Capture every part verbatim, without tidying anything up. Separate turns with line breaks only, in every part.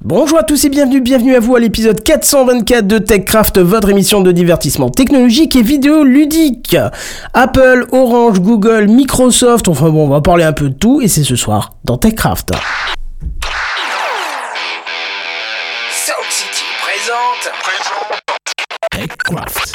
Bonjour à tous et bienvenue, bienvenue à vous à l'épisode quatre cent vingt-quatre de TechCraft, votre émission de divertissement technologique et vidéo ludique. Apple, Orange, Google, Microsoft, enfin bon, on va parler un peu de tout et c'est ce soir dans TechCraft.
Sound City présente, présente
TechCraft.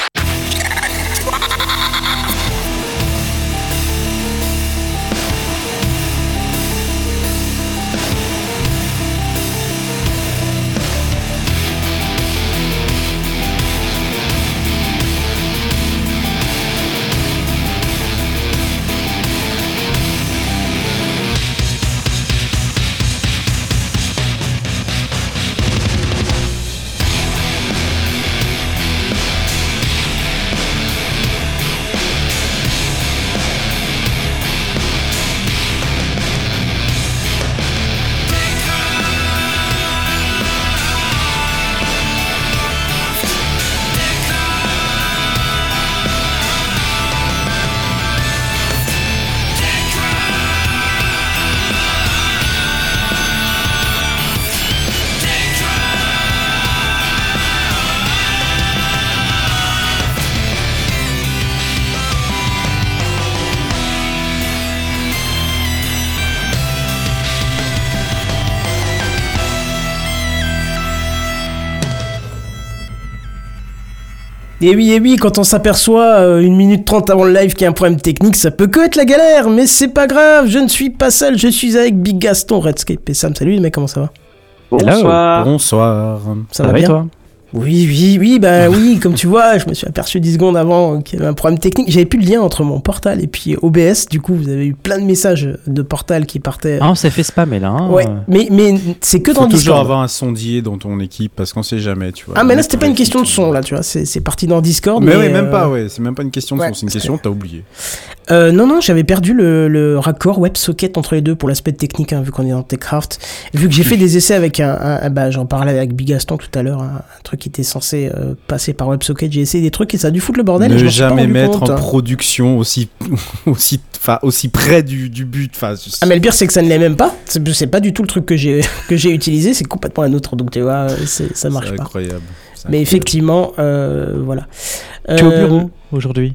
Et oui, et oui, quand on s'aperçoit euh, une minute trente avant le live qu'il y a un problème technique, ça peut que être la galère, mais c'est pas grave, je ne suis pas seul, je suis avec Big Gaston, Redscape et Sam. Salut les mecs, comment ça va?
Bonsoir.
Hello. Bonsoir.
Ça, ça va bien,
et toi?
Oui, oui, oui, bah oui, comme tu vois, je me suis aperçu dix secondes avant qu'il y avait un problème technique. J'avais plus le lien entre mon Portal et puis O B S, du coup, vous avez eu plein de messages de Portal qui partaient.
Ah, on s'est fait spammer là. Hein.
Ouais, mais, mais c'est que
Faut
dans le Discord.
toujours avoir un sondier dans ton équipe parce qu'on sait jamais, tu vois.
Ah, mais là, c'était pas une question de son, là, tu vois, c'est, c'est parti dans Discord.
Mais,
mais
oui, même
euh...
pas, ouais, c'est même pas une question de
ouais,
son, c'est une question, t'as oublié.
Euh, non, non, j'avais perdu le, le raccord WebSocket entre les deux pour l'aspect technique, hein, vu qu'on est dans TechCraft. Vu que j'ai fait des essais avec un, un, un bah, j'en parlais avec Big Gaston tout à l'heure, un, un truc qui était censé euh, passer par WebSocket. J'ai essayé des trucs et ça a dû foutre le bordel.
Ne
et je m'en
jamais
suis pas rendu
mettre
compte,
en
hein.
production aussi, aussi, enfin, aussi près du, du but. Enfin,
ah, mais le pire, c'est que ça ne l'est même pas. C'est, c'est pas du tout le truc que j'ai, que j'ai utilisé. C'est complètement un autre. Donc, tu vois, c'est, ça marche
c'est
pas.
Incroyable. C'est
mais
incroyable.
effectivement, euh, voilà.
Tu es au
Euh,
bureau aujourd'hui?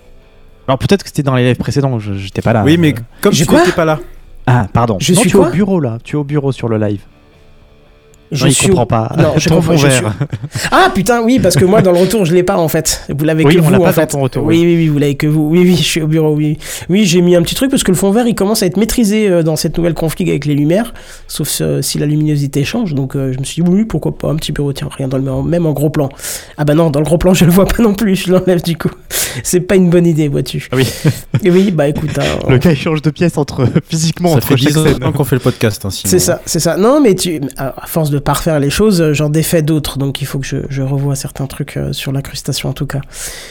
Alors peut-être que c'était dans les lives précédents, je, j'étais pas là.
Oui, mais
euh...
comme
J'ai
tu
quoi
n'étais pas là.
Ah, pardon.
Je
non,
suis
tu es
quoi
au bureau là. Tu es au bureau sur le live.
Je
non, il
suis
comprend
au...
pas.
Non, je
Ton
comprends.
fond
Je
vert.
suis... Ah putain, oui, parce que moi dans le retour je l'ai pas en fait. Vous l'avez
Oui,
que
on
vous
l'a pas
en fait.
dans ton retour,
oui,
oui.
oui, oui, vous l'avez que vous. Oui, oui, je suis au bureau. Oui, oui, j'ai mis un petit truc parce que le fond vert il commence à être maîtrisé euh, dans cette nouvelle config avec les lumières, sauf euh, si la luminosité change. Donc euh, je me suis dit oui, pourquoi pas un petit bureau. Tiens, rien dans le même en gros plan. Ah bah non, dans le gros plan je le vois pas non plus. Je l'enlève du coup. C'est pas une bonne idée, vois-tu.
Oui.
Et oui, bah écoute. Hein,
le gars il change de pièce entre physiquement
Ça
entre
fait
chaque
dix
scène.
ans qu'on fait le podcast. Hein, sinon.
C'est ça, c'est ça. Non, mais tu, à force de pas refaire les choses, j'en défais d'autres. Donc il faut que je, je revoie certains trucs euh, sur l'incrustation en tout cas.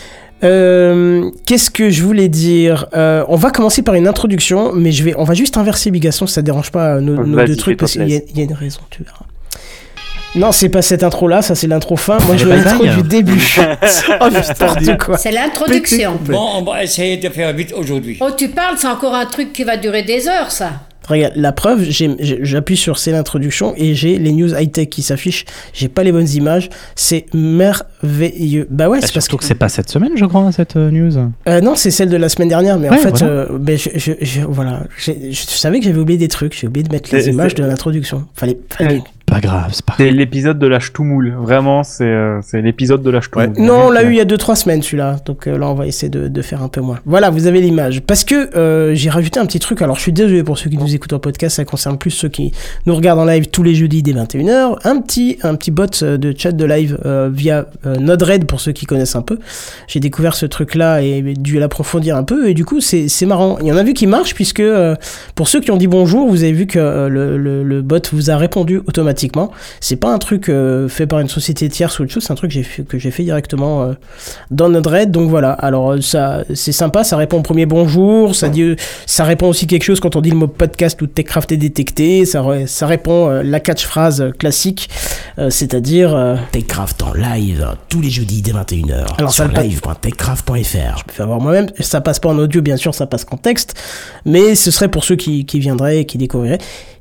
Euh, qu'est-ce que je voulais dire euh, On va commencer par une introduction, mais je vais, on va juste inverser Bigaston si ça dérange pas euh, nos, nos deux trucs parce qu'il y a, il y a une raison, tu verras. Non, c'est pas cette intro-là, ça c'est l'intro fin. Moi, je veux l'intro du début. Oh, n'importe quoi.
C'est l'introduction.
Bon, on va essayer de faire vite aujourd'hui.
Oh, tu parles, c'est encore un truc qui va durer des heures, ça.
Regarde, la preuve, j'ai, j'appuie sur c'est l'introduction et j'ai les news high-tech qui s'affichent. J'ai pas les bonnes images. C'est merveilleux. Bah ouais,
Bah,
c'est parce
surtout
que...
que c'est pas cette semaine, je crois, cette euh, news.
Euh, non, c'est celle de la semaine dernière. Mais
ouais,
en fait,
voilà.
euh, ben, je, je, je, voilà, j'ai, je savais que j'avais oublié des trucs. J'ai oublié de mettre les
C'est,
images
c'est...
de l'introduction. Fallait, fallait...
Pas grave, c'est pas grave.
C'est l'épisode de l'âge tout moule. Vraiment, c'est, euh, c'est l'épisode de l'âge tout
Ouais.
moule.
Non, on l'a eu il y a deux trois semaines celui-là. Donc euh, là, on va essayer de, de faire un peu moins. Voilà, vous avez l'image. Parce que euh, j'ai rajouté un petit truc. Alors, je suis désolé pour ceux qui nous écoutent en podcast. Ça concerne plus ceux qui nous regardent en live tous les jeudis dès vingt et une heures. Un petit, un petit bot de chat de live euh, via euh, Node-RED pour ceux qui connaissent un peu. J'ai découvert ce truc-là et dû l'approfondir un peu. Et du coup, c'est, c'est marrant. Il y en a vu qui marche puisque euh, pour ceux qui ont dit bonjour, vous avez vu que euh, le, le, le bot vous a répondu automatiquement. C'est pas un truc euh, fait par une société tierce ou autre chose, c'est un truc que j'ai fait, que j'ai fait directement euh, dans Node-RED. Donc voilà, alors ça, c'est sympa, ça répond au premier bonjour, ça, dit, ça répond aussi quelque chose quand on dit le mot podcast ou TechCraft est détecté, ça, ça répond euh, la catchphrase classique, euh, c'est-à-dire... Euh,
TechCraft en live, tous les jeudis dès vingt et une heures,
alors,
sur
ça
live point techcraft point f r.
Je peux faire voir moi-même, ça passe pas en audio bien sûr, ça passe qu'en texte, mais ce serait pour ceux qui, qui viendraient et qui découvriraient.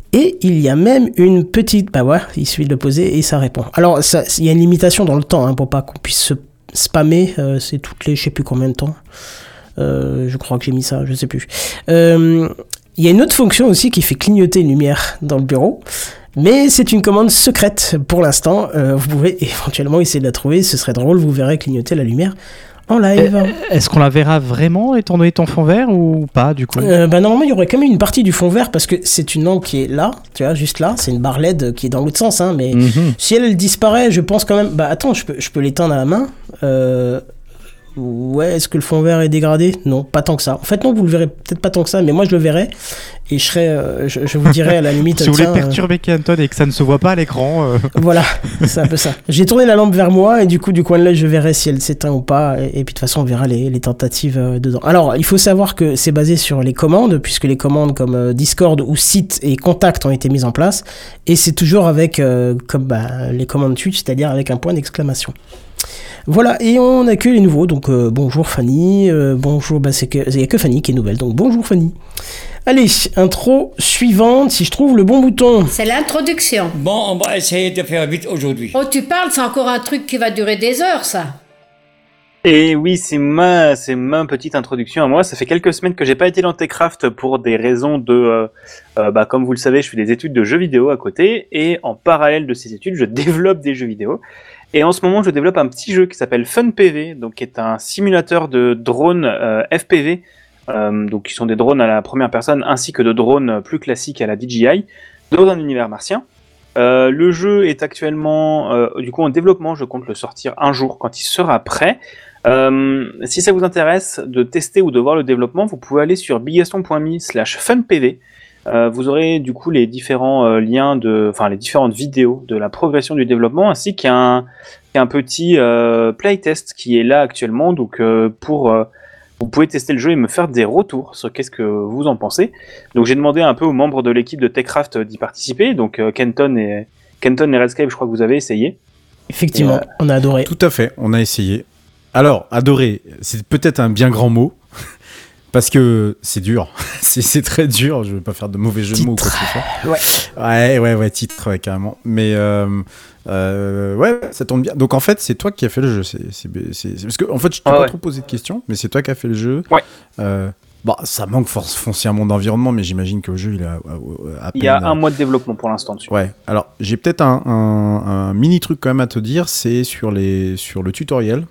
Et il y a même une petite... Bah ouais, il suffit de le poser et ça répond. Alors, ça- il y a une limitation dans le temps, hein, pour pas qu'on puisse se spammer. euh, c'est toutes les... Je sais plus combien de temps. Euh, je crois que j'ai mis ça, je sais plus. Euh, Il y a une autre fonction aussi qui fait clignoter une lumière dans le bureau. Mais c'est une commande secrète pour l'instant. Euh, vous pouvez éventuellement essayer de la trouver. Ce serait drôle, vous verrez clignoter la lumière en live.
Eh, Est-ce qu'on la verra vraiment étant donné ton fond vert ou pas du coup?
Euh, bah normalement il y aurait quand même une partie du fond vert parce que c'est une lampe qui est là, tu vois, juste là, c'est une barre L E D qui est dans l'autre sens, hein, mais
Mhm.
si elle, elle disparaît, je pense quand même, bah attends, je peux, je peux l'éteindre à la main, euh... ouais, est-ce que le fond vert est dégradé? Non, pas tant que ça. En fait non, vous le verrez peut-être pas tant que ça, mais moi je le verrai et je serai, euh, je, je vous dirai à la limite.
Si vous voulez
tiens, euh,
perturber Kenton et que ça ne se voit pas à l'écran, euh,
Voilà, c'est un peu ça. J'ai tourné la lampe vers moi et du coup, du coin de l'œil, je verrai si elle s'éteint ou pas. Et, et puis de toute façon, on verra les, les tentatives euh, dedans. Alors, il faut savoir que c'est basé sur les commandes, puisque les commandes comme euh, Discord ou site et contact ont été mises en place. Et c'est toujours avec, euh, comme bah, les commandes Twitch, c'est-à-dire avec un point d'exclamation. Voilà, et on accueille les nouveaux. Donc, euh, bonjour Fanny. Euh, bonjour, bah, c'est que, il n'y a que Fanny qui est nouvelle. Donc, bonjour Fanny. Allez, intro suivante, si je trouve le bon bouton.
C'est l'introduction.
Bon, on va essayer de faire vite aujourd'hui.
Oh, tu parles, c'est encore un truc qui va durer des heures, ça.
Et oui, c'est ma, c'est ma petite introduction à moi. Ça fait quelques semaines que j'ai pas été dans Techcraft pour des raisons de, euh, euh, bah, comme vous le savez, je fais des études de jeux vidéo à côté et en parallèle de ces études, je développe des jeux vidéo. Et en ce moment, je développe un petit jeu qui s'appelle FunPV, donc qui est un simulateur de drones euh, F P V, euh, donc qui sont des drones à la première personne ainsi que de drones plus classiques à la D J I dans un univers martien. Euh, le jeu est actuellement, euh, du coup, en développement. Je compte le sortir un jour quand il sera prêt. Euh, si ça vous intéresse de tester ou de voir le développement, vous pouvez aller sur bigaston point me slash funpv. Euh, vous aurez du coup les différents euh, liens de, enfin les différentes vidéos de la progression du développement, ainsi qu'un, qu'un petit euh, playtest qui est là actuellement. Donc euh, pour, euh, vous pouvez tester le jeu et me faire des retours sur qu'est-ce que vous en pensez. Donc j'ai demandé un peu aux membres de l'équipe de Techcraft d'y participer. Donc euh, Kenton et Kenton et Redscape, je crois que vous avez essayé.
Effectivement,
Et, euh,
on a adoré.
Tout à fait, on a essayé. Alors, adorer, c'est peut-être un bien grand mot, parce que c'est dur, c'est, c'est très dur, je veux pas faire de mauvais jeux de mots ou quoi que ce soit. Ouais, ouais, ouais, titre, ouais, carrément. Mais, euh, euh, ouais, ça tombe bien. Donc en fait, c'est toi qui as fait le jeu. C'est, c'est, c'est, c'est... Parce que, en fait, je t'ai
Ah
pas
ouais.
trop posé de questions, mais c'est toi qui as fait le jeu.
Ouais.
Euh, Bon, ça manque force foncièrement d'environnement, mais j'imagine que le jeu, il a à, à peine...
Il y a un mois de développement pour l'instant dessus.
Ouais, alors j'ai peut-être un, un, un mini truc quand même à te dire, c'est sur, les, sur le tutoriel.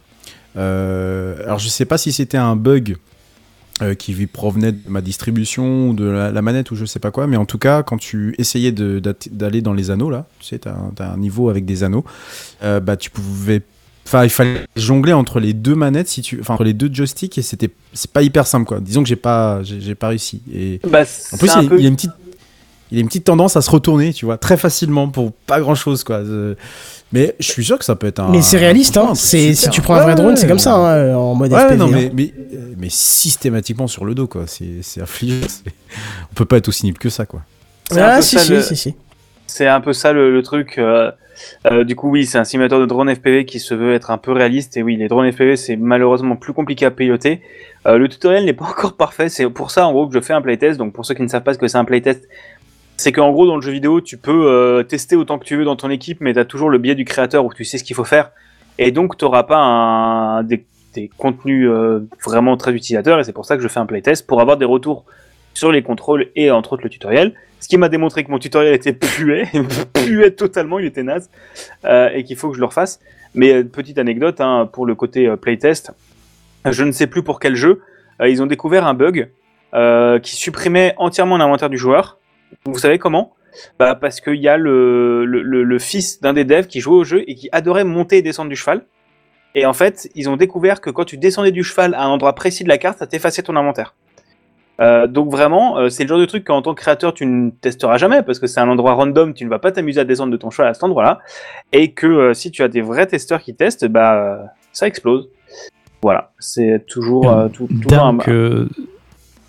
Euh, alors je sais pas si c'était un bug euh, qui provenait de ma distribution ou de la, la manette ou je sais pas quoi, mais en tout cas quand tu essayais de, d'aller dans les anneaux là, tu sais, t'as, t'as un niveau avec des anneaux, euh, bah tu pouvais, enfin il fallait jongler entre les deux manettes, si tu, enfin entre les deux joysticks et c'était, c'est pas hyper simple quoi. Disons que j'ai pas, j'ai, j'ai pas réussi. Et
Bah,
en plus
c'est un
il,
peu...
il y a une petite il y a une petite tendance à se retourner, tu vois, très facilement pour pas grand chose, quoi. Euh, mais je suis sûr que ça peut être un.
Mais c'est réaliste, hein.
un
C'est,
super.
si tu prends un vrai
Ouais,
drone,
ouais,
c'est comme ça, hein, en mode
Ouais,
F P V.
non,
hein.
mais, mais, mais systématiquement sur le dos, quoi. C'est, c'est affligeant. C'est... On peut pas être aussi nul que ça, quoi.
C'est un
Ah,
peu
si,
ça,
si,
le-
si, si.
C'est un peu ça le, le truc. Euh, euh, du coup, oui, c'est un simulateur de drone F P V qui se veut être un peu réaliste. Et oui, les drones F P V, c'est malheureusement plus compliqué à piloter. Euh, le tutoriel n'est pas encore parfait. C'est pour ça, en gros, que je fais un playtest. Donc, pour ceux qui ne savent pas ce que c'est un playtest, c'est qu'en gros, dans le jeu vidéo, tu peux euh, tester autant que tu veux dans ton équipe, mais tu as toujours le biais du créateur où tu sais ce qu'il faut faire. Et donc, tu n'auras pas un, des, des contenus euh, vraiment très utilisateurs. Et c'est pour ça que je fais un playtest, pour avoir des retours sur les contrôles et entre autres le tutoriel. Ce qui m'a démontré que mon tutoriel était pué, pué totalement, il était naze, euh, et qu'il faut que je le refasse. Mais euh, petite anecdote, hein, pour le côté euh, playtest, je ne sais plus pour quel jeu, euh, ils ont découvert un bug euh, qui supprimait entièrement l'inventaire du joueur. Vous savez comment ? Bah parce qu'il y a le, le, le, le fils d'un des devs qui jouait au jeu et qui adorait monter et descendre du cheval. Et en fait, ils ont découvert que quand tu descendais du cheval à un endroit précis de la carte, ça t'effaçait ton inventaire. Euh, donc vraiment, euh, c'est le genre de truc qu'en tant que créateur, tu ne testeras jamais parce que c'est un endroit random, tu ne vas pas t'amuser à descendre de ton cheval à cet endroit-là. Et que euh, si tu as des vrais testeurs qui testent, bah euh, ça explose. Voilà, c'est toujours, euh, tout, toujours un...
Donc, euh,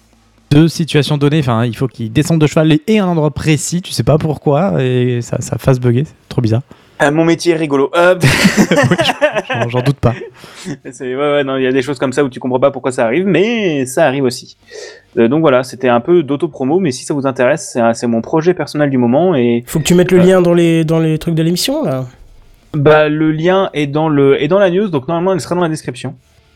deux situations données. Enfin, il faut qu'il descende de cheval et un endroit précis. Tu sais pas pourquoi et ça, ça fasse bugger. C'est trop bizarre.
Euh, mon métier est rigolo. Euh...
oui, j'en, j'en doute pas.
C'est, ouais, ouais, non, il y a des choses comme ça où tu comprends pas pourquoi ça arrive, mais ça arrive aussi. Euh, donc voilà, c'était un peu d'auto-promo, mais si ça vous intéresse, c'est, un, c'est mon projet personnel du moment. Et
faut que tu mettes le euh, lien dans les, dans les trucs de l'émission, là.
Bah, le lien est dans, le, est dans la news, donc normalement, il sera dans la description.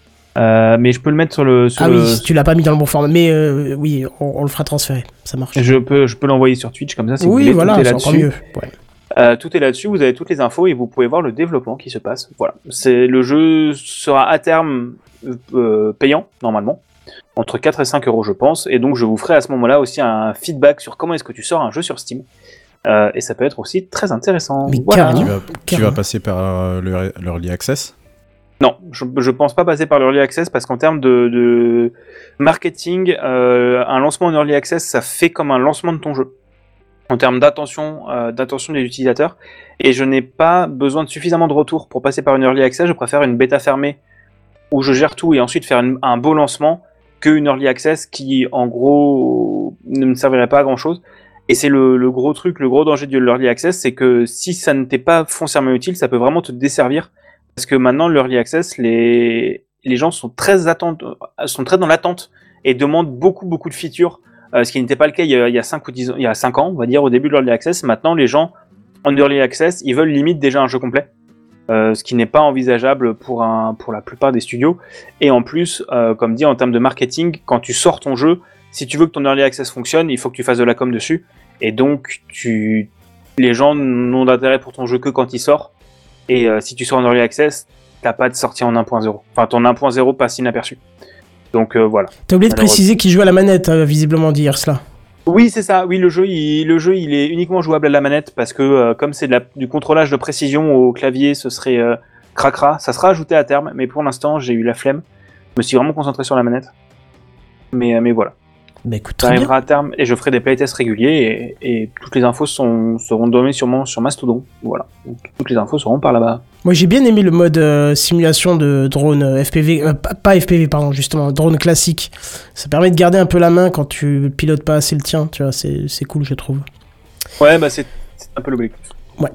Euh, mais je peux le mettre sur le. Sur
ah
le...
oui, tu l'as pas mis dans le bon format, mais euh, oui, on, on le fera transférer, ça marche.
Je peux, je peux l'envoyer sur Twitch comme ça. Si
oui,
vous voulez,
voilà,
tout est
c'est
là-dessus.
encore mieux. Ouais.
Euh, tout est là-dessus, vous avez toutes les infos et vous pouvez voir le développement qui se passe. Voilà, c'est le jeu sera à terme euh, payant normalement, entre quatre et cinq euros je pense, et donc je vous ferai à ce moment-là aussi un feedback sur comment est-ce que tu sors un jeu sur Steam. Euh, et ça peut être aussi très intéressant.
Mais
voilà.
Tu vas, tu vas passer par euh, le, l'Early Access ?
Non, je, je pense pas passer par l'Early Access parce qu'en termes de, de marketing, euh, un lancement en Early Access, ça fait comme un lancement de ton jeu. En termes d'attention, euh, d'attention des utilisateurs, et je n'ai pas besoin de suffisamment de retours pour passer par une Early Access. Je préfère une bêta fermée où je gère tout et ensuite faire une, un beau lancement qu'une Early Access qui, en gros, ne me servirait pas à grand chose. Et c'est le, le gros truc, le gros danger de l'Early Access, c'est que si ça ne t'est pas foncièrement utile, ça peut vraiment te desservir. Parce que maintenant, l'Early Access, les, les gens sont très, attentes, sont très dans l'attente et demandent beaucoup, beaucoup de features. Euh, ce qui n'était pas le cas il y a, il y a cinq ou dix ans, il y a cinq ans, on va dire, au début de l'Early Access. Maintenant, les gens, en Early Access, ils veulent limite déjà un jeu complet. Euh, ce qui n'est pas envisageable pour, un, pour la plupart des studios. Et en plus, euh, comme dit, en termes de marketing, quand tu sors ton jeu, si tu veux que ton Early Access fonctionne, il faut que tu fasses de la com dessus. Et donc, tu... les gens n'ont d'intérêt pour ton jeu que quand il sort. Et euh, si tu sors en Early Access, t'as pas de sortie en un point zéro. Enfin, ton un point zéro passe inaperçu. Donc euh, voilà.
T'as oublié de préciser qu'il joue à la manette, euh, visiblement, dire cela.
Oui, c'est ça. Oui, le jeu, il, le jeu, il est uniquement jouable à la manette parce que euh, comme c'est de la, du contrôlage de précision au clavier, ce serait euh, cracra. Ça sera ajouté à terme, mais pour l'instant, j'ai eu la flemme. Je me suis vraiment concentré sur la manette. Mais, euh, mais voilà.
Bah écoute,
ça
très
arrivera
bien.
à terme et je ferai des playtests réguliers et, et toutes les infos sont, seront données sûrement sur Mastodon. Voilà. Donc, toutes les infos seront par là-bas.
Moi j'ai bien aimé le mode euh, simulation de drone euh, F P V, euh, pas F P V pardon, justement, drone classique. Ça permet de garder un peu la main quand tu pilotes pas assez le tien, tu vois, c'est, c'est cool je trouve.
Ouais, bah c'est, c'est un peu l'objectif.
Ouais.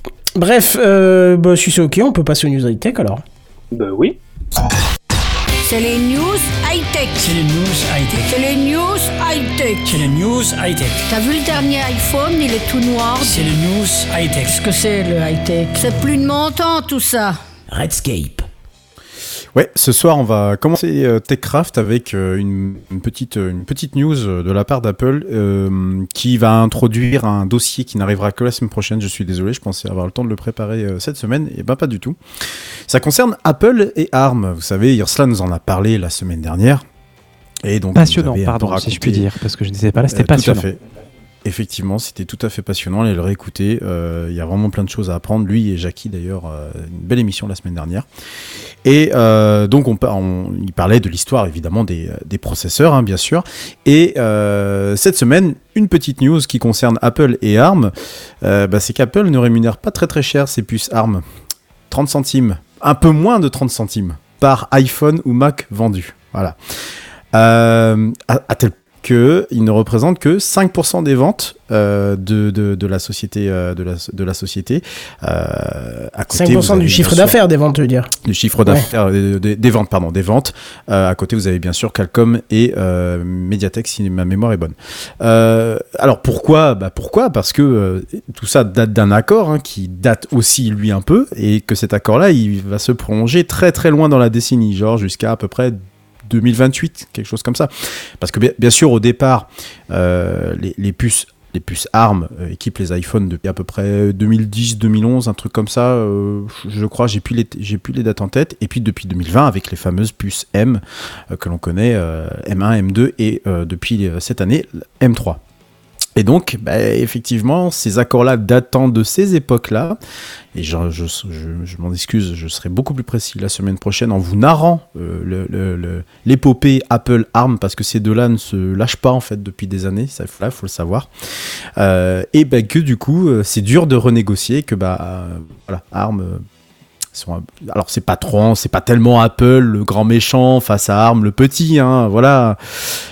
Bref, euh, bah, si c'est ok, on peut passer aux news high-tech alors.
Bah oui.
C'est les news high-tech.
C'est les news high-tech.
C'est les news high-tech.
C'est les news high-tech.
T'as vu le dernier iPhone, il est tout noir.
C'est les news high-tech.
Qu'est-ce que c'est le high-tech? C'est plus de mon temps tout ça.
Redscape.
Ouais, ce soir on va commencer euh, TechCraft avec euh, une, une, petite, euh, une petite news de la part d'Apple euh, qui va introduire un dossier qui n'arrivera que la semaine prochaine. Je suis désolé, je pensais avoir le temps de le préparer euh, cette semaine, et ben pas du tout. Ça concerne Apple et ARM. Vous savez, Irsla nous en a parlé la semaine dernière. Et donc,
passionnant, pardon, si je puis dire, parce que je ne disais pas là, c'était euh, passionnant.
Tout à fait. Effectivement, c'était tout à fait passionnant, allez le réécouter, il euh, y a vraiment plein de choses à apprendre, lui et Jackie d'ailleurs, euh, une belle émission la semaine dernière. Et euh, donc on, on, il parlait de l'histoire évidemment des, des processeurs, hein, bien sûr, et euh, cette semaine, une petite news qui concerne Apple et ARM, euh, bah, c'est qu'Apple ne rémunère pas très très cher ses puces ARM, trente centimes, un peu moins de trente centimes par iPhone ou Mac vendu, voilà. Euh, à, à tel qu'il ne représente que cinq pour cent des ventes euh, de, de, de la société. Euh, de la, de la société. Euh, à côté,
cinq pour cent du chiffre d'affaires des ventes, tu veux dire.
Du chiffre d'affaires, ouais. des, des ventes, pardon, des ventes. Euh, à côté, vous avez bien sûr Qualcomm et euh, Mediatek, si ma mémoire est bonne. Euh, alors pourquoi bah Pourquoi Parce que euh, tout ça date d'un accord hein, qui date aussi, lui, un peu, et que cet accord-là, il va se prolonger très très loin dans la décennie, genre jusqu'à à peu près deux mille vingt-huit, quelque chose comme ça. Parce que bien, bien sûr, au départ, euh, les, les puces, les puces ARM euh, équipent les iPhones depuis à peu près deux mille dix, deux mille onze, un truc comme ça. Euh, je crois, j'ai plus les, j'ai plus les dates en tête. Et puis depuis deux mille vingt, avec les fameuses puces M euh, que l'on connaît, euh, M un, M deux et euh, depuis euh, cette année, M trois. Et donc, bah, effectivement, ces accords-là datant de ces époques-là, et je, je, je, je m'en excuse, je serai beaucoup plus précis la semaine prochaine en vous narrant euh, le, le, le, l'épopée Apple-ARM, parce que ces deux-là ne se lâchent pas en fait depuis des années, ça il faut le savoir. Euh, et bah, que du coup, c'est dur de renégocier, que bah, euh, voilà, ARM... Euh, Sont, alors c'est pas trop, c'est pas tellement Apple le grand méchant face à ARM le petit, hein, voilà.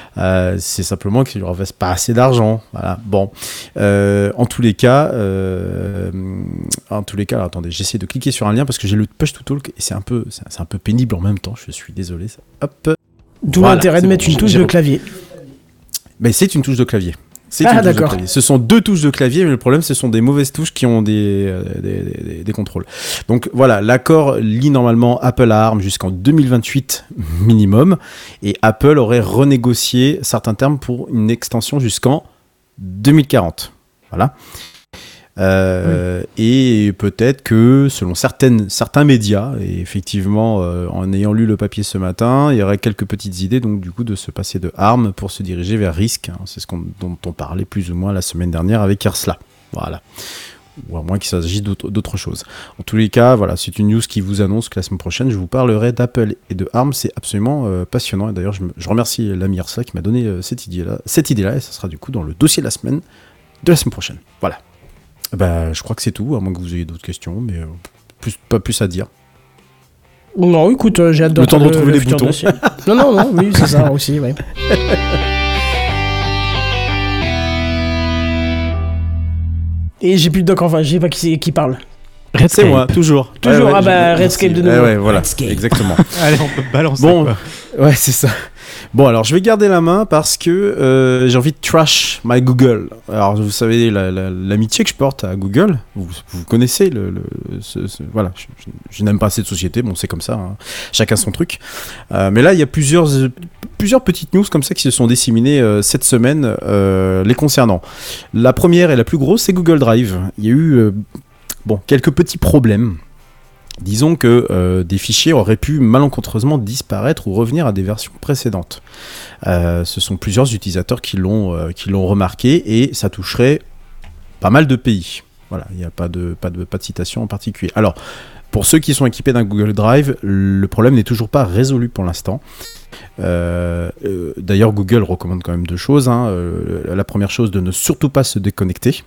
Euh, c'est simplement qu'ils ne leur investent pas assez d'argent. Voilà. Bon, euh, en tous les cas, euh, en tous les cas, alors, attendez, j'essaie de cliquer sur un lien parce que j'ai le push to talk et c'est un peu, c'est, c'est un peu pénible en même temps. Je suis désolé. Ça. Hop.
D'où
Voilà,
l'intérêt de
c'est
mettre
bon,
une touche
j'ai
de
repris.
clavier.
Mais c'est une touche de clavier. C'est
Ah,
une touche de
d'accord.
clavier. Ce sont deux touches de clavier, mais le problème, ce sont des mauvaises touches qui ont des, euh, des, des, des contrôles. Donc voilà, l'accord lie normalement Apple à ARM jusqu'en deux mille vingt-huit minimum, et Apple aurait renégocié certains termes pour une extension jusqu'en deux mille quarante. Voilà. Euh, oui. Et peut-être que, selon certaines, certains médias, et effectivement, euh, en ayant lu le papier ce matin, il y aurait quelques petites idées, donc du coup, de se passer de ARM pour se diriger vers RISC. Hein, c'est ce qu'on, dont on parlait plus ou moins la semaine dernière avec Ursula. Voilà. Ou à moins qu'il s'agisse d'autre, d'autre chose. En tous les cas, voilà, c'est une news qui vous annonce que la semaine prochaine, je vous parlerai d'Apple et de ARM. C'est absolument euh, passionnant. Et d'ailleurs, je, me, je remercie l'ami Ursula qui m'a donné euh, cette idée-là, cette idée-là, et ça sera du coup dans le dossier de la semaine, de la semaine prochaine. Voilà. Bah, je crois que c'est tout, à moins que vous ayez d'autres questions, mais euh, plus, pas plus à dire.
Non, écoute, euh, j'ai hâte
le temps de retrouver
le
les boutons.
non, non, non, oui, c'est ça aussi, ouais. Et j'ai plus de doc, enfin, je sais pas qui, qui parle.
Redscape. C'est moi, toujours.
Toujours,
ouais, ouais,
ah bah, Redscape de nouveau.
Ouais, ouais, voilà,
Redscape.
Exactement.
Allez, on peut balancer.
Bon,
quoi.
Ouais, c'est ça. Bon, alors je vais garder la main parce que euh, j'ai envie de trash my Google. Alors, vous savez, la, la, l'amitié que je porte à Google, vous, vous connaissez, le, le, ce, ce, voilà, je, je, je n'aime pas cette société, bon, c'est comme ça, hein. Chacun son truc. Euh, mais là, il y a plusieurs, plusieurs petites news comme ça qui se sont disséminées euh, cette semaine euh, les concernant. La première et la plus grosse, c'est Google Drive. Il y a eu euh, bon, quelques petits problèmes. Disons que euh, des fichiers auraient pu malencontreusement disparaître ou revenir à des versions précédentes. Euh, ce sont plusieurs utilisateurs qui l'ont, euh, qui l'ont remarqué et ça toucherait pas mal de pays. Voilà, il n'y a pas de, pas, de, pas de citation en particulier. Alors, pour ceux qui sont équipés d'un Google Drive, le problème n'est toujours pas résolu pour l'instant. Euh, euh, d'ailleurs, Google recommande quand même deux choses. Hein. Euh, la première chose, de ne surtout pas se déconnecter.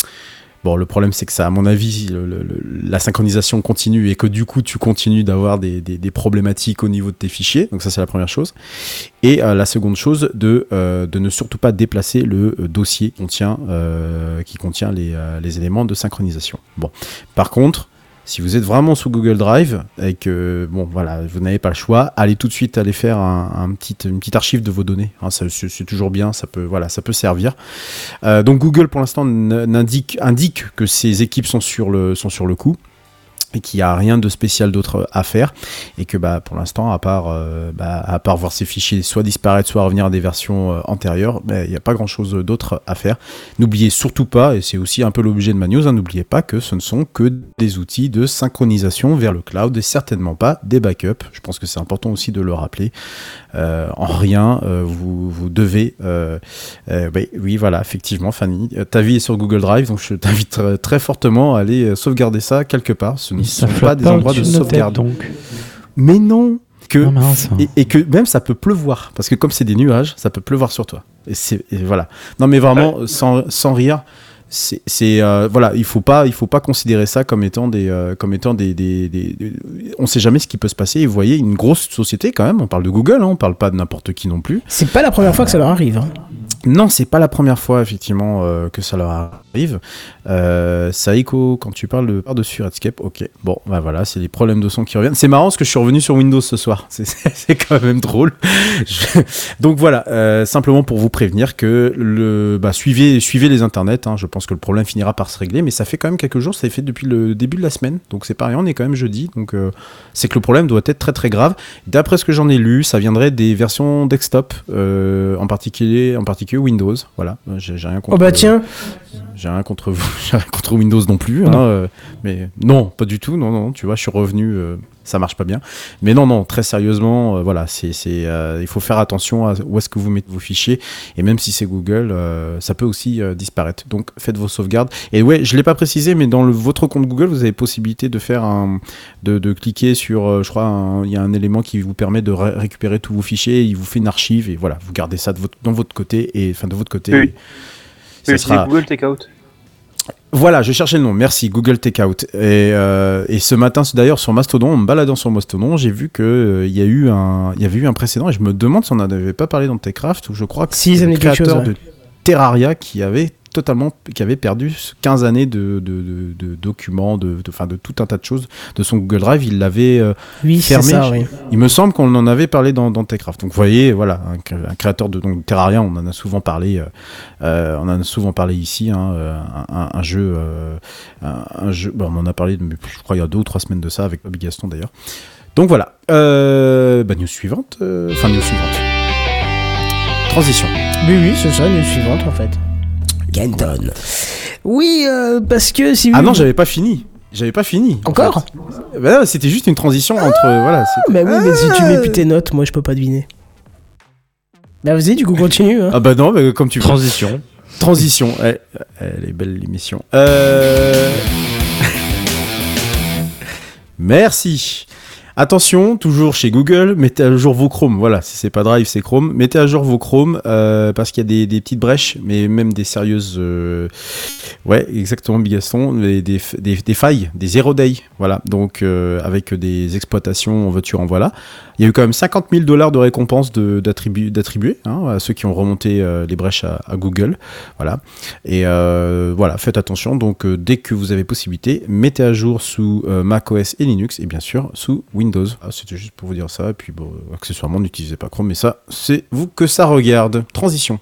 Bon, le problème, c'est que ça, à mon avis, le, le, la synchronisation continue et que du coup, tu continues d'avoir des, des, des problématiques au niveau de tes fichiers. Donc ça, c'est la première chose. Et euh, la seconde chose, de, euh, de ne surtout pas déplacer le euh, dossier qui contient, euh, qui contient les, euh, les éléments de synchronisation. Bon, par contre, si vous êtes vraiment sous Google Drive et que bon voilà, vous n'avez pas le choix, allez tout de suite aller faire un, un petit, une petite archive de vos données. Hein, ça, c'est, c'est toujours bien, ça peut voilà, ça peut servir. Euh, donc Google pour l'instant n'indique indique que ses équipes sont sur le sont sur le coup et qu'il n'y a rien de spécial d'autre à faire et que bah pour l'instant à part euh, bah, à part voir ces fichiers soit disparaître soit revenir à des versions euh, antérieures, il bah, n'y a pas grand chose d'autre à faire. N'oubliez surtout pas, et c'est aussi un peu l'objet de ma news, hein, n'oubliez pas que ce ne sont que des outils de synchronisation vers le cloud et certainement pas des backups. Je pense que c'est important aussi de le rappeler. Euh, en rien euh, vous, vous devez euh, euh, bah, oui voilà, effectivement Fanny, ta vie est sur Google Drive, donc je t'invite très, très fortement à aller sauvegarder ça quelque part. Ce ne sont pas des endroits de sauvegarde. Donc. Mais non, que non, et, et que même ça peut pleuvoir parce que comme c'est des nuages, ça peut pleuvoir sur toi. Et c'est et voilà. Non mais vraiment ouais. sans sans rire. C'est, c'est euh, voilà, il faut pas, il faut pas considérer ça comme étant des, euh, comme étant des, des, des, des, on sait jamais ce qui peut se passer. Et vous voyez, une grosse société quand même. On parle de Google, hein, on parle pas de n'importe qui non plus.
C'est pas la première euh, fois que ça leur arrive. Hein.
Non, c'est pas la première fois effectivement euh, que ça leur arrive. Euh, Saïko, quand tu parles de par-dessus Redscape, ok. Bon, bah voilà, c'est les problèmes de son qui reviennent. C'est marrant parce que je suis revenu sur Windows ce soir. C'est, c'est, c'est quand même drôle. Je... Donc voilà, euh, simplement pour vous prévenir que le, bah, suivez, suivez les internets. Hein, je pense que le problème finira par se régler, mais ça fait quand même quelques jours. Ça fait depuis le début de la semaine. Donc c'est pareil, on est quand même jeudi. Donc euh, c'est que le problème doit être très très grave. D'après ce que j'en ai lu, ça viendrait des versions desktop, euh, en particulier, en particulier Windows, voilà. J'ai, j'ai rien contre.
Oh bah tiens.
Euh, j'ai rien contre vous, j'ai rien contre Windows non plus, hein, euh, mais non, pas du tout, non, non. Tu vois, je suis revenu, euh, ça marche pas bien. Mais non, non, très sérieusement, euh, voilà, c'est, c'est, euh, il faut faire attention à où est-ce que vous mettez vos fichiers, et même si c'est Google, euh, ça peut aussi euh, disparaître. Donc faites vos sauvegardes. Et ouais, je l'ai pas précisé, mais dans le, votre compte Google, vous avez possibilité de faire un, de, de cliquer sur, euh, je crois, il y a un élément qui vous permet de ré- récupérer tous vos fichiers. Il vous fait une archive et voilà, vous gardez ça de votre, dans votre côté et enfin de votre côté.
Oui.
Ça
oui,
sera...
c'est Google Takeout.
Voilà, je cherchais le nom. Merci, Google Takeout. Et, euh, et ce matin, d'ailleurs, sur Mastodon, en me baladant sur Mastodon, j'ai vu qu'il euh, y, a eu un, y avait eu un précédent et je me demande si on n'en avait pas parlé dans Techcraft, où je crois que
Si,
c'est
ça me
le
dit quelque
créateur
chose, ouais.
de Terraria qui avait totalement, qui avait perdu quinze années de, de, de, de documents, de, de, fin, de tout un tas de choses de son Google Drive. Il l'avait euh,
Oui, c'est
fermé.
ça, oui.
Il me semble qu'on en avait parlé dans, dans Techcraft. Donc vous voyez, voilà, un, un créateur de donc, Terraria, on en a souvent parlé, euh, euh, on en a souvent parlé ici, hein, euh, un, un jeu, euh, un, un jeu. Bon, on en a parlé, mais je crois il y a deux ou trois semaines de ça avec Bobby Gaston d'ailleurs. Donc voilà. Euh, bah, news suivante. Euh, enfin news suivante. Transition.
Oui, oui, c'est ça, news suivante en fait.
Kenton.
Oui, euh, parce que si vous...
Ah non, j'avais pas fini. J'avais pas fini.
Encore
en fait. Bah non, c'était juste une transition entre. Euh, voilà.
Bah oui, mais si tu mets plus tes notes, moi je peux pas deviner. Bah vas-y, du coup continue. Hein.
Ah bah non, bah, comme tu veux.
Transition.
Transition. Elle, elle est belle l'émission. Euh... Merci. Attention, toujours chez Google, mettez à jour vos Chrome. Voilà, si c'est pas Drive, c'est Chrome. Mettez à jour vos Chrome euh, parce qu'il y a des, des petites brèches, mais même des sérieuses. Euh... Ouais, exactement, Bigaston. Des, des, des, des failles, des zero day. Voilà, donc euh, avec des exploitations en voiture en voilà. Il y a eu quand même cinquante mille dollars de récompenses de, d'attribu, d'attribuer hein, à ceux qui ont remonté euh, les brèches à, à Google. Voilà. Et euh, voilà, faites attention. Donc, euh, dès que vous avez possibilité, mettez à jour sous euh, macOS et Linux et bien sûr sous Windows. Ah, c'était juste pour vous dire ça. Et puis, bon, accessoirement, n'utilisez pas Chrome. Mais ça, c'est vous que ça regarde. Transition.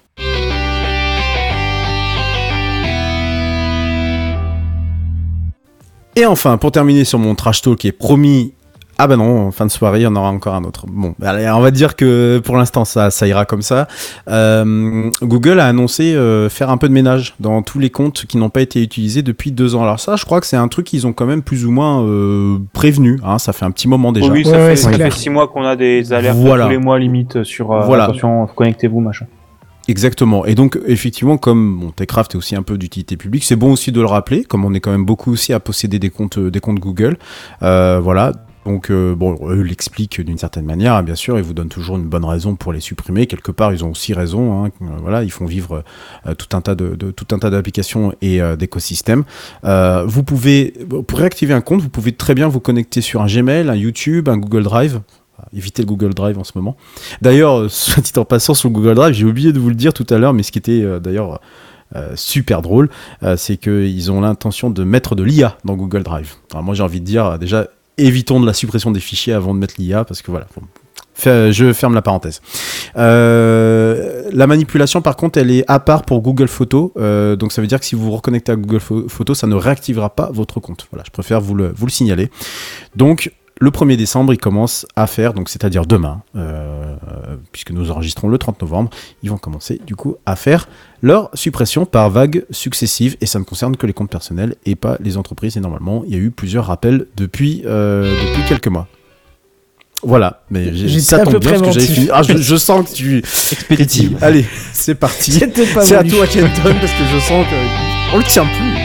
Et enfin, pour terminer sur mon trash talk qui est promis. Ah bah non, en fin de soirée, il y en aura encore un autre. Bon, allez, on va dire que pour l'instant, ça, ça ira comme ça. Euh, Google a annoncé euh, faire un peu de ménage dans tous les comptes qui n'ont pas été utilisés depuis deux ans. Alors ça, je crois que c'est un truc qu'ils ont quand même plus ou moins euh, prévenu. Hein, ça fait un petit moment déjà.
Oui, ça,
Ouais,
fait,
ouais,
ça
c'est
fait
clair.
six mois qu'on a des alertes
Voilà.
tous les mois limite sur euh,
Voilà.
attention, connectez-vous, machin.
Exactement. Et donc, effectivement, comme bon, Techcraft est aussi un peu d'utilité publique, c'est bon aussi de le rappeler, comme on est quand même beaucoup aussi à posséder des comptes, des comptes Google. Euh, voilà. Donc, euh, bon, eux l'expliquent d'une certaine manière, hein, bien sûr, ils vous donnent toujours une bonne raison pour les supprimer. Quelque part, ils ont aussi raison. Hein, euh, voilà, ils font vivre euh, tout un tas de, de tout un tas d'applications et euh, d'écosystèmes. Euh, vous pouvez, pour réactiver un compte, vous pouvez très bien vous connecter sur un Gmail, un YouTube, un Google Drive. Évitez le Google Drive en ce moment. D'ailleurs, soit dit en passant sur le Google Drive, j'ai oublié de vous le dire tout à l'heure, mais ce qui était euh, d'ailleurs euh, super drôle, euh, c'est qu'ils ont l'intention de mettre de l'I A dans Google Drive. Alors moi, j'ai envie de dire, euh, déjà, évitons de la suppression des fichiers avant de mettre l'I A, parce que voilà, je ferme la parenthèse. Euh, la manipulation, par contre, elle est à part pour Google Photos, euh, donc ça veut dire que si vous vous reconnectez à Google Photos, ça ne réactivera pas votre compte. Voilà, je préfère vous le, vous le signaler. Donc, le premier décembre, ils commencent à faire, donc c'est-à-dire demain, euh, puisque nous enregistrons le trente novembre, ils vont commencer du coup à faire leur suppression par vagues successives, et ça ne concerne que les comptes personnels et pas les entreprises. Et normalement, il y a eu plusieurs rappels depuis, euh, depuis quelques mois. Voilà, mais j'ai,
J'étais
ça
un
tombe
peu
bien parce que j'avais
préventif.
fini. Ah, je, je sens que tu
Expéditive.
Allez, c'est parti.
C'était pas
C'est à
voulu.
toi, Kenton, parce que je sens qu'on le tient plus.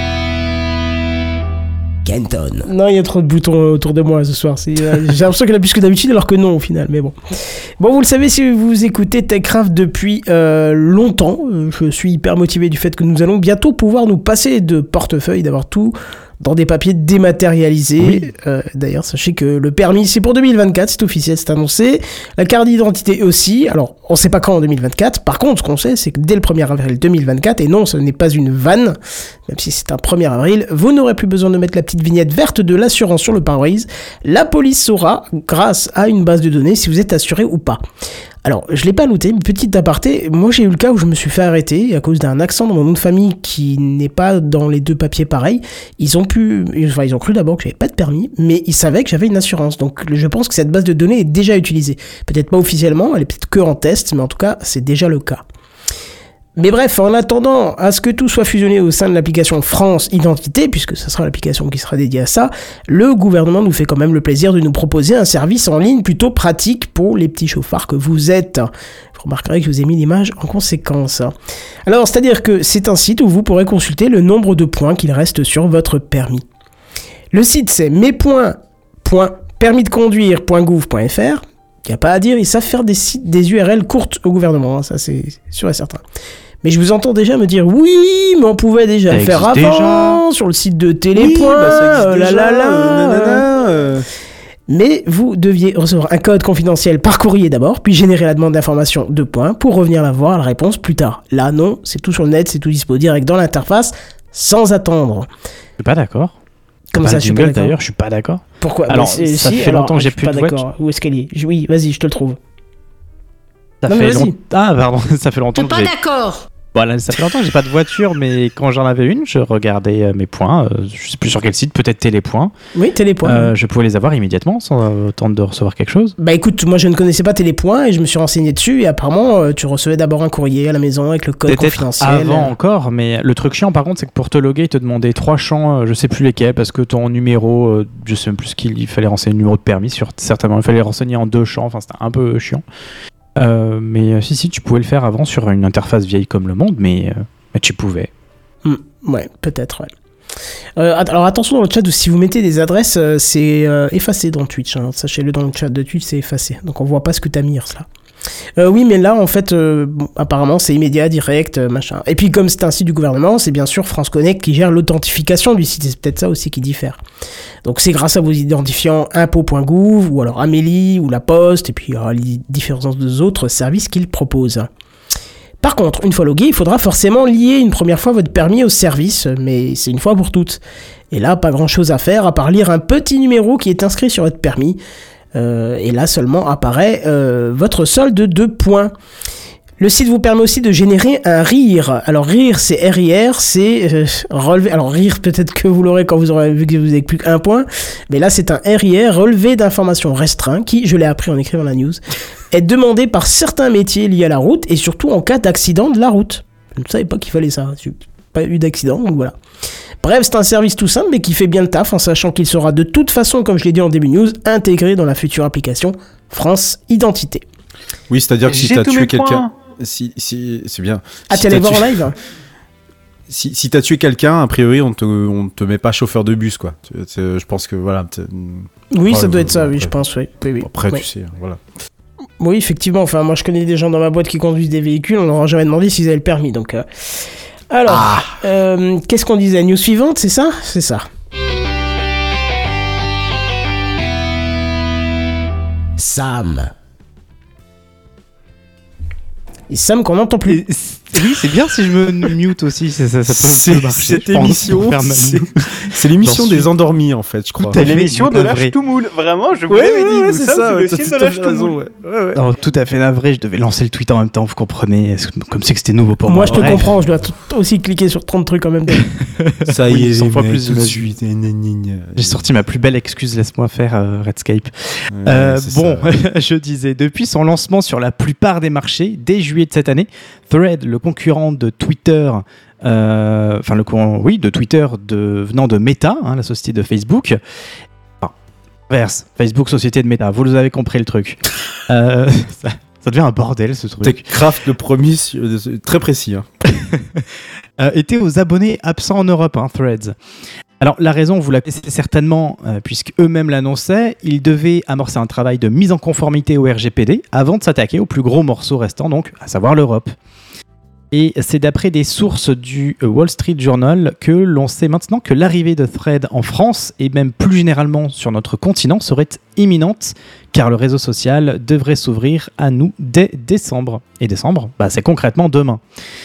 Kenton.
Non, il y a trop de boutons autour de moi ce soir. C'est, euh, j'ai l'impression qu'il y en a plus que d'habitude, alors que non au final. Mais bon. Bon, vous le savez, si vous écoutez Techcraft depuis euh, longtemps, euh, je suis hyper motivé du fait que nous allons bientôt pouvoir nous passer de portefeuille, d'avoir tout dans des papiers dématérialisés.
Oui.
Euh, d'ailleurs, sachez que le permis, c'est pour deux mille vingt-quatre, c'est officiel, c'est annoncé. La carte d'identité aussi. Alors, on sait pas quand en deux mille vingt-quatre. Par contre, ce qu'on sait, c'est que dès le premier avril deux mille vingt-quatre, et non, ce n'est pas une vanne, même si c'est un premier avril, vous n'aurez plus besoin de mettre la petite vignette verte de l'assurance sur le pare-brise. La police saura, grâce à une base de données, si vous êtes assuré ou pas. Alors, je l'ai pas noté, mais petite aparté, moi j'ai eu le cas où je me suis fait arrêter à cause d'un accent dans mon nom de famille qui n'est pas dans les deux papiers pareils. Ils ont pu, enfin ils ont cru d'abord que j'avais pas de permis, mais ils savaient que j'avais une assurance. Donc je pense que cette base de données est déjà utilisée. Peut-être pas officiellement, elle est peut-être que en test, mais en tout cas c'est déjà le cas. Mais bref, en attendant à ce que tout soit fusionné au sein de l'application France Identité, puisque ce sera l'application qui sera dédiée à ça, le gouvernement nous fait quand même le plaisir de nous proposer un service en ligne plutôt pratique pour les petits chauffards que vous êtes. Vous remarquerez que je vous ai mis l'image en conséquence. Alors, c'est-à-dire que c'est un site où vous pourrez consulter le nombre de points qu'il reste sur votre permis. Le site, c'est mes points point permis de conduire point gouv point f r. Il n'y a pas à dire, ils savent faire des sites, des U R L courtes au gouvernement, hein, ça c'est sûr et certain. Mais je vous entends déjà me dire oui, mais on pouvait déjà
Ça
le faire
existe
avant
déjà.
sur le site de
Oui,
Télépoint.
bah, ça existe
euh, là,
déjà,
là, là,
euh, nanana, euh.
Mais vous deviez recevoir un code confidentiel par courrier d'abord, puis générer la demande d'information de points pour revenir la voir la réponse plus tard. Là, non, c'est tout sur le net, c'est tout dispo direct dans l'interface, sans attendre.
Je suis pas d'accord.
Comment
Pas
ça,
de
je suis pas
jingle,
d'accord.
d'ailleurs, je suis pas d'accord.
Pourquoi
Alors,
Mais c'est-
ça
si,
fait
alors,
longtemps que j'ai
je suis
plus
pas
de
d'accord. Où est-ce qu'elle est Je- Oui, vas-y, je te le trouve.
Ça
Non, mais
fait
vas-y.
long- Ah, pardon, ça fait longtemps
T'es
que
pas
j'ai.
d'accord.
Voilà, ça fait longtemps que j'ai pas de voiture, mais quand j'en avais une, je regardais euh, mes points. euh, je sais plus sur quel site, peut-être Télépoint.
Oui, Télépoint.
Euh, je pouvais les avoir immédiatement sans euh, attendre de recevoir quelque chose.
Bah écoute, moi je ne connaissais pas Télépoint et je me suis renseigné dessus et apparemment euh, tu recevais d'abord un courrier à la maison avec le code
Peut-être
confidentiel.
avant encore, mais le truc chiant par contre, c'est que pour te loguer, il te demandait trois champs, euh, je sais plus lesquels, parce que ton numéro, euh, je sais même plus ce qu'il il fallait renseigner, le numéro de permis, sur, certainement, il fallait renseigner en deux champs, enfin c'était un peu chiant. Euh, mais euh, si, si, tu pouvais le faire avant sur une interface vieille comme le monde, mais, euh, mais tu pouvais.
Hmm, ouais, peut-être, ouais. Euh, att- alors attention dans le chat, si vous mettez des adresses, euh, c'est euh, effacé dans Twitch. Hein. Sachez-le, dans le chat de Twitch, c'est effacé. Donc on voit pas ce que t'as mis, là. Euh, oui, mais là, en fait, euh, bon, apparemment, c'est immédiat, direct, euh, machin. Et puis, comme c'est un site du gouvernement, c'est bien sûr France Connect qui gère l'authentification du site. C'est peut-être ça aussi qui diffère. Donc, c'est grâce à vos identifiants impôts point gouv ou alors Amélie ou La Poste et puis euh, les différents autres services qu'ils proposent. Par contre, une fois logué, il faudra forcément lier une première fois votre permis au service, mais c'est une fois pour toutes. Et là, pas grand-chose à faire à part lire un petit numéro qui est inscrit sur votre permis. Euh, et là seulement apparaît euh, votre solde de points. Le site vous permet aussi de générer un R I R. Alors R I R, c'est R I R, c'est euh, relevé. Alors R I R, peut-être que vous l'aurez quand vous aurez vu que vous n'avez plus qu'un point, mais là c'est un R I R, relevé d'informations restreint, qui, je l'ai appris en écrivant la news, est demandé par certains métiers liés à la route et surtout en cas d'accident de la route. Je ne savais pas qu'il fallait ça. J'ai pas eu d'accident, donc voilà. Bref, c'est un service tout simple mais qui fait bien le taf en sachant qu'il sera de toute façon, comme je l'ai dit en début news, intégré dans la future application France Identité.
Oui, c'est-à-dire que si
J'ai
t'as
tous
tué
mes
quelqu'un,
points.
si, si, c'est bien.
Ah,
Si
t'es allé
t'as
voir
tué-
en live?
Si, si t'as tué quelqu'un, a priori, on te, on te met pas chauffeur de bus, quoi. Tu- c'est- Je pense que voilà. t'es-
Oui,
Après,
ça doit
euh,
être ça, oui,
après-
je pense, oui. Oui, oui.
Après,
Oui.
tu sais, voilà.
Oui, effectivement, enfin, moi je connais des gens dans ma boîte qui conduisent des véhicules, on leur a jamais demandé s'ils avaient le permis, donc... euh. Alors,
Ah.
euh, qu'est-ce qu'on disait? News suivante, c'est ça? C'est ça.
Sam.
Et Sam qu'on n'entend plus.
Et c'est- oui, c'est bien si je me mute aussi, ça, ça, ça peut,
C'est-
peut marcher.
cette
je pense,
émission,
pour faire ma
c'est-
mute.
C'est l'émission
J'en
des
suis
endormis, en fait, je crois.
Tout à
C'est
fait
l'émission de
navré.
l'âge tout moule. Vraiment, je vous
Ouais,
l'avais
ouais,
dit.
ouais,
nous
c'est
sommes
ça.
sous
ouais,
le
t'as
signe
tout
de
à
l'âge
fait
tout
raison,
moule.
ouais. Ouais, ouais.
Non, tout à fait navré, je devais lancer le tweet en même temps, vous comprenez, est-ce que- comme c'est que c'était nouveau pour moi.
Moi je te
Bref.
comprends, je dois t- aussi cliquer sur trente trucs en même temps.
Ça
Oui,
y est,
cent
les
fois
mecs,
plus,
tout de
j'imagine.
suite. gna, gna, gna.
J'ai sorti ma plus belle excuse, laisse-moi faire euh, Redscape.
Ouais,
Euh,
c'est
bon,
ça.
je disais, depuis son lancement sur la plupart des marchés, dès juillet de cette année, Thread, le concurrent de Twitter, euh, enfin le concurrent, oui, de Twitter de, venant de Meta, hein, la société de Facebook, enfin, inverse, Facebook, société de Meta, vous avez compris le truc. Euh, ça, ça devient un bordel ce truc.
TechCraft, le premier, sur- très précis. Hein.
Euh, était aux abonnés absents en Europe, hein, Threads. Alors la raison, vous la connaissez certainement, euh, puisque eux-mêmes l'annonçaient, ils devaient amorcer un travail de mise en conformité au R G P D avant de s'attaquer au plus gros morceau restant, donc à savoir l'Europe. Et c'est d'après des sources du Wall Street Journal que l'on sait maintenant que l'arrivée de Thread en France et même plus généralement sur notre continent serait imminente, car le réseau social devrait s'ouvrir à nous dès décembre. Et décembre, bah, c'est concrètement demain.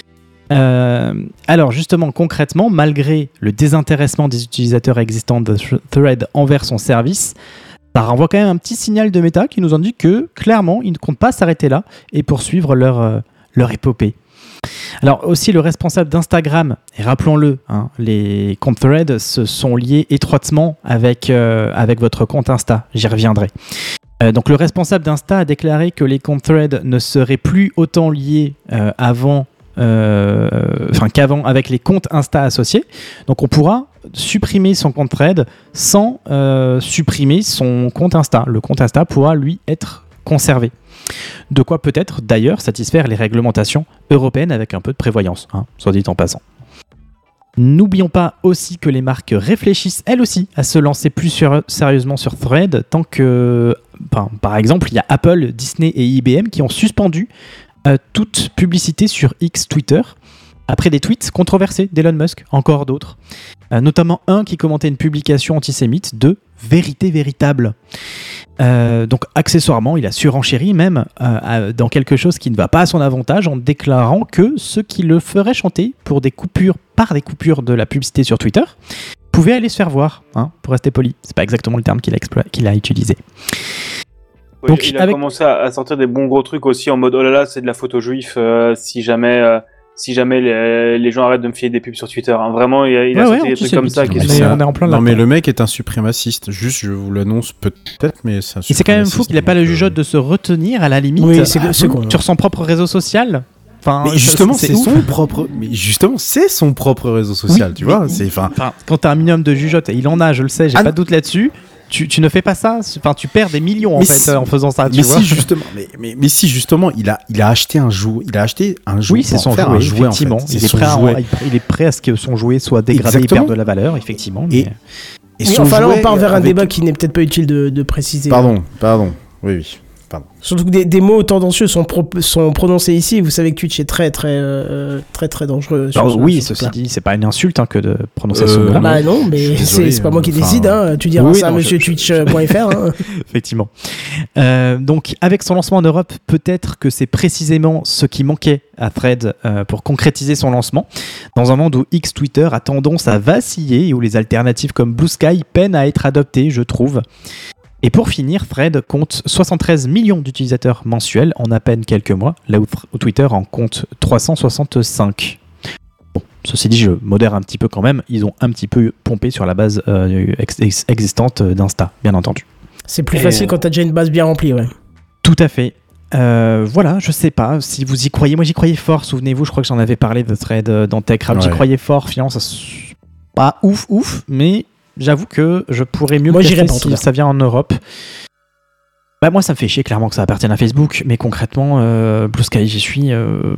Euh, alors justement, concrètement, malgré le désintéressement des utilisateurs existants de Thread envers son service, ça renvoie quand même un petit signal de Meta qui nous indique que, clairement, ils ne comptent pas s'arrêter là et poursuivre leur, euh, leur épopée. Alors aussi, le responsable d'Instagram, et rappelons-le, hein, les comptes Thread se sont liés étroitement avec, euh, avec votre compte Insta, j'y reviendrai. Euh, donc le responsable d'Insta a déclaré que les comptes Thread ne seraient plus autant liés euh, avant Euh, enfin qu'avant avec les comptes Insta associés. Donc on pourra supprimer son compte Thread sans euh, supprimer son compte Insta. Le compte Insta pourra lui être conservé. De quoi peut-être d'ailleurs satisfaire les réglementations européennes avec un peu de prévoyance, hein, soit dit en passant. N'oublions pas aussi que les marques réfléchissent elles aussi à se lancer plus sur, sérieusement sur Thread, tant que, enfin, par exemple, il y a Apple, Disney et I B M qui ont suspendu Euh, toute publicité sur X Twitter après des tweets controversés d'Elon Musk, encore d'autres, euh, notamment un qui commentait une publication antisémite de Vérité Véritable. Euh, donc accessoirement, il a surenchéri même euh, dans quelque chose qui ne va pas à son avantage en déclarant que ceux qui le feraient chanter pour des coupures, par des coupures de la publicité sur Twitter, pouvaient aller se faire voir, hein, pour rester poli. C'est pas exactement le terme qu'il a, explo- qu'il a utilisé.
Oui,
Donc,
il a
avec...
commencé à, à sortir des bons gros trucs aussi en mode oh là là, c'est de la photo juif, euh, si jamais... Euh... Si jamais les, les gens arrêtent de me filer des pubs sur Twitter, hein. Vraiment, il a, il a
ouais,
sorti
ouais,
des trucs comme ça. Qui
mais
sont...
on est en plein
Non,
là-dedans.
mais le mec est un suprémaciste. Juste, je vous l'annonce peut-être, mais c'est un suprémaciste.
Et c'est quand même fou qu'il n'ait pas le jugeote de se retenir à la limite
Oui, c'est, c'est con.
sur son propre réseau social. Enfin,
Mais justement, c'est,
c'est
son
ouf.
propre. Mais justement, c'est son propre réseau social,
Oui,
tu vois.
mais-
C'est, enfin,
Enfin, quand t'as un minimum de jugeote, et il en a, je le sais, j'ai
Ah
pas
non.
de doute là-dessus. Tu, tu ne fais pas ça. Enfin, tu perds des millions en
Mais
fait
si-
euh, en faisant ça. Tu
mais
vois.
si justement, mais, mais, mais si justement, il a, il a acheté un jouet, il a acheté un jouet.
Oui, c'est
pour
son
faire
jouet,
un jouet, en
effectivement.
fait.
Il,
C'est
est
son
prêt à,
jouet.
il est prêt à ce que son jouet soit dégradé
Exactement.
et perde de la valeur, effectivement.
Et-
mais-
Et
Oui,
son
enfin là, on
jouet
part vers un
avec-
débat qui n'est peut-être pas utile de, de préciser.
Pardon, pardon. Oui, oui.
Surtout que des, des mots tendancieux sont, pro- sont prononcés ici. Vous savez que Twitch est très très euh, très très dangereux. sur
Alors,
ce-
oui,
sur ce
ceci
plan.
dit, c'est pas une insulte hein, que de prononcer
Euh,
ce mot-là.
Bah non, mais
Je suis
c'est,
désolé,
c'est pas moi qui
enfin,
décide. Hein. Tu diras
oui,
ça à
non,
monsieur
je-
twitch point f r. Hein.
Effectivement. Euh, donc, avec son lancement en Europe, peut-être que c'est précisément ce qui manquait à Thread euh, pour concrétiser son lancement, dans un monde où X Twitter a tendance à vaciller et où les alternatives comme Blue Sky peinent à être adoptées, je trouve. Et pour finir, Thread compte soixante-treize millions d'utilisateurs mensuels en à peine quelques mois, là où, où Twitter en compte trois cent soixante-cinq. Bon, ceci dit, je modère un petit peu quand même, ils ont un petit peu pompé sur la base euh, ex- ex- existante d'Insta, bien entendu.
C'est plus
Et-
facile quand t'as déjà une base bien remplie, ouais.
Tout à fait. Euh, voilà, je sais pas si vous y croyez. Moi, j'y croyais fort. Souvenez-vous, je crois que j'en avais parlé de Thread euh, dans TechCraft. J'y
Ouais.
croyais fort. Finalement, ça s- pas ouf, ouf, mais j'avoue que je pourrais mieux
Moi,
le
j'irais
tester
pas, en tout
si
cas.
ça vient en Europe. Bah moi, ça me fait chier clairement que ça appartienne à Facebook, mais concrètement, euh, Blue Sky, j'y suis. Euh...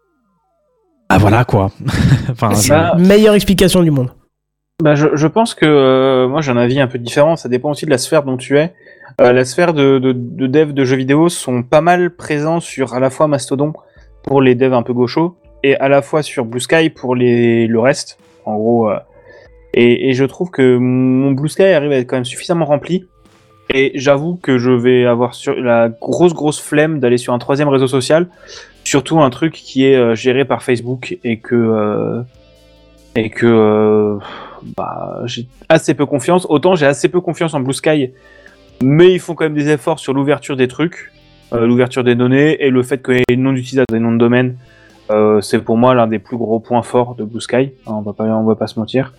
Ah voilà quoi. enfin,
C'est
je-
Bah,
la meilleure explication du monde.
Bah, je, je pense que euh, moi j'ai un avis un peu différent, ça dépend aussi de la sphère dont tu es. Euh, la sphère de, de, de dev de jeux vidéo sont pas mal présents sur à la fois Mastodon pour les devs un peu gauchos et à la fois sur Blue Sky pour les, le reste. En gros, euh, et, et je trouve que mon Blue Sky arrive à être quand même suffisamment rempli. Et j'avoue que je vais avoir sur la grosse grosse flemme d'aller sur un troisième réseau social, surtout un truc qui est euh, géré par Facebook et que euh, et que euh, bah, j'ai assez peu confiance. Autant j'ai assez peu confiance en Blue Sky, mais ils font quand même des efforts sur l'ouverture des trucs, euh, l'ouverture des données et le fait que les noms d'utilisateurs, des noms de domaine, euh, c'est pour moi l'un des plus gros points forts de Blue Sky. Hein, on va pas, on va pas se mentir.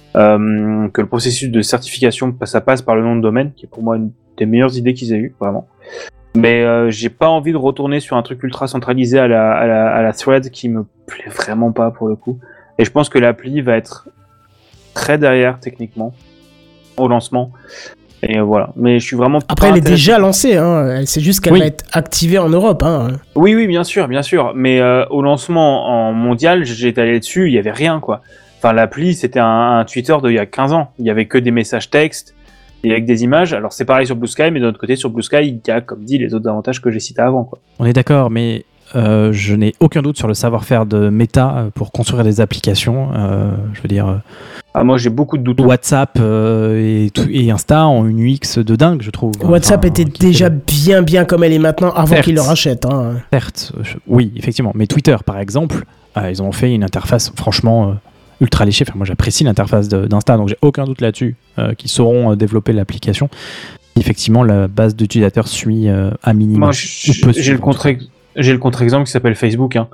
Euh, que le processus de certification, ça passe par le nom de domaine, qui est pour moi une des meilleures idées qu'ils aient eues, vraiment. Mais euh, j'ai pas envie de retourner sur un truc ultra centralisé à la, à la, à la Thread qui me plaît vraiment pas pour le coup. Et je pense que l'appli va être très derrière techniquement au lancement. Et euh, voilà. Mais je suis vraiment.
Après,
pas
elle est
intéressé.
déjà lancée. Hein. C'est juste qu'elle
Oui.
va être activée en Europe. Hein.
Oui, oui, bien sûr, bien sûr. Mais euh, au lancement en mondial, j'étais allé dessus, il y avait rien, quoi. Enfin, l'appli, c'était un, un Twitter d'il y a quinze ans. Il y avait que des messages textes et avec des images. Alors, c'est pareil sur Blue Sky, mais de notre côté, sur Blue Sky, il y a, comme dit, les autres avantages que j'ai cités avant, quoi.
On est d'accord, mais euh, je n'ai aucun doute sur le savoir-faire de Meta euh, pour construire des applications. Euh, je veux dire, euh,
Ah, moi, j'ai beaucoup de doutes.
WhatsApp euh, et, tout- et Insta ont une U X de dingue, je trouve.
WhatsApp
Enfin,
était
qui
déjà
fait-
bien bien comme elle est maintenant avant
Certes.
qu'ils le rachètent. Hein.
Certes, je- oui, effectivement. Mais Twitter, par exemple, euh, ils ont fait une interface franchement euh, ultra léchée. Enfin, moi, j'apprécie l'interface de- d'Insta, donc j'ai aucun doute là-dessus euh, qu'ils sauront euh, développer l'application. Effectivement, la base d'utilisateurs suit euh, à minima.
Moi,
ou
j'ai
peu
j'ai
suivre,
le
en tout cas.
contre j'ai le contre-exemple qui s'appelle Facebook. Hein.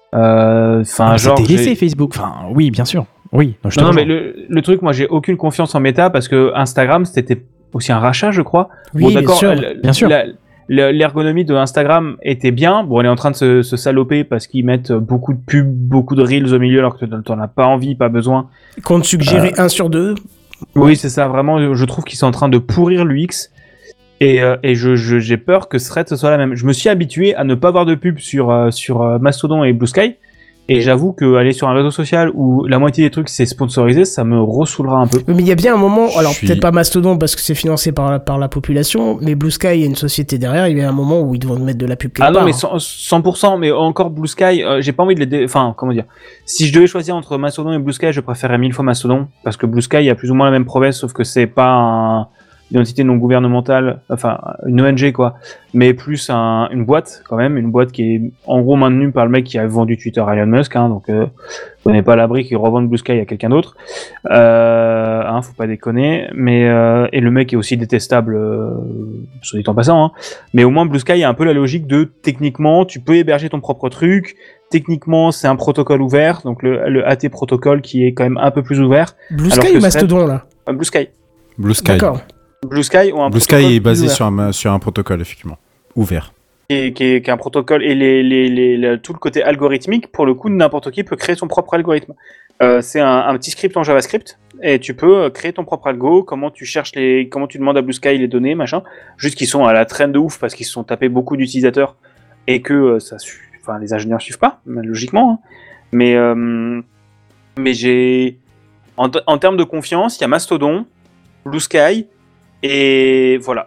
Euh, Enfin,
Ah,
genre.
c'est délaissé
j'ai-
Facebook. Enfin, oui, bien sûr. Oui. je te
Non, non,
rejoins.
mais le, le truc, moi, j'ai aucune confiance en Meta parce que Instagram, c'était aussi un rachat, je crois.
Oui,
bon,
bien
d'accord,
sûr.
l-
Bien sûr.
la- la- L'ergonomie de Instagram était bien. Bon, elle est en train de se, se saloper parce qu'ils mettent beaucoup de pubs, beaucoup de reels au milieu alors que t'en as pas envie, pas besoin.
Compte suggéré un sur deux.
Oui, c'est ça. Vraiment, je trouve qu'ils sont en train de pourrir l'U X. Et, euh, et je, je- j'ai peur que Thread ce soit la même. Je me suis habitué à ne pas avoir de pub sur, euh, sur euh, Mastodon et Blue Sky. Et j'avoue que aller sur un réseau social où la moitié des trucs c'est sponsorisé, ça me ressaoulera un peu.
Mais il y a bien un moment, alors
Je suis-
peut-être pas Mastodon parce que c'est financé par la, par la population, mais Blue Sky, il y a une société derrière, il y a un moment où ils devront mettre de la pub quelque
Ah non,
part.
mais cent- cent pour cent, mais encore Blue Sky, euh, j'ai pas envie de les... dé- Enfin, comment dire. Si je devais choisir entre Mastodon et Blue Sky, je préférerais mille fois Mastodon, parce que Blue Sky a plus ou moins la même promesse, sauf que c'est pas un- une entité non gouvernementale, enfin, une O N G, quoi, mais plus un- une boîte, quand même, une boîte qui est en gros maintenue par le mec qui a vendu Twitter à Elon Musk, hein, donc euh, on n'est pas à l'abri qu'il revende Blue Sky à quelqu'un d'autre, euh, hein, faut pas déconner, mais, euh, et le mec est aussi détestable, euh, soit dit en passant, hein, mais au moins Blue Sky a un peu la logique de techniquement tu peux héberger ton propre truc, techniquement c'est un protocole ouvert, donc le, le A T protocole qui est quand même un peu plus ouvert.
Blue
alors
Sky
que
ou
Thread-
Mastodon là
Euh, Blue Sky.
Blue Sky.
D'accord.
Blue Sky ou un
Blue
protocole
Sky est
plus
basé
ouvert,
sur un, sur un protocole, effectivement. Ouvert.
qui est, qui est- qui est un protocole et les, les, les, le- tout le côté algorithmique, pour le coup n'importe qui peut créer son propre algorithme. Euh, c'est un, un petit script en JavaScript et tu peux euh, créer ton propre algo, comment tu cherches les, comment tu demandes à Blue Sky les données, machin, juste qu'ils sont à la traîne de ouf parce qu'ils se sont tapés beaucoup d'utilisateurs et que euh, ça, su- enfin les ingénieurs suivent pas, logiquement, hein. mais euh, mais j'ai en, t- en termes de confiance, il y a Mastodon, Blue Sky et voilà.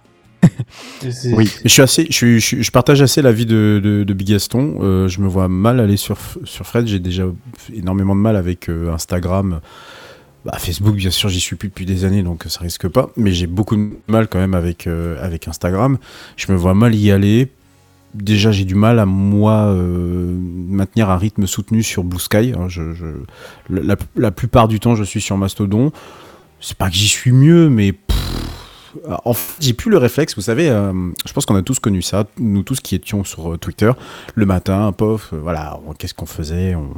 C'est-
Oui, je suis assez, je, suis, je, suis- je partage assez l'avis de, de, de Bigaston. Euh, je me vois mal aller sur, sur Threads. J'ai déjà énormément de mal avec euh, Instagram. Bah, Facebook, bien sûr, j'y suis plus depuis des années, donc ça risque pas. Mais j'ai beaucoup de mal quand même avec, euh, avec Instagram. Je me vois mal y aller. Déjà, j'ai du mal à moi euh, maintenir un rythme soutenu sur Blue Sky. Hein, je, je, la, la plupart du temps, je suis sur Mastodon. C'est pas que j'y suis mieux, mais pff, en fait, j'ai plus le réflexe. Vous savez, euh, je pense qu'on a tous connu ça, nous tous qui étions sur euh, Twitter le matin, pof, euh, voilà, on- qu'est-ce qu'on faisait, on,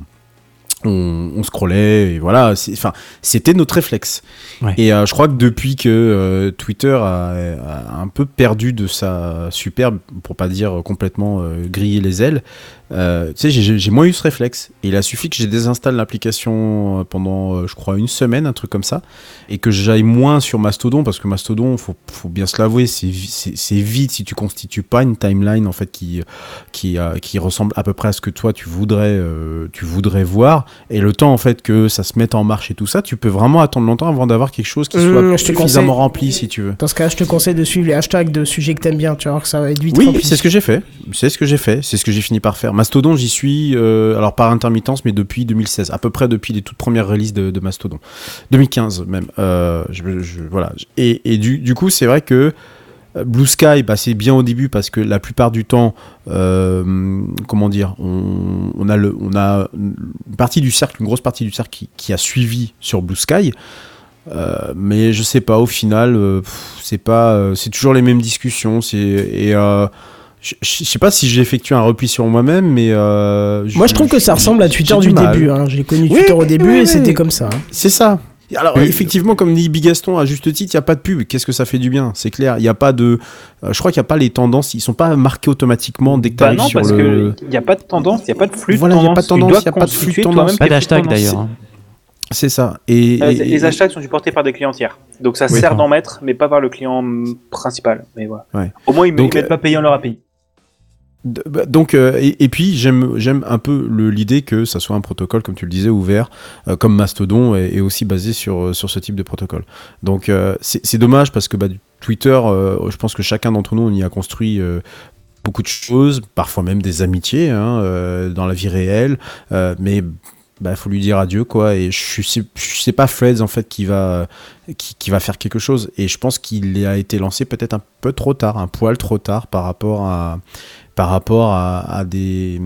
on, on scrollait, et voilà, c'est- enfin, c'était notre réflexe.
Ouais.
Et euh, je crois que depuis que euh, Twitter a, a un peu perdu de sa superbe, pour pas dire complètement euh, grillé les ailes, euh, tu sais, j'ai, j'ai moins eu ce réflexe. Et il a suffi que j'ai désinstalle l'application pendant, euh, je crois, une semaine, un truc comme ça, et que j'aille moins sur Mastodon, parce que Mastodon, faut, faut bien se l'avouer, c'est, vi- c'est, c'est vite si tu constitues pas une timeline en fait qui, qui, euh, qui ressemble à peu près à ce que toi tu voudrais, euh, tu voudrais voir. Et le temps en fait que ça se mette en marche et tout ça, tu peux vraiment attendre longtemps avant d'avoir quelque chose qui
Mmh,
soit
je te
suffisamment
conseille-
rempli, si tu veux.
Dans ce cas, je te conseille de suivre les hashtags de sujets que t'aimes bien, tu vas voir que ça va être vite
Oui,
rempli.
c'est ce que j'ai fait. C'est ce que j'ai fait. C'est ce que j'ai fini par faire. Mastodon, j'y suis, euh, alors par intermittence, mais depuis deux mille seize, à peu près depuis les toutes premières releases de, de Mastodon, deux mille quinze même. Euh, je, je- voilà. Et, et du, du coup, c'est vrai que euh, Blue Sky, bah, c'est bien au début parce que la plupart du temps, euh, comment dire, on, on a le, on a une partie du cercle, une grosse partie du cercle qui, qui a suivi sur Blue Sky. Euh, mais je sais pas, au final, euh, pff, c'est pas, euh, c'est toujours les mêmes discussions. C'est et euh, je je sais pas si j'effectue un repli sur moi-même, mais euh,
Moi, je trouve que ça ressemble à Twitter
j'ai
du
mal.
début. Hein. J'ai connu
Oui,
Twitter au
oui,
début
oui,
et
oui.
c'était comme ça. hein.
C'est ça. Alors
Oui.
effectivement, comme dit Bigaston à juste titre, il y a pas de pub. Qu'est-ce que ça fait du bien, c'est clair. Il y a pas de, euh, je crois qu'il y a pas les tendances, ils sont pas marqués automatiquement dès que tu
Bah
arrives
non,
sur
parce
le.
qu'il n'y a pas de tendance, il n'y a pas de flux
Voilà,
de
y a
tendance.
pas de tendance,
Tu dois
y a pas de flux de
constituer
tendance.
toi-même
Pas
tes flux de
d'hashtag
tendance.
d'ailleurs. hein.
C'est ça. Et,
Euh,
et-
les
et-
hashtags sont supportés par des clients tiers. Donc ça
Oui.
sert d'en mettre, mais pas par le client mm, principal. Mais voilà.
Ouais.
Au moins, ils ne
Donc,
mettent pas payant leur A P I.
D- bah, Donc, euh, et, et puis j'aime j'aime un peu le- l'idée que ça soit un protocole, comme tu le disais, ouvert, euh, comme Mastodon est, est aussi basé sur, euh, sur ce type de protocole. Donc euh, c'est c'est dommage parce que bah, du Twitter, euh, je pense que chacun d'entre nous, on y a construit euh, beaucoup de choses, parfois même des amitiés hein, euh, dans la vie réelle, euh, mais bah faut lui dire adieu quoi. Et je sais, je sais pas Threads en fait qui va qui, qui va faire quelque chose. Et je pense qu'il a été lancé peut-être un peu trop tard, un poil trop tard par rapport à par rapport à, à des.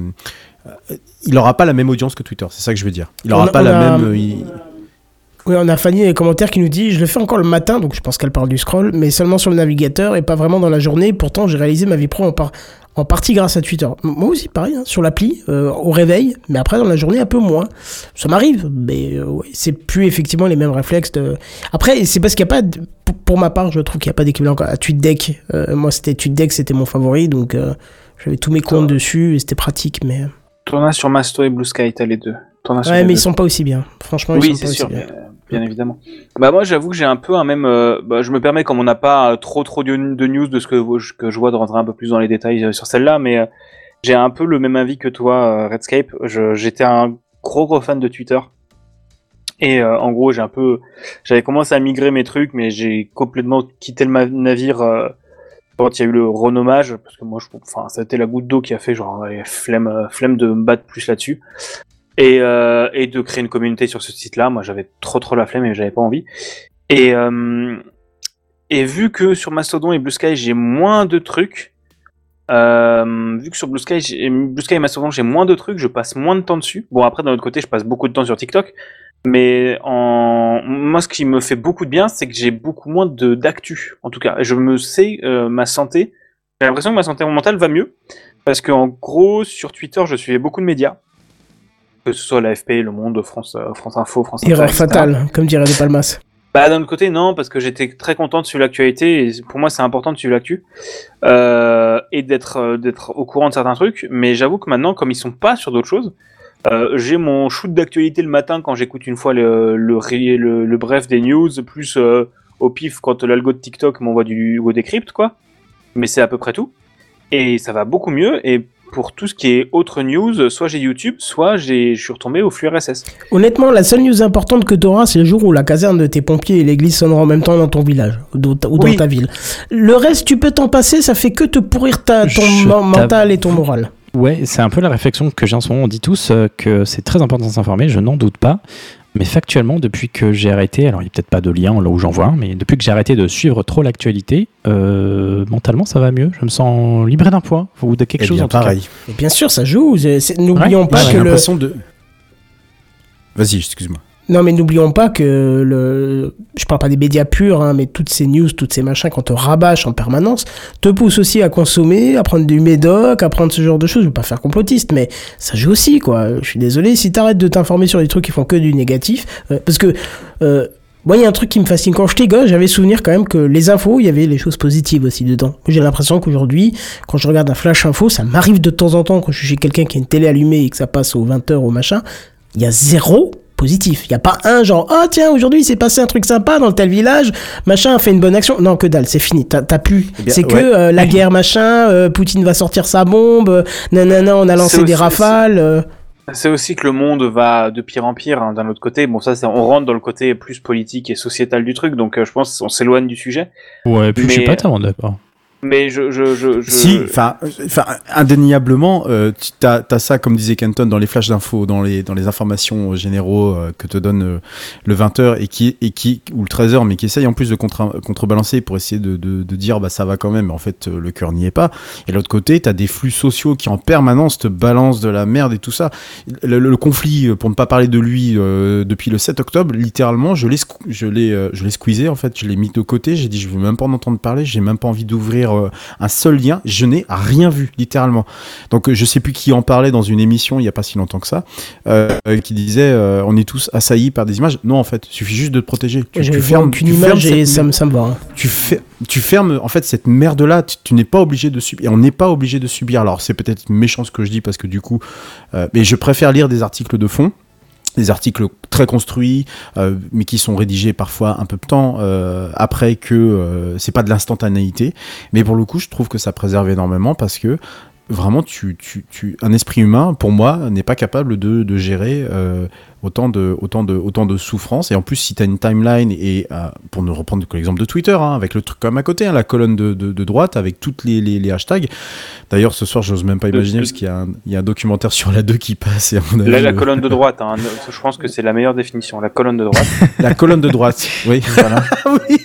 Il n'aura pas la même audience que Twitter, c'est ça que je veux dire. Il n'aura
On a-
pas
on
la
a-
même. il-
Oui, on a Fanny dans les commentaires qui nous dit « Je le fais encore le matin, donc je pense qu'elle parle du scroll, mais seulement sur le navigateur et pas vraiment dans la journée. Pourtant, j'ai réalisé ma vie pro en, par- en partie grâce à Twitter. » Moi aussi, pareil, hein, sur l'appli, euh, au réveil, mais après, dans la journée, un peu moins. Ça m'arrive, mais euh, ouais, c'est plus effectivement les mêmes réflexes. De... Après, c'est parce qu'il n'y a pas... De... Pour, pour ma part, je trouve qu'il n'y a pas d'équivalent à TweetDeck. Euh, moi, c'était TweetDeck, c'était mon favori, donc euh, j'avais tous mes comptes dessus et c'était pratique, mais...
T'en as sur Masto et Blue Sky, t'as les deux. T'en as sur
Ouais,
les
mais
deux.
ils sont pas aussi bien. Franchement, ils
Oui,
sont
c'est
pas
sûr,
aussi bien.
bien, bien évidemment. Bah moi, j'avoue que j'ai un peu un même. euh, bah, je me permets, comme on n'a pas euh, trop trop de, de news de ce que, je- que je vois, de rentrer un peu plus dans les détails euh, sur celle-là, mais euh, j'ai un peu le même avis que toi, euh, Redscape. Je, j'étais un gros gros fan de Twitter. Et euh, en gros, j'ai un peu, j'avais commencé à migrer mes trucs, mais j'ai complètement quitté le ma- navire euh, quand il y a eu le renommage, parce que moi, je, enfin, ça a été la goutte d'eau qui a fait genre ouais, flemme, euh, flemme de me battre plus là-dessus, et euh, et de créer une communauté sur ce site-là. Moi, j'avais trop trop la flemme et j'avais pas envie. Et euh, et vu que sur Mastodon et Blue Sky, j'ai moins de trucs, euh, vu que sur Blue Sky, j'ai, Blue Sky et Mastodon, j'ai moins de trucs, je passe moins de temps dessus. Bon, après, d'un autre côté, je passe beaucoup de temps sur TikTok. Mais en... moi, ce qui me fait beaucoup de bien, c'est que j'ai beaucoup moins de d'actu. En tout cas, je me sais euh, ma santé. J'ai l'impression que ma santé mentale va mieux parce que en gros, sur Twitter, je suivais beaucoup de médias, que ce soit l'A F P, Le Monde, France, euh, France Info, France Inter,
Erreur
et cetera.
fatale, comme dirait De Palmas.
Bah d'un autre côté, non, parce que j'étais très content de suivre l'actualité. Et pour moi, c'est important de suivre l'actu euh, et d'être euh, d'être au courant de certains trucs. Mais j'avoue que maintenant, comme ils sont pas sur d'autres choses. Euh, j'ai mon shoot d'actualité le matin quand j'écoute une fois le, le, le, le bref des news, plus euh, au pif quand l'algo de TikTok m'envoie du ou décrypte, quoi. Mais c'est à peu près tout. Et ça va beaucoup mieux. Et pour tout ce qui est autre news, soit j'ai YouTube, soit j'ai, je suis retombé au flux R S S.
Honnêtement, la seule news importante que tu auras, c'est le jour où la caserne de tes pompiers et l'église sonneront en même temps dans ton village ou dans ta, ou dans
Oui.
ta ville. Le reste, tu peux t'en passer, ça fait que te pourrir ta, ton
Je
men- mental
t'avoue.
et ton moral.
Ouais, c'est un peu la réflexion que j'ai en ce moment. On dit tous euh, que c'est très important de s'informer, je n'en doute pas. Mais factuellement, depuis que j'ai arrêté, alors il n'y a peut-être pas de lien là où j'en vois, mais depuis que j'ai arrêté de suivre trop l'actualité, euh, mentalement ça va mieux. Je me sens libéré d'un poids ou de quelque
Eh
chose
bien,
en tout
pareil.
Et bien sûr, ça joue. c'est- c'est- N'oublions
Ouais,
pas
J'ai
que le...
l'impression de. Vas-y, excuse-moi.
Non, mais n'oublions pas que le... Je parle pas des médias purs, hein, mais toutes ces news, toutes ces machins qu'on te rabâche en permanence, te poussent aussi à consommer, à prendre du médoc, à prendre ce genre de choses. Je veux pas faire complotiste, mais ça joue aussi, quoi. Je suis désolé, si t'arrêtes de t'informer sur des trucs qui font que du négatif, euh, parce que... Euh, moi, il y a un truc qui me fascine. Quand j'étais gosse, j'avais souvenir quand même que les infos, il y avait les choses positives aussi dedans. J'ai l'impression qu'aujourd'hui, quand je regarde un flash info, ça m'arrive de temps en temps, quand je suis chez quelqu'un qui a une télé allumée et que ça passe aux vingt heures au machin, il y a zéro positif. Il n'y a pas un genre, ah oh, tiens, aujourd'hui, il s'est passé un truc sympa dans tel village, machin a fait une bonne action. Non, que dalle, c'est fini. T'as, t'as plus.
Eh bien,
c'est que
ouais.
euh, la guerre, machin, euh, Poutine va sortir sa bombe, euh, nanana, on a lancé
C'est
des
aussi-
rafales. euh.
C'est aussi que le monde va de pire en pire, hein, d'un autre côté. Bon, ça, c'est, on rentre dans le côté plus politique et sociétal du truc, donc euh, je pense qu'on s'éloigne du sujet.
Ouais, puis je suis
Mais-
pas tellement d'accord.
Mais je, je, je, je...
Si, enfin, enfin, indéniablement, euh, tu t'as, t'as ça, comme disait Kenton, dans les flashs d'infos, dans les, dans les informations généraux euh, que te donne euh, le vingt heures et qui, et qui, ou le treize heures, mais qui essaye en plus de contre, contrebalancer pour essayer de, de, de dire, bah, ça va quand même, mais en fait, euh, le cœur n'y est pas. Et de l'autre côté, t'as des flux sociaux qui en permanence te balancent de la merde et tout ça. Le, le, le conflit, euh, pour ne pas parler de lui, euh, depuis le sept octobre, littéralement, je l'ai, squ- je l'ai, euh, je l'ai squeezé, en fait, je l'ai mis de côté, j'ai dit, je veux même pas en entendre parler, j'ai même pas envie d'ouvrir un seul lien, je n'ai rien vu littéralement. Donc je sais plus qui en parlait dans une émission il y a pas si longtemps que ça, euh, qui disait euh, on est tous assaillis par des images. Non, en fait, il suffit juste de te protéger. Tu,
J'ai
tu
vu
fermes
aucune
tu fermes
image et
cette-
ça me, ça me va. hein.
tu, fer- tu fermes en fait cette merde là, tu, tu n'es pas obligé de subir, et on n'est pas obligé de subir. Alors c'est peut-être méchant ce que je dis parce que du coup euh, mais je préfère lire des articles de fond, des articles très construits, euh, mais qui sont rédigés parfois un peu de temps euh, après que euh, c'est pas de l'instantanéité. Mais pour le coup, je trouve que ça préserve énormément parce que vraiment, tu, tu, tu, un esprit humain, pour moi, n'est pas capable de, de gérer euh, autant de, autant de, autant de souffrance. Et en plus, si tu as une timeline, et euh, pour ne reprendre que l'exemple de Twitter, hein, avec le truc comme à côté, hein, la colonne de, de, de droite, avec toutes les, les, les hashtags. D'ailleurs, ce soir, j'ose même pas imaginer, parce qu'il y a, un, il y a un documentaire sur la deux qui passe. Et à mon avis,
La, la
le-
colonne de droite, hein, je pense que c'est la meilleure définition, la colonne de droite.
La colonne de droite, oui, voilà. oui,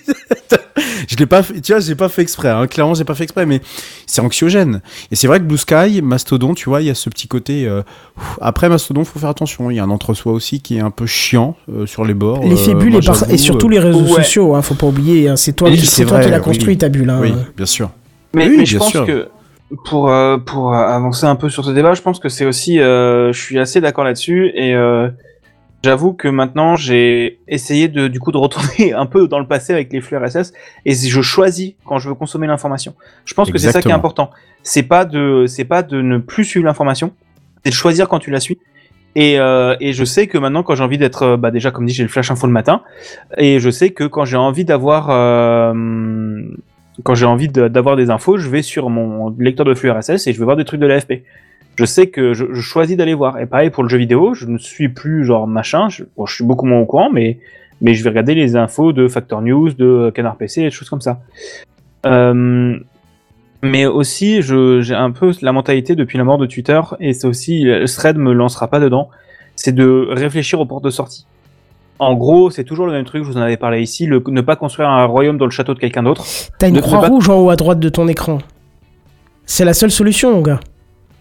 je l'ai pas fait, tu vois, j'ai pas fait exprès, hein. Clairement, j'ai pas fait exprès, mais c'est anxiogène. Et c'est vrai que Blue Sky, Mastodon, tu vois, il y a ce petit côté. Euh... Après Mastodon, faut faire attention. Il y a un entre-soi aussi qui est un peu chiant euh, sur les bords.
L'effet
Euh,
bulle
moi,
et, par-
j'avoue,
et surtout
euh,
les réseaux
ouais.
sociaux, hein, faut pas oublier. Hein, c'est toi,
Oui,
qui,
c'est
c'est toi
vrai,
qui l'as
oui,
construit
oui.
ta bulle. Hein.
Oui, bien sûr.
Mais,
Oui,
mais je
bien
pense
sûr.
que pour euh, pour euh, avancer un peu sur ce débat, je pense que c'est aussi, euh, je suis assez d'accord là-dessus et euh, j'avoue que maintenant j'ai essayé de du coup de retourner un peu dans le passé avec les flux R S S et je choisis quand je veux consommer l'information. Je pense que c'est ça qui est
Exactement.
important. C'est pas de c'est pas de ne plus suivre l'information, c'est de choisir quand tu la suis. Et, euh, et je sais que maintenant, quand j'ai envie d'être, euh, bah déjà comme dit, j'ai le flash info le matin, et je sais que quand j'ai envie d'avoir, euh, quand j'ai envie de- d'avoir des infos, je vais sur mon lecteur de flux R S S et je vais voir des trucs de l'A F P. je sais que je, je choisis d'aller voir. Et pareil pour le jeu vidéo, je ne suis plus genre machin, je, bon, je suis beaucoup moins au courant, mais, mais je vais regarder les infos de Factor News, de Canard P C, et des choses comme ça. Euh, mais aussi, je, j'ai un peu la mentalité depuis la mort de Twitter, et c'est aussi, le thread me lancera pas dedans, c'est de réfléchir aux portes de sortie. En gros, c'est toujours le même truc, je vous en avais parlé ici, le, ne pas construire un royaume dans le château de quelqu'un d'autre.
T'as une
Ne-
croix
ne pas-
rouge en haut à droite de ton écran. C'est la seule solution, mon gars.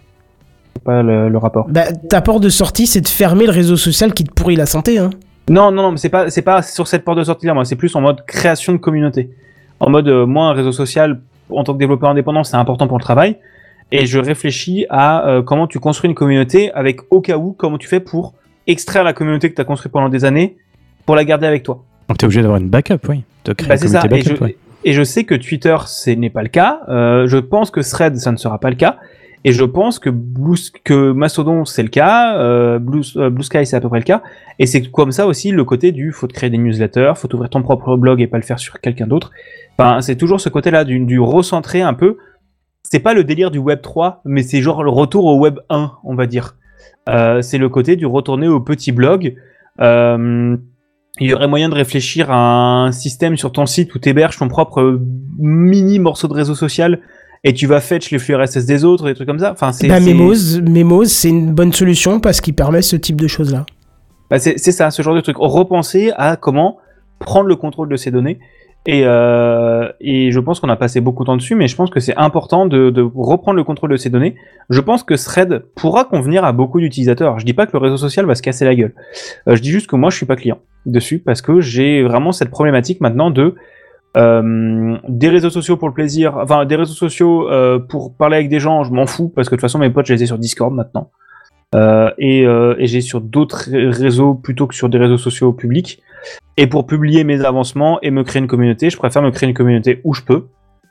Pas le, le rapport.
Bah, ta porte de sortie, c'est de fermer le réseau social qui te pourrit la santé, hein.
Non, non, non, mais c'est pas, c'est pas sur cette porte de sortie là, moi, c'est plus en mode création de communauté. En mode, euh, moi, un réseau social, en tant que développeur indépendant, c'est important pour le travail. Et je réfléchis à euh, comment tu construis une communauté avec, au cas où, comment tu fais pour extraire la communauté que tu as construite pendant des années pour la garder avec toi.
Donc, tu es obligé d'avoir une backup, oui. De créer
Bah,
une
c'est ça.
communauté
Et
backup,
je,
ouais.
et je sais que Twitter, ce n'est pas le cas. Euh, je pense que Thread, ça ne sera pas le cas. Et je pense que, Blue, que Mastodon, c'est le cas. Euh, Blue, euh, Blue Sky, c'est à peu près le cas. Et c'est comme ça aussi le côté du faut te créer des newsletters, faut ouvrir ton propre blog et pas le faire sur quelqu'un d'autre. Enfin, c'est toujours ce côté-là du, du recentrer un peu. C'est pas le délire du Web trois, mais c'est genre le retour au Web un, on va dire. Euh, c'est le côté du retourner au petit blog. Euh, il y aurait moyen de réfléchir à un système sur ton site où tu héberges ton propre mini morceau de réseau social et tu vas fetch les flux R S S des autres, des trucs comme ça. Enfin, c'est,
Bah,
c'est...
Memos, Memos, c'est une bonne solution parce qu'il permet ce type de choses-là.
Bah, c'est, c'est ça, ce genre de truc. Repenser à comment prendre le contrôle de ces données. Et, euh, et je pense qu'on a passé beaucoup de temps dessus, mais je pense que c'est important de, de reprendre le contrôle de ces données. Je pense que Thread pourra convenir à beaucoup d'utilisateurs. Je dis pas que le réseau social va se casser la gueule. Euh, je dis juste que moi, je suis pas client dessus parce que j'ai vraiment cette problématique maintenant de euh, des réseaux sociaux pour le plaisir, enfin des réseaux sociaux euh, pour parler avec des gens, je m'en fous parce que de toute façon mes potes, je les ai sur Discord maintenant. Euh, et, euh, et j'ai sur d'autres réseaux plutôt que sur des réseaux sociaux publics. Et pour publier mes avancements et me créer une communauté, je préfère me créer une communauté où je peux,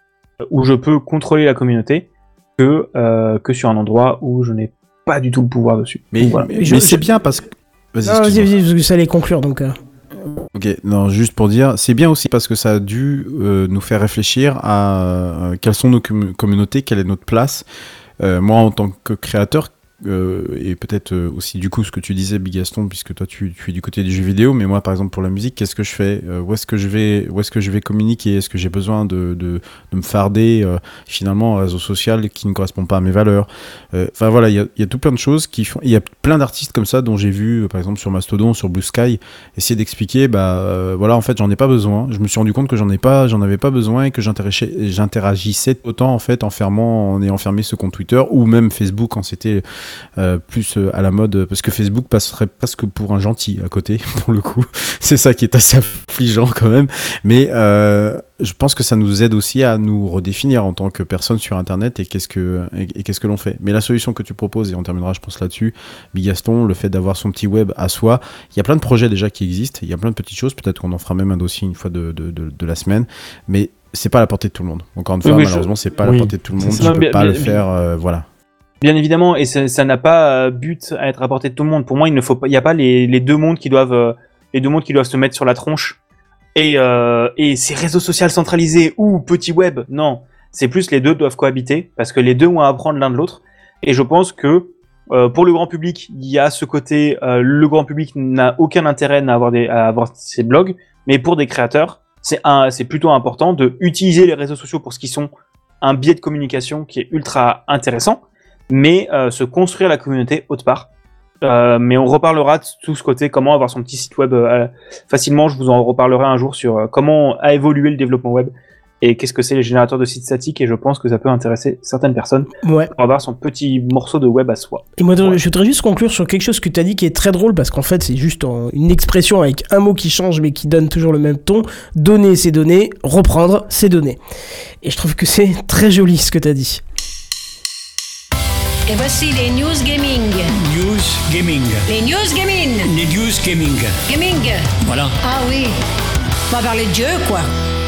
où je peux contrôler la communauté, que, euh, que sur un endroit où je n'ai pas du tout le pouvoir dessus.
Mais,
Donc, voilà.
mais,
Je-
mais
je-
c'est bien parce que. Vas-y,
Non, vas-y,
excuse-moi.
vas-y, parce que ça allait conclure, donc... euh.
Ok, non, juste pour dire, c'est bien aussi parce que ça a dû euh, nous faire réfléchir à euh, quelles sont nos com- communautés, quelle est notre place. Euh, moi, en tant que créateur, euh, et peut-être euh, aussi du coup ce que tu disais, Bigaston, puisque toi tu, tu es du côté du jeu vidéo, mais moi par exemple pour la musique, qu'est-ce que je fais euh, Où est-ce que je vais, où est-ce que je vais communiquer Est-ce que j'ai besoin de, de, de me farder euh, finalement un réseau social qui ne correspond pas à mes valeurs euh, Enfin voilà, il y a, y a tout plein de choses qui font. Il y a plein d'artistes comme ça dont j'ai vu, euh, par exemple sur Mastodon, sur Blue Sky, essayer d'expliquer, bah euh, voilà, en fait j'en ai pas besoin. Je me suis rendu compte que j'en ai pas, j'en avais pas besoin et que j'interagissais, j'interagissais autant en fait en fermant, en ayant fermé ce compte Twitter ou même Facebook quand c'était Euh, plus euh, à la mode, parce que Facebook passerait presque pour un gentil à côté, pour le coup. C'est ça qui est assez affligeant quand même. Mais euh, je pense que ça nous aide aussi à nous redéfinir en tant que personne sur Internet et qu'est-ce que, et, et qu'est-ce que l'on fait. Mais la solution que tu proposes, et on terminera je pense là-dessus, Bigaston, le fait d'avoir son petit web à soi, il y a plein de projets déjà qui existent, il y a plein de petites choses, peut-être qu'on en fera même un dossier une fois de, de, de, de la semaine, mais c'est pas à la portée de tout le monde. Encore une fois,
Oui, oui,
malheureusement,
je...
c'est pas à
oui,
la portée de tout le monde,
c'est
je
ça.
peux
Bien,
pas
bien,
le
bien.
faire, euh, voilà.
Bien évidemment, et ça, ça n'a pas euh, but à être à portée de tout le monde. Pour moi, il ne faut pas, il n'y a pas les, les deux mondes qui doivent, euh, les deux mondes qui doivent se mettre sur la tronche. Et, euh, et ces réseaux sociaux centralisés ou petit web, non. C'est plus les deux doivent cohabiter parce que les deux ont à apprendre l'un de l'autre. Et je pense que euh, pour le grand public, il y a ce côté, euh, le grand public n'a aucun intérêt à avoir des, à avoir ces blogs, mais pour des créateurs, c'est un, c'est plutôt important de utiliser les réseaux sociaux pour ce qu'ils sont, un biais de communication qui est ultra intéressant, mais euh, se construire la communauté autre part. Euh, mais on reparlera de tout ce côté, comment avoir son petit site web euh, facilement. Je vous en reparlerai un jour sur euh, comment a évolué le développement web et qu'est-ce que c'est les générateurs de sites statiques, et je pense que ça peut intéresser certaines personnes
Ouais.
pour avoir son petit morceau de web à soi.
Et moi,
Ouais.
je voudrais juste conclure sur quelque chose que tu as dit qui est très drôle, parce qu'en fait, c'est juste en- une expression avec un mot qui change, mais qui donne toujours le même ton. Donner ses données, reprendre ses données. Et je trouve que c'est très joli ce que tu as dit.
Et voici les news gaming.
News Gaming.
Les news gaming.
Les News Gaming.
Gaming.
Voilà.
Ah oui. On va parler de Dieu, quoi.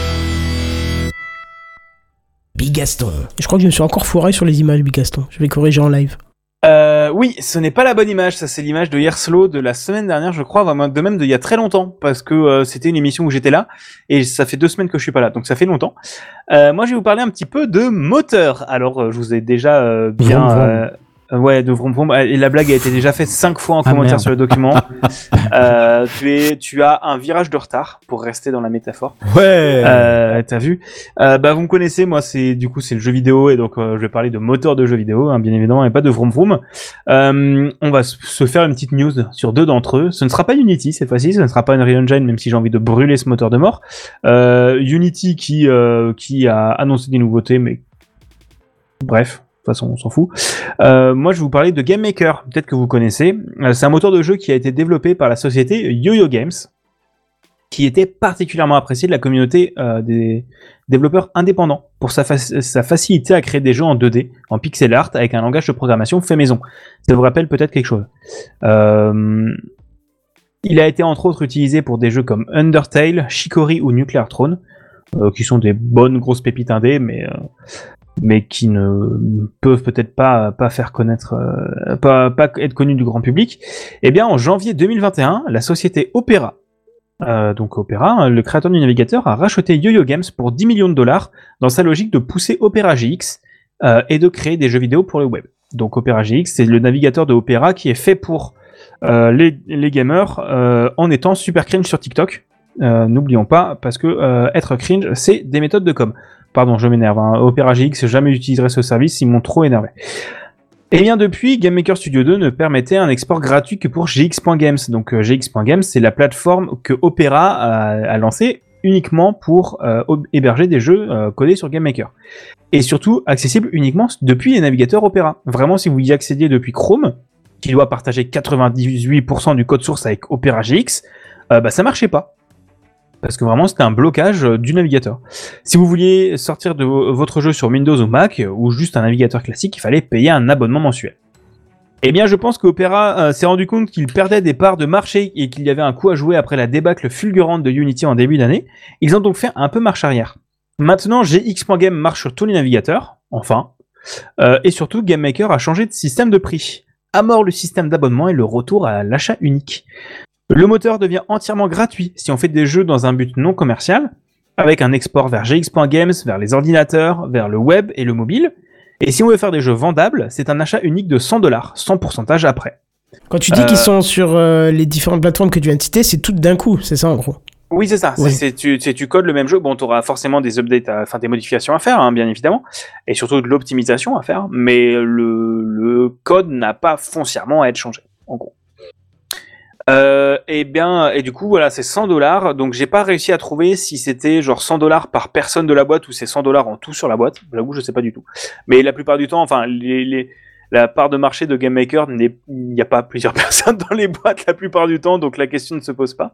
Bigaston.
Je crois que je me suis encore foiré sur les images, Bigaston. Je vais corriger en live.
Euh, oui, ce n'est pas la bonne image, ça c'est l'image de Yerslo de la semaine dernière, je crois, vraiment, de même d'il y a très longtemps, parce que euh, c'était une émission où j'étais là, et ça fait deux semaines que je suis pas là, donc ça fait longtemps. Euh, moi je vais vous parler un petit peu de moteur. Alors euh, je vous ai déjà euh, bien...
Vroom, vroom.
euh, Euh, Ouais, de Vroom Vroom. Et la blague a été déjà faite cinq fois en
Ah,
commentaire
merde.
sur le document. euh, tu es, tu as un virage de retard pour rester dans la métaphore.
Ouais.
Euh, t'as vu euh, Bah vous me connaissez, moi c'est du coup c'est le jeu vidéo et donc euh, je vais parler de moteur de jeu vidéo, hein, bien évidemment, et pas de Vroom Vroom. Euh, on va s- se faire une petite news sur deux d'entre eux. Ce ne sera pas Unity cette fois-ci, ce ne sera pas Unreal Engine, même si j'ai envie de brûler ce moteur de mort. Euh, Unity qui euh, qui a annoncé des nouveautés, mais bref. De toute façon, on s'en fout. Euh, moi, je vais vous parler de Game Maker. Peut-être que vous connaissez. Euh, c'est un moteur de jeu qui a été développé par la société YoYo Games, qui était particulièrement apprécié de la communauté euh, des développeurs indépendants pour sa, fa- sa facilité à créer des jeux en deux D, en pixel art, avec un langage de programmation fait maison. Ça vous rappelle peut-être quelque chose. Euh, il a été entre autres utilisé pour des jeux comme Undertale, Chicory ou Nuclear Throne, euh, qui sont des bonnes grosses pépites indé, mais euh, mais qui ne peuvent peut-être pas pas faire connaître, euh, pas pas être connus du grand public. Eh bien, en janvier deux mille vingt et un, la société Opera, euh, donc Opera, le créateur du navigateur, a racheté YoYo Games pour dix millions de dollars dans sa logique de pousser Opera G X euh, et de créer des jeux vidéo pour le web. Donc Opera G X, c'est le navigateur de Opera qui est fait pour euh, les, les gamers euh, en étant super cringe sur TikTok. Euh, n'oublions pas, parce que euh, être cringe, c'est des méthodes de com. Pardon, je m'énerve. Hein. Opera G X, jamais j'utiliserai ce service, ils m'ont trop énervé. Et bien depuis, Game Maker Studio deux ne permettait un export gratuit que pour G X point games. Donc euh, G X point games, c'est la plateforme que Opera a, a lancée uniquement pour euh, héberger des jeux euh, codés sur Game Maker. Et surtout, accessible uniquement depuis les navigateurs Opera. Vraiment, si vous y accédiez depuis Chrome, qui doit partager quatre-vingt-dix-huit pour cent du code source avec Opera G X, euh, bah ça marchait pas. Parce que vraiment, c'était un blocage euh, du navigateur. Si vous vouliez sortir de vo- votre jeu sur Windows ou Mac, euh, ou juste un navigateur classique, il fallait payer un abonnement mensuel. Eh bien, je pense qu'Opera euh, s'est rendu compte qu'il perdait des parts de marché et qu'il y avait un coup à jouer après la débâcle fulgurante de Unity en début d'année. Ils ont donc fait un peu marche arrière. Maintenant, G X point game marche sur tous les navigateurs, enfin. Euh, et surtout, Game Maker a changé de système de prix. À mort le système d'abonnement et le retour à l'achat unique. Le moteur devient entièrement gratuit si on fait des jeux dans un but non commercial, avec un export vers G X point games, vers les ordinateurs, vers le web et le mobile. Et si on veut faire des jeux vendables, c'est un achat unique de cent dollars, sans pourcentage après.
Quand tu dis
Euh,
qu'ils sont sur euh, les différentes plateformes que tu viens de citer, c'est tout d'un coup, c'est ça en gros.
Oui, c'est ça.
Oui.
C'est, c'est- tu, c'est- tu codes le même jeu. Bon, tu auras forcément des updates, à- enfin des modifications à faire, hein, bien évidemment, et surtout de l'optimisation à faire. Mais le, le code n'a pas foncièrement à être changé, en gros. Euh, et bien, et du coup, voilà, c'est cent dollars. Donc, j'ai pas réussi à trouver si c'était genre cent dollars par personne de la boîte ou c'est cent dollars en tout sur la boîte. J'avoue, je sais pas du tout. Mais la plupart du temps, enfin, les, les, la part de marché de Game Maker, n'est- il n'y a pas plusieurs personnes dans les boîtes la plupart du temps, donc la question ne se pose pas.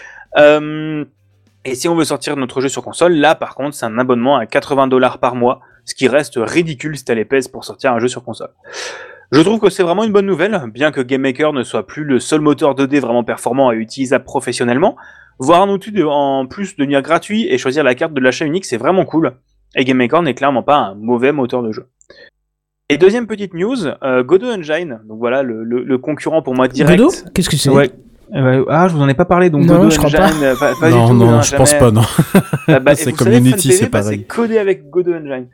Euh, et si on veut sortir notre jeu sur console, là, par contre, c'est un abonnement à quatre-vingts dollars par mois, ce qui reste ridicule si t'as les pèses pour sortir un jeu sur console. Je trouve que c'est vraiment une bonne nouvelle, bien que Game Maker ne soit plus le seul moteur deux D vraiment performant et utilisable professionnellement. Voir un outil de, en plus devenir gratuit et choisir la carte de l'achat unique, c'est vraiment cool. Et Game Maker n'est clairement pas un mauvais moteur de jeu. Et deuxième petite news, euh, Godot Engine, donc voilà le, le, le concurrent pour moi direct.
Godot, qu'est-ce que c'est?
Ouais. Euh, ah, je vous en ai pas parlé, donc
Non,
Godot
je crois
Engine,
pas.
euh, pas, pas
non,
du tout,
non,
hein,
je pense
jamais.
pas, non.
Euh, bah,
C'est
et vous
comme
savez,
Unity,
FunPV,
c'est
bah,
pareil.
c'est codé avec Godot Engine.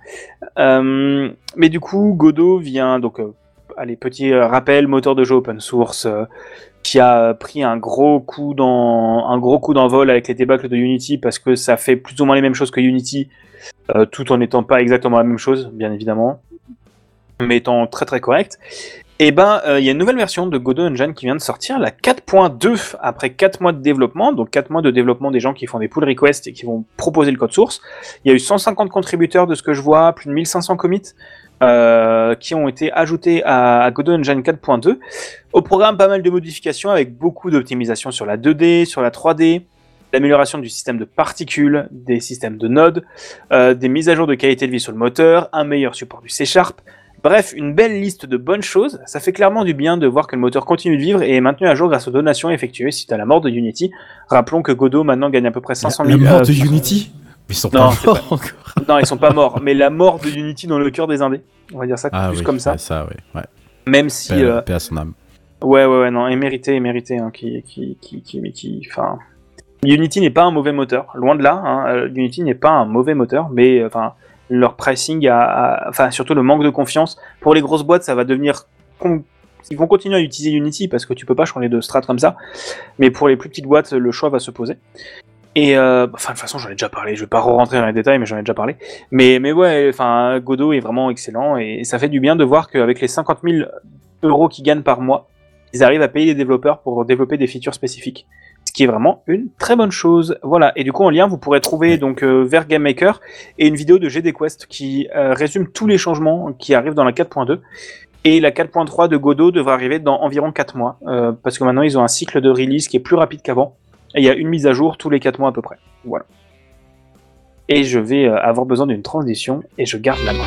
Euh, mais du coup, Godot vient, donc, euh, allez, petit euh, rappel, moteur de jeu open source, euh, qui a pris un gros coup dans, un gros coup d'envol avec les débâcles de Unity parce que ça fait plus ou moins les mêmes choses que Unity, euh, tout en n'étant pas exactement la même chose, bien évidemment, mais étant très très correct. Et ben, il euh, y a une nouvelle version de Godot Engine qui vient de sortir, la quatre point deux, après quatre mois de développement, donc quatre mois de développement des gens qui font des pull requests et qui vont proposer le code source. Il y a eu cent cinquante contributeurs de ce que je vois, plus de mille cinq cents commits, euh, qui ont été ajoutés à, à Godot Engine quatre point deux. Au programme, pas mal de modifications avec beaucoup d'optimisation sur la deux D, sur la trois D, l'amélioration du système de particules, des systèmes de nodes, euh, des mises à jour de qualité de vie sur le moteur, un meilleur support du C Sharp. Bref, une belle liste de bonnes choses. Ça fait clairement du bien de voir que le moteur continue de vivre et est maintenu à jour grâce aux donations effectuées suite à la mort de Unity. Rappelons que Godot maintenant gagne à peu près cinq cent mille...
La mort
euh,
de Unity? Mais ils sont
Non,
pas
c'est
morts encore.
Non, ils sont pas morts, mais la mort de Unity dans le cœur des indés. On va dire ça
Ah
plus
oui,
comme ça.
ouais, ça, oui. Ouais.
Même si...
Paix,
euh,
paix à son âme.
Ouais, ouais, ouais, non, et mérité, et mérité, hein, qui, qui, qui, qui, qui, enfin... Unity n'est pas un mauvais moteur, loin de là, hein, euh, Unity n'est pas un mauvais moteur, mais, enfin... leur pricing, a, a, enfin surtout le manque de confiance. Pour les grosses boîtes, ça va devenir con- ils vont continuer à utiliser Unity parce que tu peux pas changer de strat comme ça. Mais pour les plus petites boîtes, le choix va se poser. Et euh, enfin, de toute façon, j'en ai déjà parlé. Je vais pas rentrer dans les détails, mais j'en ai déjà parlé. Mais, mais ouais, enfin, Godot est vraiment excellent et ça fait du bien de voir qu'avec les cinquante mille euros qu'ils gagnent par mois, ils arrivent à payer les développeurs pour développer des features spécifiques. Ce qui est vraiment une très bonne chose. Voilà. Et du coup, en lien, vous pourrez trouver donc euh, vers Game Maker et une vidéo de G D Quest qui euh, résume tous les changements qui arrivent dans la quatre point deux. Et la quatre point trois de Godot devrait arriver dans environ quatre mois, euh, parce que maintenant ils ont un cycle de release qui est plus rapide qu'avant, et il y a une mise à jour tous les quatre mois à peu près. Voilà. Et je vais euh, avoir besoin d'une transition, et je garde la main.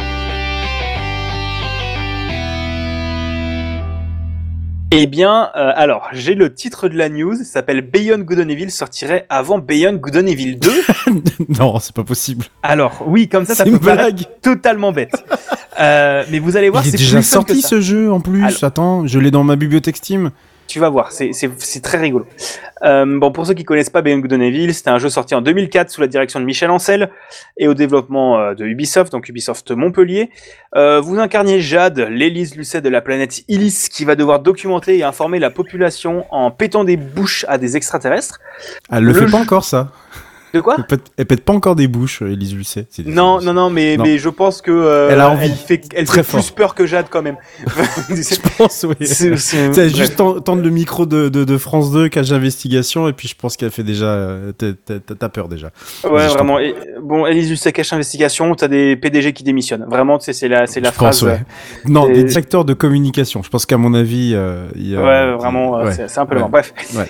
Eh bien, euh, alors, j'ai le titre de la news, ça s'appelle Beyond Good and Evil sortirait avant Beyond Good and Evil deux.
Non, c'est pas possible.
Alors, oui, comme ça, ça
C'est
peut
une
paraître
blague.
totalement bête. euh, mais vous allez voir,
Il est
c'est
déjà
plus fun que
sorti
ça.
ce jeu en plus.
Alors-
Attends, je l'ai dans ma bibliothèque Steam.
Tu vas voir, c'est, c'est, c'est très rigolo. Euh, bon, pour ceux qui connaissent pas Beyond Good and Evil, c'était un jeu sorti en deux mille quatre sous la direction de Michel Ancel et au développement euh, de Ubisoft, donc Ubisoft Montpellier. Euh, vous incarniez Jade, l'Élise Lucet de la planète Illis, qui va devoir documenter et informer la population en pétant des bouches à des extraterrestres.
Elle le,
Le
fait
jeu-
pas encore ça.
De quoi?
Elle pète, elle pète pas encore des bouches, Élise Lucet. C'est-
Non,
c'est-
non, non, mais,
Non.
mais je pense que euh,
Elle a envie.
elle fait, elle
Très
fait
fort.
plus peur que Jade quand même.
Je pense, oui.
C'est- c'est-
C'est
bref.
juste ten- tendre le micro de, de, de France deux, Cage Investigation, et puis je pense qu'elle fait déjà. euh, t'as- T'as t'as peur déjà.
Ouais,
Vas-y, je
vraiment. Et, bon, Élise Lucet cache investigation, t'as des P D G qui démissionnent. Vraiment, tu sais, c'est la, c'est la
Je pense,
phrase.
ouais. Non,
et-
des directeurs de communication. Je pense qu'à mon avis. euh, il y a-
Ouais, vraiment, euh,
ouais.
c'est, c'est un peu
Ouais.
loin. Bref.
Ouais.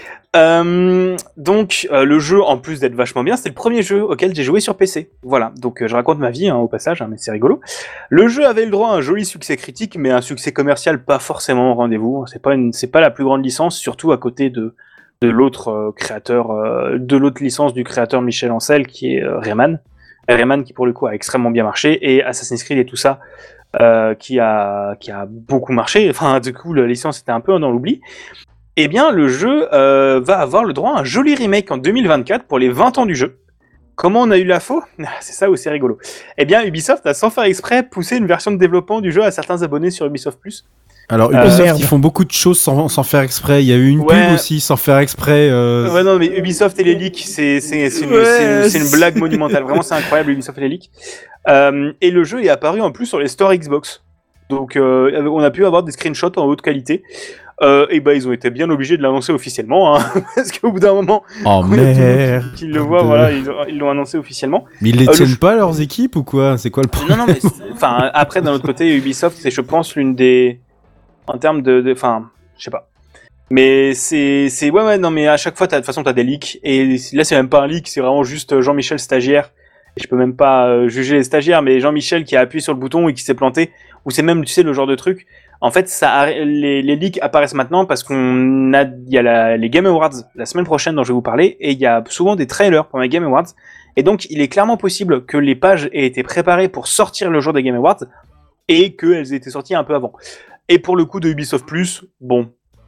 Euh, donc, euh, le jeu, en plus d'être vachement bien, c'était le premier jeu auquel j'ai joué sur P C. Voilà. Donc, euh, je raconte ma vie, hein, au passage, hein, mais c'est rigolo. Le jeu avait le droit à un joli succès critique, mais un succès commercial pas forcément au rendez-vous. C'est pas une, c'est pas la plus grande licence, surtout à côté de, de l'autre euh, créateur, euh, de l'autre licence du créateur Michel Ancel, qui est euh, Rayman. Rayman qui, pour le coup, a extrêmement bien marché, et Assassin's Creed et tout ça, euh, qui a, qui a beaucoup marché. Enfin, du coup, la licence était un peu dans l'oubli. Eh bien, le jeu euh, va avoir le droit à un joli remake en deux mille vingt-quatre pour les vingt ans du jeu. Comment on a eu l'info ? C'est ça où c'est rigolo. Eh bien, Ubisoft a sans faire exprès poussé une version de développement du jeu à certains abonnés sur Ubisoft plus.
Alors,
Euh,
Ubisoft,
merde.
ils font beaucoup de choses sans, sans faire exprès. Il y a eu une
Ouais.
pub aussi sans faire exprès. euh,
Ouais, non, mais Ubisoft et les leaks, c'est, c'est, c'est, une,
Ouais,
c'est, une, c'est une
c'est-
blague monumentale. Vraiment, c'est incroyable, Ubisoft et les leaks. Euh, et le jeu est apparu en plus sur les stores Xbox. Donc, euh, on a pu avoir des screenshots en haute qualité. Euh, et ben, ils ont été bien obligés de l'annoncer officiellement, hein, parce qu'au bout d'un moment,
Oh
on a tout le monde
merde.
qui, qui le voit, voilà, ils, ont- ils l'ont annoncé officiellement.
Mais ils les
Euh, le
tiennent
jeu-
pas leurs équipes ou quoi? C'est quoi le problème?
Non, non, mais c'est- enfin, après, d'un autre côté, Ubisoft, c'est, je pense, l'une des, en termes de, de, enfin, je sais pas. Mais c'est, c'est, ouais, ouais, non, mais à chaque fois, t'as, de toute façon, t'as des leaks. Et là, c'est même pas un leak, c'est vraiment juste Jean-Michel stagiaire. Et je peux même pas euh, juger les stagiaires, mais Jean-Michel qui a appuyé sur le bouton et qui s'est planté. Ou c'est même, tu sais, le genre de truc. En fait, ça, arri- les, les leaks apparaissent maintenant parce qu'on a, il y a la, les Game Awards la semaine prochaine dont je vais vous parler. Et il y a souvent des trailers pour les Game Awards. Et donc, il est clairement possible que les pages aient été préparées pour sortir le jour des Game Awards et qu'elles aient été sorties un peu avant. Et pour le coup de Ubisoft Plus, bon,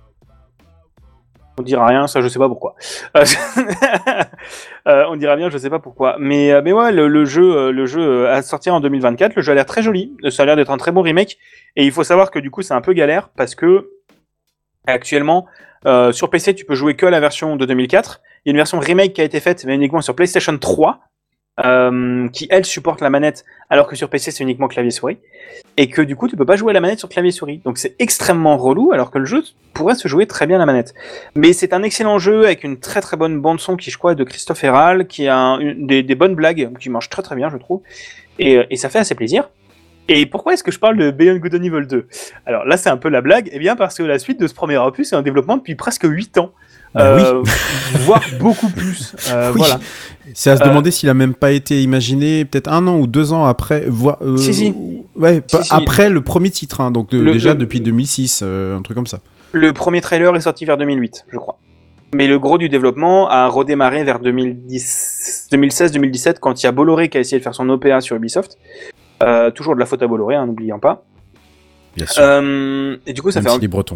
on dira rien, ça je sais pas pourquoi. Euh, euh, on dira bien, je sais pas pourquoi. Mais euh, mais ouais, le, le jeu euh, le jeu euh, a sorti en deux mille vingt-quatre. Le jeu a l'air très joli. Ça a l'air d'être un très bon remake. Et il faut savoir que du coup c'est un peu galère parce que actuellement euh, sur P C tu peux jouer que à la version de deux mille quatre. Il y a une version remake qui a été faite mais uniquement sur PlayStation trois. Euh, qui elle supporte la manette alors que sur P C c'est uniquement clavier souris et que du coup tu peux pas jouer à la manette sur clavier souris, donc c'est extrêmement relou alors que le jeu pourrait se jouer très bien à la manette. Mais c'est un excellent jeu avec une très très bonne bande son qui je crois est de Christophe Herral, qui a un, une, des, des bonnes blagues qui marchent très très bien je trouve et, et ça fait assez plaisir. Et pourquoi est-ce que je parle de Beyond Good and Evil deux ? Alors là c'est un peu la blague, et bien parce que la suite de ce premier opus est en développement depuis presque huit ans.
Bah
euh, voire beaucoup plus. Euh,
Oui.
Voilà.
C'est à se
Euh,
demander s'il a même pas été imaginé peut-être un an ou deux ans après, voire, euh,
Si, si.
ouais, pas-
Si, si.
après le premier titre, hein, donc de-
Le-
déjà
le-
depuis deux mille six, euh, un truc comme ça.
Le premier trailer est sorti vers deux mille huit, je crois. Mais le gros du développement a redémarré vers deux mille dix, deux mille seize deux mille dix-sept, quand il y a Bolloré qui a essayé de faire son O P A sur Ubisoft. Euh, toujours de la faute à Bolloré, hein, n'oublions pas.
Bien sûr.
Euh, et du coup, ça
Même
fait...
s'il est breton.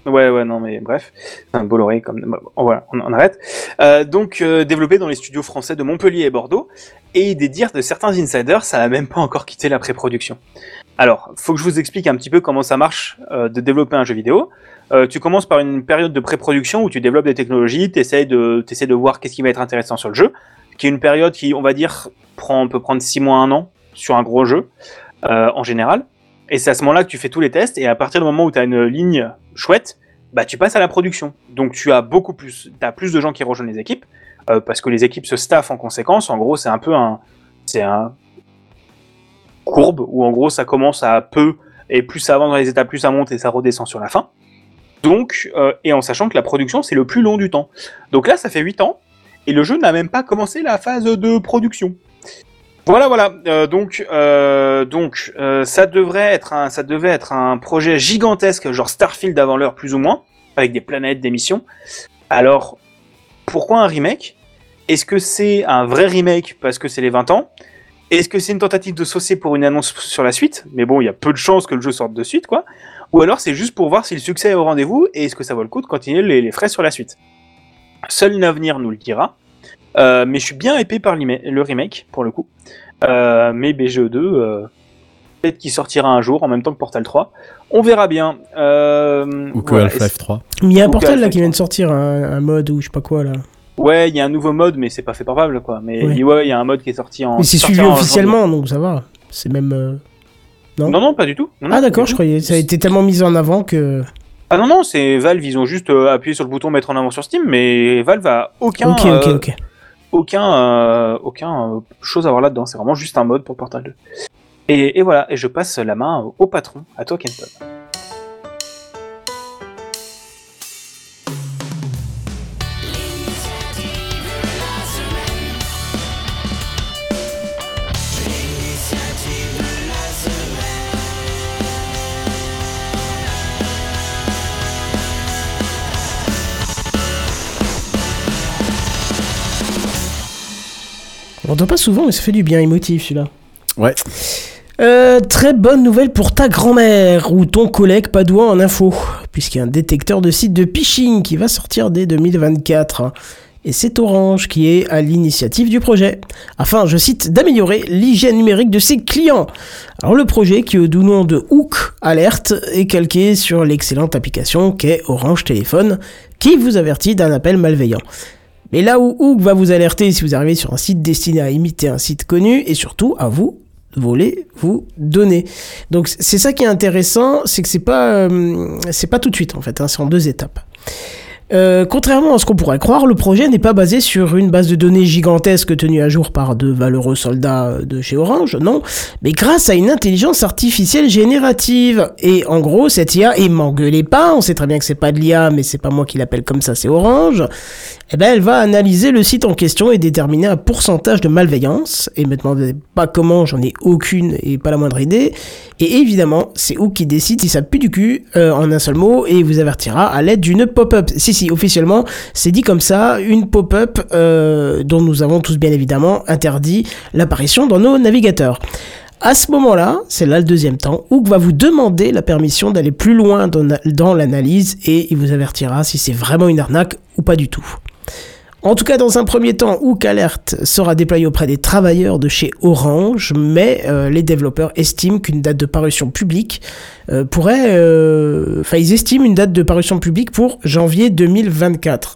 Ouais, ouais, non, mais bref, un Bolloré comme, oh, voilà, on, on arrête. Euh, donc, euh, développé dans les studios français de Montpellier et Bordeaux, et des dires de certains insiders, ça a même pas encore quitté la pré-production. Alors, faut que je vous explique un petit peu comment ça marche euh, de développer un jeu vidéo. Euh, tu commences par une période de pré-production où tu développes des technologies, t'essayes de, t'essayes de voir qu'est-ce qui va être intéressant sur le jeu, qui est une période qui, on va dire, prend, peut prendre six mois, un an sur un gros jeu, euh, en général. Et c'est à ce moment-là que tu fais tous les tests, et à partir du moment où tu as une ligne chouette, bah tu passes à la production. Donc tu as beaucoup plus, t'as plus de gens qui rejoignent les équipes, euh, parce que les équipes se staffent en conséquence. En gros, c'est un peu un, c'est un courbe où en gros ça commence à peu, et plus ça avance dans les étapes, plus ça monte et ça redescend sur la fin. Donc, euh, et en sachant que la production c'est le plus long du temps. Donc là, ça fait huit ans, et le jeu n'a même pas commencé la phase de production. Voilà, voilà. Euh, donc, euh, donc, euh, ça devrait être un, ça devait être un projet gigantesque, genre Starfield avant l'heure plus ou moins, avec des planètes, des missions. Alors, pourquoi un remake ? Est-ce que c'est un vrai remake parce que c'est les vingt ans ? Est-ce que c'est une tentative de saucer pour une annonce sur la suite ? Mais bon, il y a peu de chances que le jeu sorte de suite, quoi. Ou alors c'est juste pour voir si le succès est au rendez-vous et est-ce que ça vaut le coup de continuer les, les frais sur la suite ? Seul l'avenir nous le dira. Euh, mais je suis bien épais par le remake, pour le coup. Euh, mais B G E deux, euh, peut-être qu'il sortira un jour, en même temps que Portal trois. On verra bien. Euh,
Ou que
voilà.
Half-Life trois.
Mais il y a un
Ou
Portal
que
là qui
Half-Life
vient de sortir, un, un mode ou je sais pas quoi là.
Ouais, il y a un nouveau mode, mais c'est pas fait par Valve, quoi. Mais
Ouais.
ouais, il y a un mode qui est sorti en...
Mais c'est
sorti
suivi
en
officiellement, donc ça va. C'est même. euh, Non,
janvier. Non, non, pas du tout. Non, non,
Ah
pas
d'accord,
du
je
tout.
croyais. Ça a été tellement mis en avant que.
Ah non, non, c'est Valve, ils ont juste euh, appuyé sur le bouton mettre en avant sur Steam, mais Valve a aucun...
Ok, ok,
euh,
ok.
aucun, euh, aucun euh, chose à voir là-dedans, c'est vraiment juste un mode pour Portal deux. Et, et voilà, et je passe la main au patron, à toi Kenton.
On entend pas souvent, mais ça fait du bien émotif celui-là.
Ouais.
Euh, très bonne nouvelle pour ta grand-mère ou ton collègue padouin en info, puisqu'il y a un détecteur de sites de phishing qui va sortir dès deux mille vingt-quatre. Et c'est Orange qui est à l'initiative du projet, afin, je cite, d'améliorer l'hygiène numérique de ses clients. Alors le projet, qui est au doux nom de Hook Alert, est calqué sur l'excellente application qu'est Orange Téléphone, qui vous avertit d'un appel malveillant. Mais là où Hook va vous alerter si vous arrivez sur un site destiné à imiter un site connu, et surtout à vous voler vos données. Donc c'est ça qui est intéressant, c'est que c'est pas euh, c'est pas tout de suite en fait, hein, c'est en deux étapes. Euh, contrairement à ce qu'on pourrait croire, le projet n'est pas basé sur une base de données gigantesque tenue à jour par de valeureux soldats de chez Orange, non, mais grâce à une intelligence artificielle générative. Et en gros, cette I A, et m'engueulez pas, on sait très bien que c'est pas de l'I A, mais c'est pas moi qui l'appelle comme ça, c'est Orange, eh ben elle va analyser le site en question et déterminer un pourcentage de malveillance, et me demandez pas comment, j'en ai aucune et pas la moindre idée, et évidemment, c'est Hook qui décide si ça pue du cul, euh, en un seul mot, et il vous avertira à l'aide d'une pop-up. Si, si, officiellement, c'est dit comme ça, une pop-up euh, dont nous avons tous bien évidemment interdit l'apparition dans nos navigateurs. À ce moment-là, c'est là le deuxième temps, Hook va vous demander la permission d'aller plus loin dans, dans l'analyse et il vous avertira si c'est vraiment une arnaque ou pas du tout. En tout cas, dans un premier temps, Hook Alert sera déployé auprès des travailleurs de chez Orange, mais euh, les développeurs estiment qu'une date de parution publique euh, pourrait... Enfin, euh, ils estiment une date de parution publique pour janvier deux mille vingt-quatre.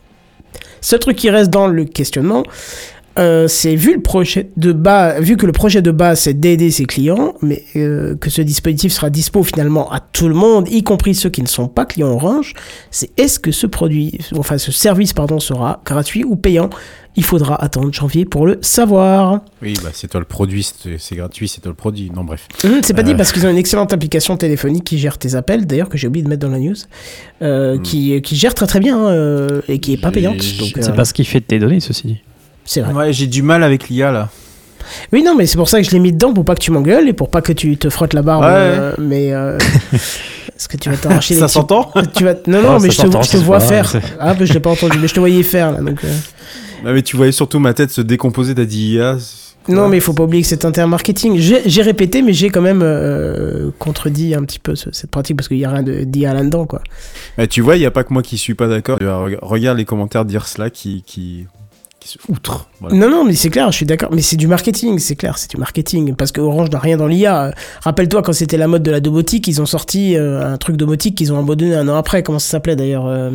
Ce truc qui reste dans le questionnement, euh, c'est vu le projet de base, vu que le projet de base c'est d'aider ses clients, mais euh, que ce dispositif sera dispo finalement à tout le monde, y compris ceux qui ne sont pas clients Orange, c'est est-ce que ce produit, enfin ce service pardon, sera gratuit ou payant ? Il faudra attendre janvier pour le savoir.
Oui, bah c'est toi le produit, c'est, c'est gratuit, c'est toi le produit. Non, bref.
Mmh, c'est pas
Euh.
dit parce qu'ils ont une excellente application téléphonique qui gère tes appels, d'ailleurs que j'ai oublié de mettre dans la news, euh,
Mmh.
qui, qui gère très très bien hein, euh, et qui est pas
J'ai-
payante.
j'ai-
Donc,
C'est
euh,
pas ce qui fait de tes données, ceci dit.
c'est vrai.
Ouais, j'ai du mal avec l'I A là.
Oui, non, mais c'est pour ça que je l'ai mis dedans, pour pas que tu m'engueules et pour pas que tu te frottes la barbe.
Ouais.
euh, mais. Euh, Est-ce que tu vas t'arracher les
Ça
petits-
s'entend
tu vas... Non, non,
Oh,
mais
ça
je te,
s'entend,
je te
ça se
vois
voit,
faire.
c'est-
Ah, bah, je l'ai pas entendu, mais je te voyais faire là. Donc, euh,
Non, mais tu voyais surtout ma tête se décomposer, t'as dit I A.
Non, mais il faut pas oublier que c'est un terme marketing. J'ai, j'ai répété, mais j'ai quand même euh, contredit un petit peu ce- cette pratique parce qu'il y a rien de d'I A là-dedans, quoi.
Eh, tu vois, il y a pas que moi qui suis pas d'accord. Euh, Regarde les commentaires d'Irsla qui, qui, qui se outre. Voilà.
Non, non, mais c'est clair, je suis d'accord. Mais c'est du marketing, c'est clair, c'est du marketing. Parce que Orange n'a rien dans l'I A. Euh, Rappelle-toi, quand c'était la mode de la domotique, ils ont sorti euh, un truc domotique qu'ils ont abandonné un an après. Comment ça s'appelait d'ailleurs euh...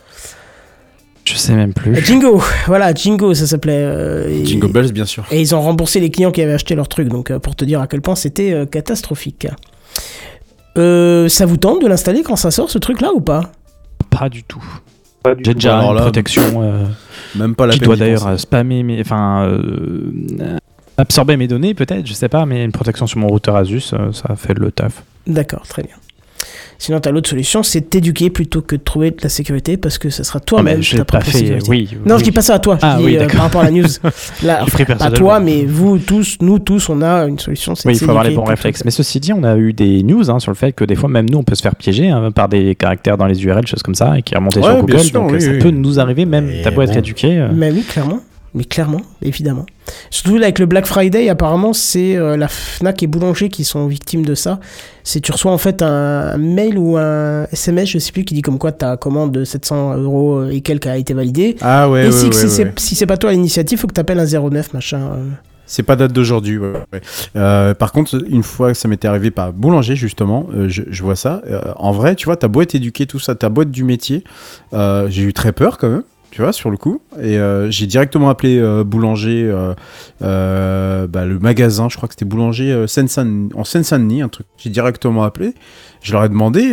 Je sais même plus.
Jingo, voilà, Jingo, ça s'appelait. euh, et-
Jingle Bells, bien sûr.
Et ils ont remboursé les clients qui avaient acheté leur truc. Donc, euh, pour te dire à quel point c'était euh, catastrophique. Euh, ça vous tente de l'installer quand ça sort, ce truc-là, ou pas?
Pas du tout.
Pas du
J'ai
tout.
déjà
Alors
une
là,
protection euh,
Même pas la
qui
peine
doit
d'y
d'ailleurs
penser.
euh, spammer mes, enfin euh, absorber mes données peut-être, je sais pas, mais une protection sur mon routeur Asus, euh, ça fait le taf.
D'accord, très bien. Sinon, t'as l'autre solution, c'est de t'éduquer plutôt que de trouver de la sécurité, parce que ça sera
Ah,
toi-même
mais
ta
j'ai pas
propre
fait,
sécurité.
oui.
Non,
oui.
je dis pas ça à toi, je
Ah,
dis
oui,
euh,
d'accord.
par rapport à la news. Là,
J'ai pris
pas
personnellement.
toi, mais vous tous, nous tous, on a une solution. C'est
Oui,
de
il faut avoir les
s'éduquer
bons
plutôt
réflexes.
que-
Mais ceci dit, on a eu des news hein, sur le fait que des fois, même nous, on peut se faire piéger hein, par des caractères dans les U R L, choses comme ça, et qui remontaient
Ouais,
sur
bien
Google.
sûr,
donc
oui,
ça
oui.
peut nous arriver, même
Et
t'as beau être
bon.
éduqué. euh,
Mais oui, clairement. Mais clairement, évidemment. Surtout là, avec le Black Friday, apparemment, c'est euh, la Fnac et Boulanger qui sont victimes de ça. C'est tu reçois en fait un, un mail ou un S M S, je sais plus, qui dit comme quoi ta commande de sept cents euros et quelques a été validée.
Ah ouais,
et
ouais,
si,
ouais,
si
ouais.
c'est si c'est pas toi à l'initiative, faut que tu appelles un zéro neuf, machin. euh.
C'est pas date d'aujourd'hui. Ouais, ouais. Euh, par contre, une fois que ça m'était arrivé par boulanger, justement, euh, je, je vois ça. Euh, en vrai, tu vois, t'as beau être éduqué, tout ça, t'as beau être du métier, euh, j'ai eu très peur quand même. Tu vois, sur le coup. Et euh, j'ai directement appelé euh, Boulanger, euh, euh, bah, le magasin, je crois que c'était Boulanger euh, Seine-Saint- en Seine-Saint-Denis, un truc. J'ai directement appelé. Je leur ai demandé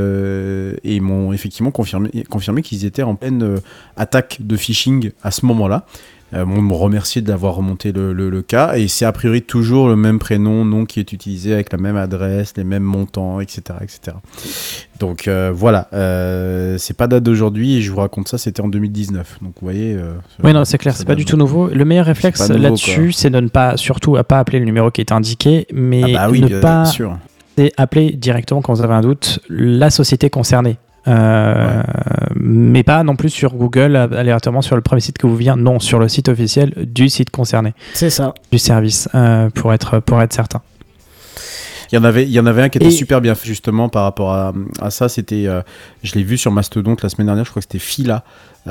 euh, et ils m'ont effectivement confirmé, confirmé qu'ils étaient en pleine euh, attaque de phishing à ce moment-là. Euh, bon, ils m'ont remercié d'avoir remonté le, le, le cas. Et c'est a priori toujours le même prénom, nom qui est utilisé avec la même adresse, les mêmes montants, et cetera et cetera. Donc euh, voilà, euh, c'est pas date d'aujourd'hui et je vous raconte ça, c'était en deux mille dix-neuf. Donc vous voyez. Euh,
Oui, non, c'est clair, c'est pas
date-
du tout nouveau. Le meilleur réflexe
pas nouveau,
là-dessus,
quoi.
c'est de ne pas, surtout, à pas appeler le numéro qui est indiqué, mais
Ah bah oui,
ne
bien
pas
sûr.
c'est appeler directement quand vous avez un doute la société concernée. Euh,
Ouais.
Mais pas non plus sur Google aléatoirement sur le premier site que vous vient, non, sur le site officiel du site concerné,
C'est ça.
du service, euh, pour être pour être certain.
Il y en avait, il y en avait un qui était
Et-
super bien fait justement par rapport à, à ça. C'était, euh, je l'ai vu sur Mastodonte la semaine dernière. Je crois que c'était Fila,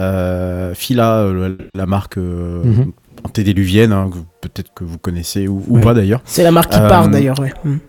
euh, Fila, euh, la marque euh,
Mhm.
antédiluvienne, hein, que- peut-être que vous connaissez ou, ou
Oui.
pas d'ailleurs.
C'est la marque qui
Euh,
part d'ailleurs, ouais. Mm.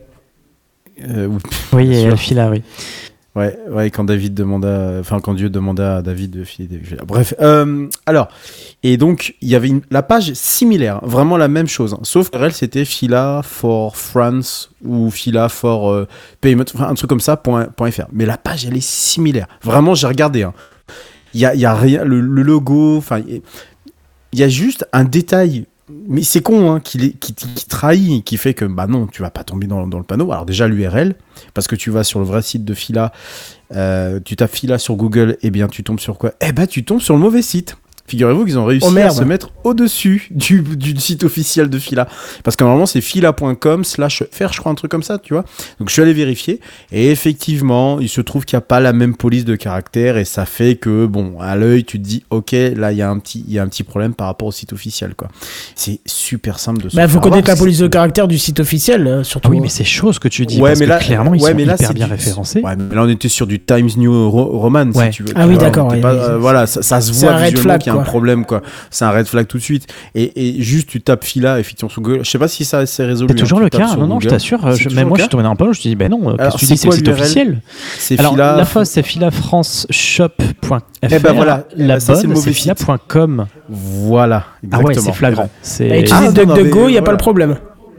Euh, ou-
Oui,
Bien
et
sûr.
elle file là, oui.
Ouais, ouais, quand David demanda, enfin quand Dieu demanda à David de filer des. Bref, euh, alors, et donc il y avait une, la page similaire, vraiment la même chose, hein, sauf que elle c'était Fila for France ou Fila for euh, Payment, enfin un truc comme ça, point, point .fr. Mais la page elle est similaire. Vraiment, j'ai regardé. Hein. Il y a, il y a rien, le, le logo, enfin, il y a juste un détail. Mais c'est con, hein, qui, les- qui, qui trahit, qui fait que, bah non, tu vas pas tomber dans, dans le panneau. Alors déjà, l'U R L, parce que tu vas sur le vrai site de Fila, euh, tu tapes Fila sur Google, et bien tu tombes sur quoi? Eh ben, tu tombes sur le mauvais site. Figurez-vous qu'ils ont réussi
Oh,
à
merde.
se mettre au-dessus du, du site officiel de Fila. Parce que normalement, c'est fila point com slash faire, je crois, un truc comme ça, tu vois. Donc, je suis allé vérifier. Et effectivement, il se trouve qu'il n'y a pas la même police de caractère. Et ça fait que, bon, à l'œil, tu te dis, OK, là, il y a un petit, il y a un petit problème par rapport au site officiel, quoi. C'est super simple de se
Bah, faut
faire
connaître la
avoir.
police de caractère du site officiel, euh, surtout.
Ah oui, mais c'est chose que tu dis,
Ouais,
parce
mais
que
là,
clairement, ils
ouais,
sont
mais là,
hyper
c'est
bien
du-
référencés.
Ouais, mais là, on était sur du Times New Ro- Roman,
Ouais.
si tu veux.
Ah
tu
oui,
vois,
d'accord,
on était
ouais,
pas-
oui.
euh, voilà, ça, ça se
C'est
voit
un red
visuellement
flag,
qu'il y a un
quoi.
problème, quoi. C'est un red flag tout de suite. Et, et juste, tu tapes Fila, effectivement, sur Google. Je sais pas si ça s'est résolu.
C'est toujours
hein,
le
tu tapes
cas,
sur
non, non, je
Google.
t'assure.
C'est
je-
toujours
Même moi,
le
je suis
cas
tombé dans un panneau, je me dis, ben non, qu'est-ce
Alors,
que tu
c'est
dis, c'est le
quoi
site
l'U R L?
officiel.
C'est
Alors,
Fila.
la fois, c'est filafranceshop point f r.
Eh ben voilà, eh
la
ben ça, c'est le
bonne,
mauvais
c'est fila point com.
Voilà,
Ah
exactement.
ouais, c'est flagrant.
Bah,
C'est...
utiliser
Ah, non, non,
DuckDuckGo, il
mais
n'y a pas
voilà.
le problème.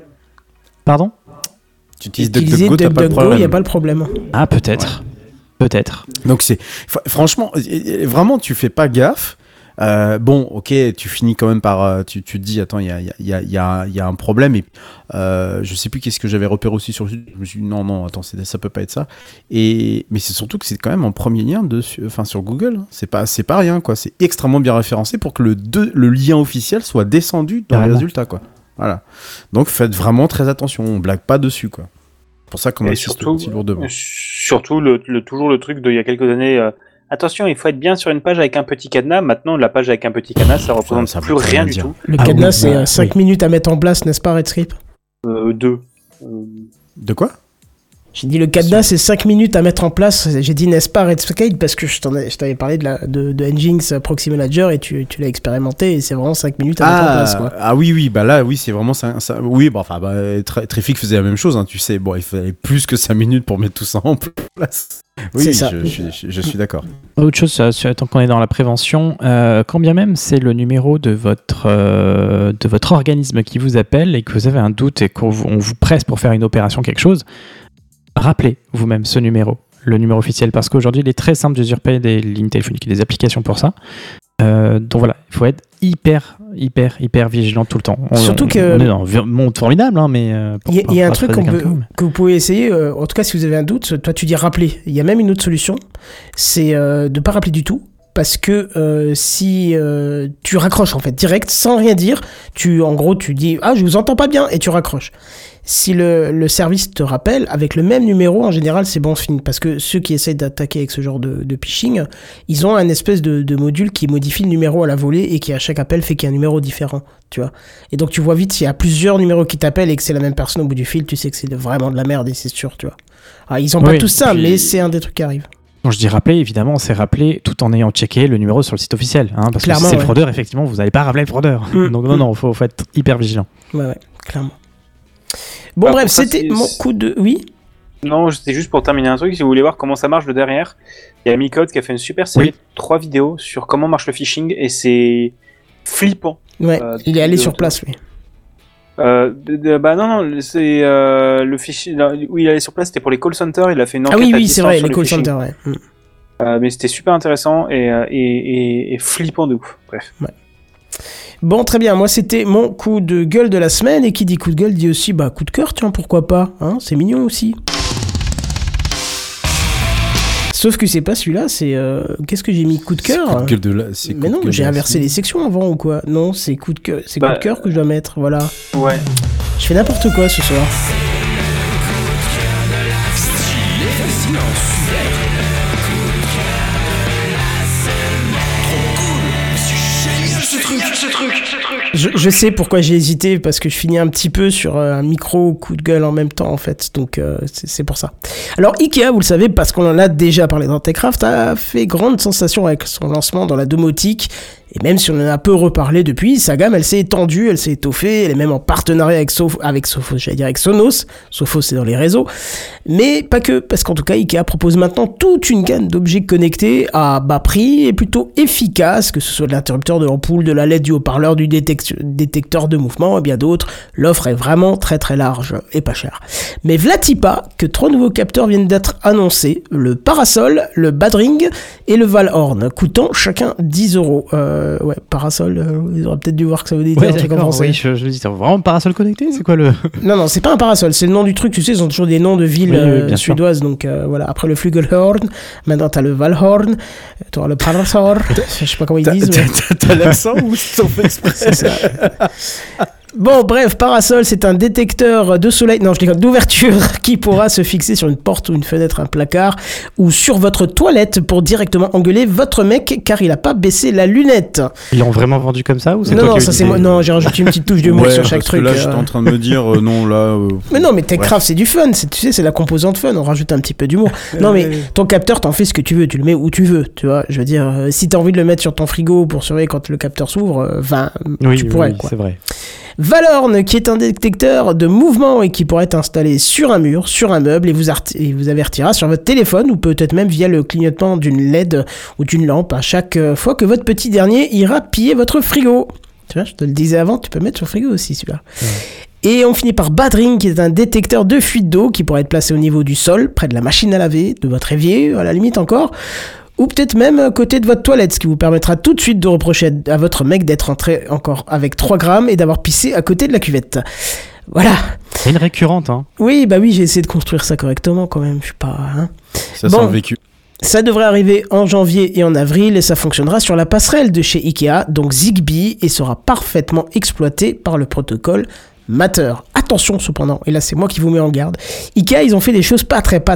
Pardon?
Tu utilises
Utiliser
DuckDuckGo, t'as pas de
DuckDuckGo, il n'y a
problème.
pas le problème.
Ah, peut-être. Peut-être.
Donc c'est fr- franchement, euh, vraiment, tu fais pas gaffe. Euh, bon, ok, tu finis quand même par, euh, tu, tu te dis, attends, il y a, il y, a, il y, a, il y a un problème. Et euh, je sais plus qu'est-ce que j'avais repéré aussi sur le site. Je me suis dit, non, non, attends, c'est, ça peut pas être ça. Et mais c'est surtout que c'est quand même en premier lien dessus, enfin sur Google. hein. C'est pas, c'est pas rien, quoi. C'est extrêmement bien référencé pour que le, deux, le lien officiel soit descendu dans les
Carrément.
résultats, quoi. Voilà. Donc faites vraiment très attention. On blague pas dessus, quoi. C'est pour ça qu'on
Et
insiste
surtout,
aussi lourdement.
surtout le, le- toujours le truc d'il y a quelques années, euh, attention, il faut être bien sur une page avec un petit cadenas. Maintenant, la page avec un petit cadenas, ça représente
ça
plus
veut
rien
rien
du
dire.
tout.
Le
Ah
cadenas,
oui,
c'est
bah,
cinq
oui.
minutes à mettre en place, n'est-ce pas, Red Script?
Euh, deux. Euh,
De quoi?
J'ai dit le cadenas, c'est cinq minutes à mettre en place. J'ai dit, n'est-ce pas, Redscape, parce que je, t'en ai- je t'avais parlé de, la, de, de Nginx Proxy Manager et tu, tu l'as expérimenté et c'est vraiment cinq minutes à mettre en place. Quoi.
Ah oui, oui, bah là, oui, c'est vraiment ça. ça oui, bon, enfin, bah, Tra- Trafic faisait la même chose, hein, tu sais. Bon, il fallait plus que cinq minutes pour mettre tout ça en place. Oui,
C'est ça.
Je, je, je, je suis d'accord.
Autre chose, euh, sur- tant qu'on est dans la prévention, euh, quand bien même c'est le numéro de votre, euh, de votre organisme qui vous appelle et que vous avez un doute et qu'on vous, on vous presse pour faire une opération, quelque chose, rappelez vous-même ce numéro, le numéro officiel, parce qu'aujourd'hui il est très simple d'usurper des lignes téléphoniques et des applications pour ça. Euh, donc voilà, il faut être hyper, hyper, hyper vigilant tout le temps. On,
Surtout
on,
que-
on est dans un monde formidable, hein, mais... euh, pour-
Il y a, il y a un
pour
truc
attraper
qu'on peut-
quelqu'un, mais-
que vous pouvez essayer, euh, en tout cas si vous avez un doute, toi tu dis rappeler. Il y a même une autre solution, c'est euh, de ne pas rappeler du tout. Parce que euh, si euh, tu raccroches en fait direct, sans rien dire, tu en gros tu dis ah je vous entends pas bien et tu raccroches. Si le, le service te rappelle avec le même numéro, en général c'est bon signe parce que ceux qui essayent d'attaquer avec ce genre de, de phishing, ils ont un espèce de, de module qui modifie le numéro à la volée et qui à chaque appel fait qu'il y a un numéro différent, tu vois. Et donc tu vois vite s'il y a plusieurs numéros qui t'appellent et que c'est la même personne au bout du fil, tu sais que c'est de- vraiment de la merde et c'est sûr, tu vois. Alors, ils ont pas
Oui,
tous ça,
puis-
mais c'est un des trucs qui arrive.
Quand je dis rappeler, évidemment, c'est rappeler tout en ayant checké le numéro sur le site officiel. Hein, parce
Clairement,
que si c'est le
ouais.
fraudeur, effectivement, vous n'allez pas rappeler le fraudeur.
Mm.
Donc non, non, il faut, faut être hyper vigilant.
Ouais, ouais, clairement. Bon,
Bah,
bref,
pour ça,
c'était
c'est-
mon coup de. Oui.
Non, c'était juste pour terminer un truc. Si vous voulez voir comment ça marche de derrière, il y a Micode qui a fait une super série
Oui.
de trois vidéos sur comment marche le phishing et c'est flippant.
Ouais,
Euh,
il est allé
de-
sur place, oui.
Euh, de- de- bah non, non, c'est euh, le phishing. là, où il allait sur place, c'était pour les call centers. Il a fait une
Ah
enquête
oui,
à
oui, c'est
distance
vrai,
sur
les
le
call
phishing.
centers, ouais. Mm.
Euh, mais c'était super intéressant et, euh, et, et, et flippant de ouf. Bref.
Bon, très bien, moi c'était mon coup de gueule de la semaine, et qui dit coup de gueule dit aussi bah coup de cœur, tiens, pourquoi pas, hein, c'est mignon aussi. Sauf que c'est pas celui-là, c'est... euh, Qu'est-ce que j'ai mis, coup de
C'est coup
cœur
de gueule de la- c'est
Mais
coup de
non,
gueule
j'ai
de la
inversé
semaine.
les sections avant ou quoi? Non, c'est coup de cœur, c'est coup
Bah,
de cœur que je dois mettre, voilà.
Ouais.
Je fais n'importe quoi ce soir. Je, je sais pourquoi j'ai hésité, parce que je finis un petit peu sur euh, un micro coup de gueule en même temps en fait, donc euh, c'est, c'est pour ça. Alors Ikea, vous le savez, parce qu'on en a déjà parlé dans Techcraft, a fait grande sensation avec son lancement dans la domotique, et même si on en a peu reparlé depuis, sa gamme elle s'est étendue, elle s'est étoffée, elle est même en partenariat avec, Sof- avec Sophos, j'allais dire avec Sonos, Sophos c'est dans les réseaux, mais pas que, parce qu'en tout cas Ikea propose maintenant toute une gamme d'objets connectés à bas prix et plutôt efficaces, que ce soit de l'interrupteur de l'ampoule, de la L E D, du haut-parleur, du détec- détecteur de mouvement et bien d'autres. L'offre est vraiment très très large et pas chère. Mais v'là-t-il pas que trois nouveaux capteurs viennent d'être annoncés, le Parasol, le Badring et le Valhorn, coûtant chacun dix euros. Euh, ouais, Parasol, euh, ils auraient peut-être dû voir que ça veut dire
Ouais,
un truc en
d'accord,
français.
oui, je, je me dis, c'est vraiment parasol connecté, c'est quoi le...
Non, non, c'est pas un parasol, c'est le nom du truc, tu sais, ils ont toujours des noms de villes
Oui, oui,
euh,
bien sûr.
suédoises, donc euh, voilà. Après le Flugelhorn, maintenant t'as le Valhorn, t'auras le Parasol, je sais pas comment ils
T'as-
disent, mais...
t'as- T'as l'accent ou c'est fait exprès?
C'est ça. Bon, bref, Parasol, c'est un détecteur de soleil, non, je déconne, d'ouverture qui pourra se fixer sur une porte ou une fenêtre, un placard, ou sur votre toilette pour directement engueuler votre mec car il a pas baissé la lunette.
Ils l'ont vraiment vendu comme ça ou c'est
Non,
toi
non,
qui as
ça
eu
c'est
l'idée
moi. Non, j'ai rajouté une petite touche d'humour
Ouais,
sur chaque
parce
truc.
que là,
euh.
j'étais en train de me dire, euh, non, là. euh,
Mais non, mais Techcraft, c'est du fun. C'est, tu sais, c'est la composante fun. On rajoute un petit peu d'humour. Non, mais ton capteur, t'en fais ce que tu veux. Tu le mets où tu veux. Tu vois, je veux dire, euh, si t'as envie de le mettre sur ton frigo pour surveiller quand le capteur s'ouvre, enfin,
Oui,
tu
oui,
pourrais,
oui,
quoi.
c'est vrai.
Valhorn, qui est un détecteur de mouvement et qui pourrait être installé sur un mur, sur un meuble, et vous, art- et vous avertira sur votre téléphone ou peut-être même via le clignotement d'une L E D ou d'une lampe à chaque euh, fois que votre petit dernier ira piller votre frigo. Tu vois, je te le disais avant, tu peux mettre sur le frigo aussi celui-là. Et on finit par Badring, qui est un détecteur de fuite d'eau qui pourrait être placé au niveau du sol, près de la machine à laver, de votre évier, à la limite encore, ou peut-être même à côté de votre toilette, ce qui vous permettra tout de suite de reprocher à votre mec d'être entré encore avec trois grammes et d'avoir pissé à côté de la cuvette. Voilà.
C'est une récurrente, hein.
Oui, bah oui, j'ai essayé de construire ça correctement quand même, je suis pas... Hein.
Ça
Bon.
sent le vécu.
Ça devrait arriver en janvier et en avril et ça fonctionnera sur la passerelle de chez Ikea, donc Zigbee, et sera parfaitement exploité par le protocole Matter. Attention cependant, et là c'est moi qui vous mets en garde, Ikea ils ont fait des choses pas très pas très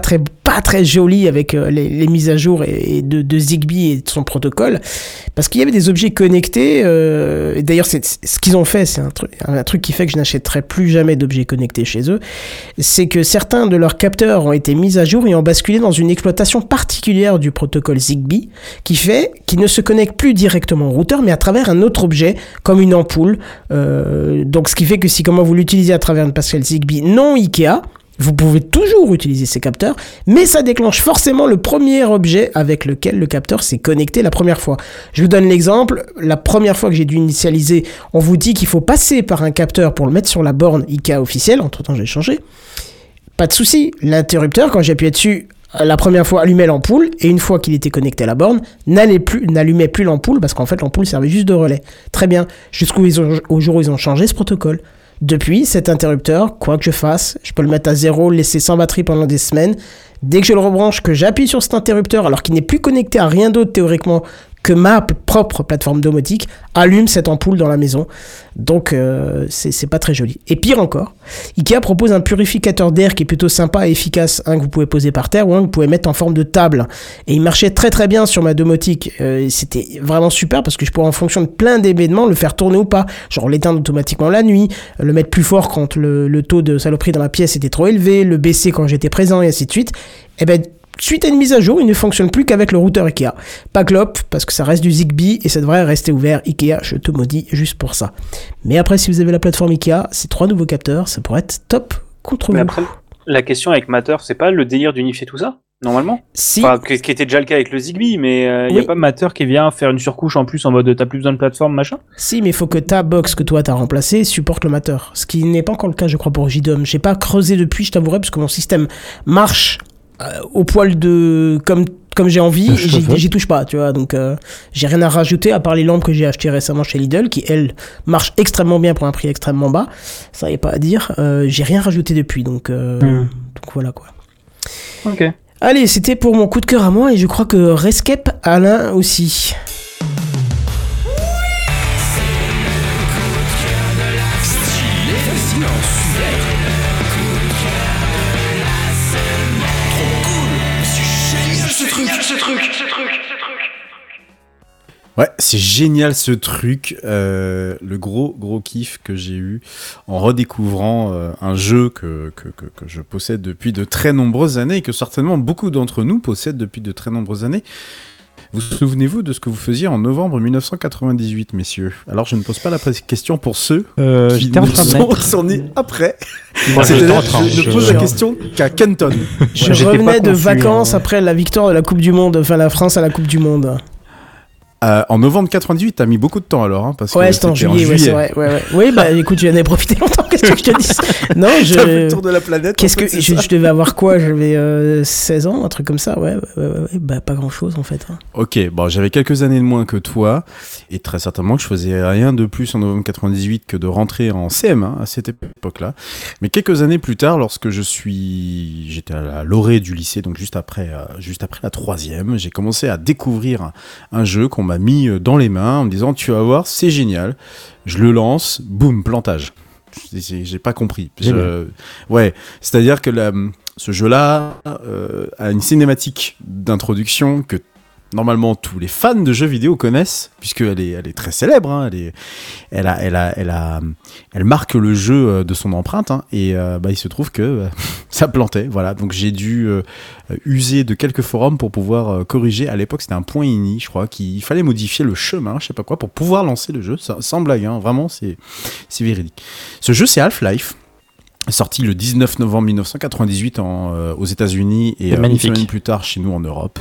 pas très joli avec euh, les, les mises à jour et, et de, de Zigbee et de son protocole, parce qu'il y avait des objets connectés. Euh, et d'ailleurs, c'est, c'est, ce qu'ils ont fait, c'est un truc, un truc qui fait que je n'achèterai plus jamais d'objets connectés chez eux. C'est que certains de leurs capteurs ont été mis à jour et ont basculé dans une exploitation particulière du protocole Zigbee, qui fait qu'ils ne se connectent plus directement au routeur, mais à travers un autre objet, comme une ampoule. Euh, donc, ce qui fait que si comment vous l'utilisez à travers une passerelle Zigbee non Ikea, vous pouvez toujours utiliser ces capteurs, mais ça déclenche forcément le premier objet avec lequel le capteur s'est connecté la première fois. Je vous donne l'exemple. La première fois que j'ai dû initialiser, on vous dit qu'il faut passer par un capteur pour le mettre sur la borne Ikea officielle. Entre-temps, j'ai changé. Pas de souci. L'interrupteur, quand j'appuyais dessus, la première fois, allumait l'ampoule, et une fois qu'il était connecté à la borne, n'allait plus, n'allumait plus l'ampoule, parce qu'en fait, l'ampoule servait juste de relais. Très bien. Jusqu'au jour où ils ont changé ce protocole. Depuis, cet interrupteur, quoi que je fasse, je peux le mettre à zéro, le laisser sans batterie pendant des semaines. Dès que je le rebranche, que j'appuie sur cet interrupteur, alors qu'il n'est plus connecté à rien d'autre théoriquement que ma p- propre plateforme domotique, allume cette ampoule dans la maison. Donc, euh, c'est, c'est pas très joli. Et pire encore, Ikea propose un purificateur d'air qui est plutôt sympa et efficace, un que vous pouvez poser par terre ou un que vous pouvez mettre en forme de table. Et il marchait très très bien sur ma domotique. Euh, c'était vraiment super parce que je pourrais, en fonction de plein d'événements, le faire tourner ou pas. Genre l'éteindre automatiquement la nuit, le mettre plus fort quand le, le taux de saloperie dans la pièce était trop élevé, le baisser quand j'étais présent et ainsi de suite. Et ben, suite à une mise à jour, il ne fonctionne plus qu'avec le routeur Ikea. Pas clope, parce que ça reste du Zigbee et ça devrait rester ouvert. Ikea, je te maudis juste pour ça. Mais après, si vous avez la plateforme Ikea, ces trois nouveaux capteurs, ça pourrait être top contre
Mais
vous.
après, la question avec Matter, c'est pas le délire d'unifier tout ça, normalement
Si,
Enfin, qui qui était déjà le cas avec le Zigbee, mais il euh,
Oui.
n'y a pas Matter qui vient faire une surcouche en plus en mode t'as plus besoin de plateforme, machin
si, mais il faut que ta box que toi t'as remplacée supporte le Matter. Ce qui n'est pas encore le cas, je crois, pour J D O M. J'ai pas creusé depuis, je t'avouerai, parce que mon système marche euh, au poil de... comme comme j'ai envie, et j'y, j'y touche pas, tu vois, donc euh, j'ai rien à rajouter à part les lampes que j'ai achetées récemment chez Lidl, qui elles marchent extrêmement bien pour un prix extrêmement bas, ça y est pas à dire, euh, j'ai rien rajouté depuis, donc, euh,
Mm.
donc voilà quoi.
Ok.
Allez, c'était pour mon coup de cœur à moi, et je crois que Rescape Alain aussi.
Ouais, c'est génial ce truc. Euh, le gros gros kiff que j'ai eu en redécouvrant euh, un jeu que, que, que, que je possède depuis de très nombreuses années et que certainement beaucoup d'entre nous possèdent depuis de très nombreuses années. Vous souvenez-vous de ce que vous faisiez en novembre mille neuf cent quatre-vingt-dix-huit, messieurs? Alors je ne pose pas la question pour ceux
Euh,
qui
J'étais en
nous
train de
sont,
mettre.
sont nés après.
Moi, j'étais
C'est-à-dire,
en train,
je ne
je-
pose la question qu'à Kenton.
Je
j'étais
revenais
pas
de
confus,
vacances
hein.
après la victoire de la Coupe du Monde, enfin la France à la Coupe du Monde.
Euh, en novembre quatre-vingt-dix-huit, t'as mis beaucoup de temps alors, hein, parce
Ouais,
que
c'était en juillet, ouais, c'est vrai. Ouais, ouais. Oui, bah écoute, j'en ai profité longtemps, qu'est-ce que je te dis? Non,
T'as fait le
je.
tour de la planète.
Qu'est-ce
en fait,
que.
c'est
Je,
ça
je devais avoir quoi? J'avais euh, seize ans, un truc comme ça, ouais, ouais, ouais, ouais, ouais. Bah pas grand chose en fait. Hein.
Ok, bon, j'avais quelques années de moins que toi, et très certainement que je faisais rien de plus en novembre quatre-vingt-dix-huit que de rentrer en C M un à cette époque-là. Mais quelques années plus tard, lorsque je suis, j'étais à la laurée du lycée, donc juste après, euh, juste après la troisième, j'ai commencé à découvrir un, un jeu qu'on m'a mis dans les mains en me disant tu vas voir, c'est génial. Je le lance, boum, plantage. J'ai, j'ai pas compris. Je... Ouais, c'est-à-dire que la, ce jeu-là euh, a une cinématique d'introduction que normalement tous les fans de jeux vidéo connaissent, puisqu'elle est, elle est très célèbre, hein, elle, est, elle, a, elle, a, elle, a, elle marque le jeu de son empreinte, hein, et euh, bah, il se trouve que euh, ça plantait, voilà. Donc j'ai dû euh, user de quelques forums pour pouvoir euh, corriger. À l'époque, c'était un point ini, je crois, qu'il fallait modifier le chemin, je sais pas quoi, pour pouvoir lancer le jeu, ça, sans blague, hein, vraiment, c'est, c'est véridique. Ce jeu, c'est Half-Life. Sorti le dix-neuf novembre mille neuf cent quatre-vingt-dix-huit en, euh, aux États-Unis et euh, une semaine plus tard chez nous en Europe.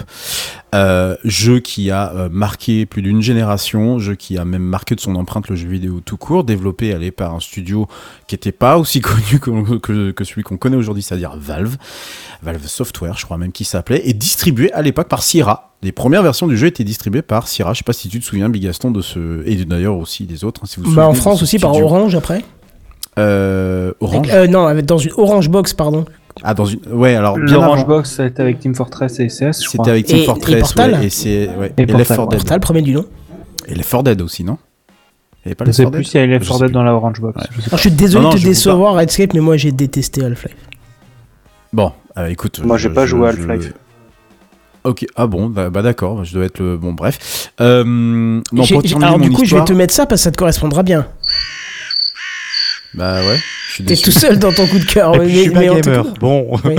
Euh, jeu qui a euh, marqué plus d'une génération, jeu qui a même marqué de son empreinte le jeu vidéo tout court, développé allé par un studio qui n'était pas aussi connu que, que, que celui qu'on connaît aujourd'hui, c'est-à-dire Valve, Valve Software, je crois même qu'il s'appelait, et distribué à l'époque par Sierra. Les premières versions du jeu étaient distribuées par Sierra. Je sais pas si tu te souviens, Bigaston, de ce, et d'ailleurs aussi des autres. Hein, si vous vous
Bah en
souvenez
France
de ce
aussi par
studio.
Orange après.
Euh, Orange.
Euh, non, avec- dans une Orange Box, pardon.
Ah, dans une. Ouais, alors. bien
L'Orange
avant.
Box, c'était avec Team Fortress et C S, je crois.
C'était avec Team
Et- et
Fortress,
Portal.
ouais, et c'est ouais,
Et
et Left
Portal,
four Dead.
Portal, premier du nom.
Et Left four Dead aussi, non? Il y avait pas
Je
Left
sais
four
plus
Dead.
s'il y a Left
Je
four
sais
Dead
plus.
dans la Orange Box.
Ouais.
Je sais
Alors, je suis désolé
Non, non,
de te
je vous
décevoir, Redscape, mais moi j'ai détesté Half-Life.
Bon, Euh, écoute,
Moi, j'ai
je-
pas
je-
joué à
je-
Half-Life.
Ok, ah bon, bah, bah d'accord, je dois être le... Bon, bref. Euh, non,
J'ai-
pour
j'ai-
terminer
alors
mon
du coup,
histoire...
je vais te mettre ça parce que ça te correspondra bien.
Bah ouais, je suis
T'es
déçu.
tout seul dans ton coup de cœur.
Et
mais-
puis, je suis pas
mais en tout
gamer.
cas-
Bon.
Oui.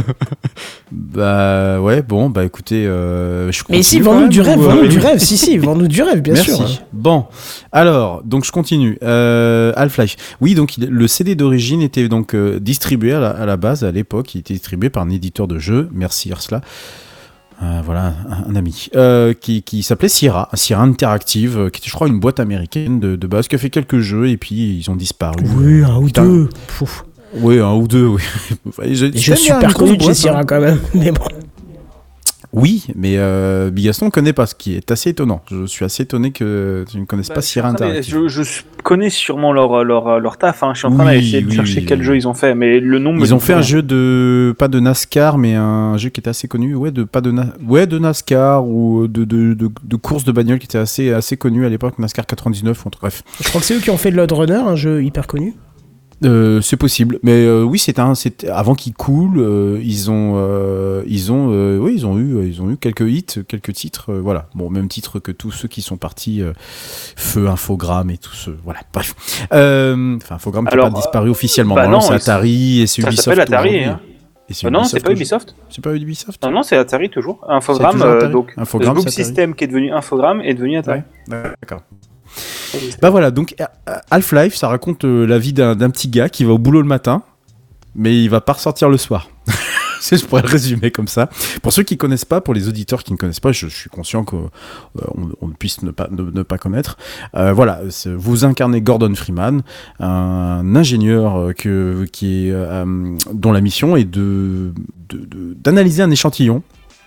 Bah ouais, bon, bah écoutez, euh, je
Mais si,
continue quand
vends-nous
même,
du rêve,
ou, euh,
vends-nous
oui,
du
oui.
rêve. Si, si, vends-nous du rêve, bien
Merci.
sûr.
Bon, alors, donc je continue. Euh, Half-Life. Oui, donc il- le C D d'origine était donc euh, distribué à la, à la base, à l'époque, il était distribué par un éditeur de jeux. Merci Ursula. Euh, voilà, un, un ami. Euh, qui qui s'appelait Sierra, Sierra Interactive, euh, qui était, je crois, une boîte américaine de, de base, qui a fait quelques jeux et puis ils ont disparu.
Oui, un ou
Putain.
deux. Pouf.
Oui, un ou deux, oui. je,
Et je suis super connu de chez Sierra quand même. Mais bon.
Oui, mais euh, Bigaston ne connaît pas, ce qui est assez étonnant. Je suis assez étonné que tu ne connaisses
Bah,
pas
je suis
Sierra
en train de-
Interactive.
Je, je connais sûrement leur, leur, leur taf. Hein. Je suis en train
Oui,
d'essayer de
oui,
chercher
oui,
quel
oui.
jeu ils ont fait, mais le nom me
Ils ont
dit
fait un
rien.
jeu de pas de NASCAR, mais un jeu qui était assez connu, ouais, de pas de Na- ouais de NASCAR ou de de, de, de course de bagnole qui était assez assez connu à l'époque, NASCAR quatre-vingt-dix-neuf. Bref,
Je crois que c'est eux qui ont fait Load Runner, un jeu hyper connu.
euh, c'est possible, mais euh, oui, c'était un, c'était avant qu'il coule, euh, ils ont euh, ils ont euh, oui ils ont eu ils ont eu quelques hits, quelques titres, euh, voilà, bon même titre que tous ceux qui sont partis, euh, Feu, Infogrames et tout ce voilà, bref, euh, enfin Infogrames qui n'a
Alors,
pas disparu officiellement,
bah
bon,
non,
c'est
ils-
Atari et c'est
Ça
Ubisoft
s'appelle Atari.
aujourd'hui.
Hein.
Et c'est
Euh, non,
Ubisoft
c'est pas
aujourd'hui.
Ubisoft.
C'est pas Ubisoft.
Non, non, c'est Atari toujours. Infogrames,
toujours
euh,
Atari.
donc
Infogrames,
le Book
c'est Atari.
System qui est devenu Infogrames est devenu Atari.
Ouais, d'accord. Bah voilà, donc euh, Half-Life, ça raconte euh, la vie d'un d'un petit gars qui va au boulot le matin, mais il va pas ressortir le soir. Je pourrais le résumer comme ça. Pour ceux qui connaissent pas, pour les auditeurs qui ne connaissent pas, je, je suis conscient qu'on euh, on puisse ne pas, ne, ne pas connaître. Euh, voilà, c'est- vous incarnez Gordon Freeman, un ingénieur euh, que, qui est, euh, dont la mission est de, de, de- d'analyser un échantillon.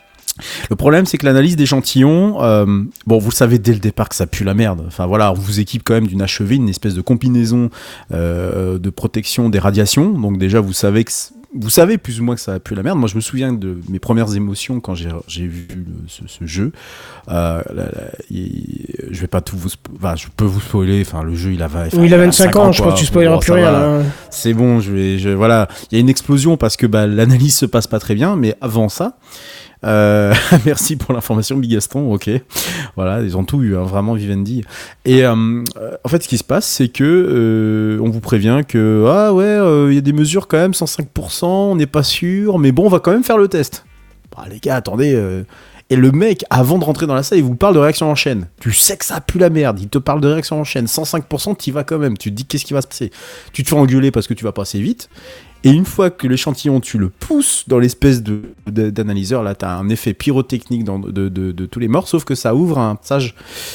Le problème, c'est que l'analyse d'échantillons, euh, bon, vous le savez dès le départ que ça pue la merde. Enfin voilà, on vous équipe quand même d'une H E V, une espèce de combinaison euh, de protection des radiations. Donc déjà, vous savez que c- vous savez plus ou moins que ça pue la merde. Moi, je me souviens de mes premières émotions quand j'ai j'ai vu le- ce, ce jeu. Euh, là, là, il- je vais pas tout vous, spo- enfin, je peux vous spoiler. Enfin, le jeu, il a vingt, enfin,
Oui, il a
il
vingt-cinq ans, je
quoi.
crois que tu spoileras
Bon,
plus
ça
rien.
va.
Là.
C'est bon, je vais, je, voilà. Il y a une explosion parce que bah, l'analyse se passe pas très bien, mais avant ça. Euh, merci pour l'information, Bigaston. Ok, voilà, ils ont tout eu, hein, vraiment Vivendi. Et euh, en fait, ce qui se passe, c'est que euh, on vous prévient que ah ouais, il euh, y a des mesures quand même, cent cinq pour cent, on n'est pas sûr, mais bon, on va quand même faire le test. Bah, les gars, attendez. Euh... Et le mec, avant de rentrer dans la salle, il vous parle de réaction en chaîne. Tu sais que ça pue la merde. Il te parle de réaction en chaîne. cent cinq pour cent, t'y vas quand même. Tu te dis qu'est-ce qui va se passer. Tu te fais engueuler parce que tu vas passer vite. Et une fois que l'échantillon, tu le pousses dans l'espèce de, de- d'analyseur, là, t'as un effet pyrotechnique dans, de, de, de, de tous les morts, sauf que ça ouvre un passage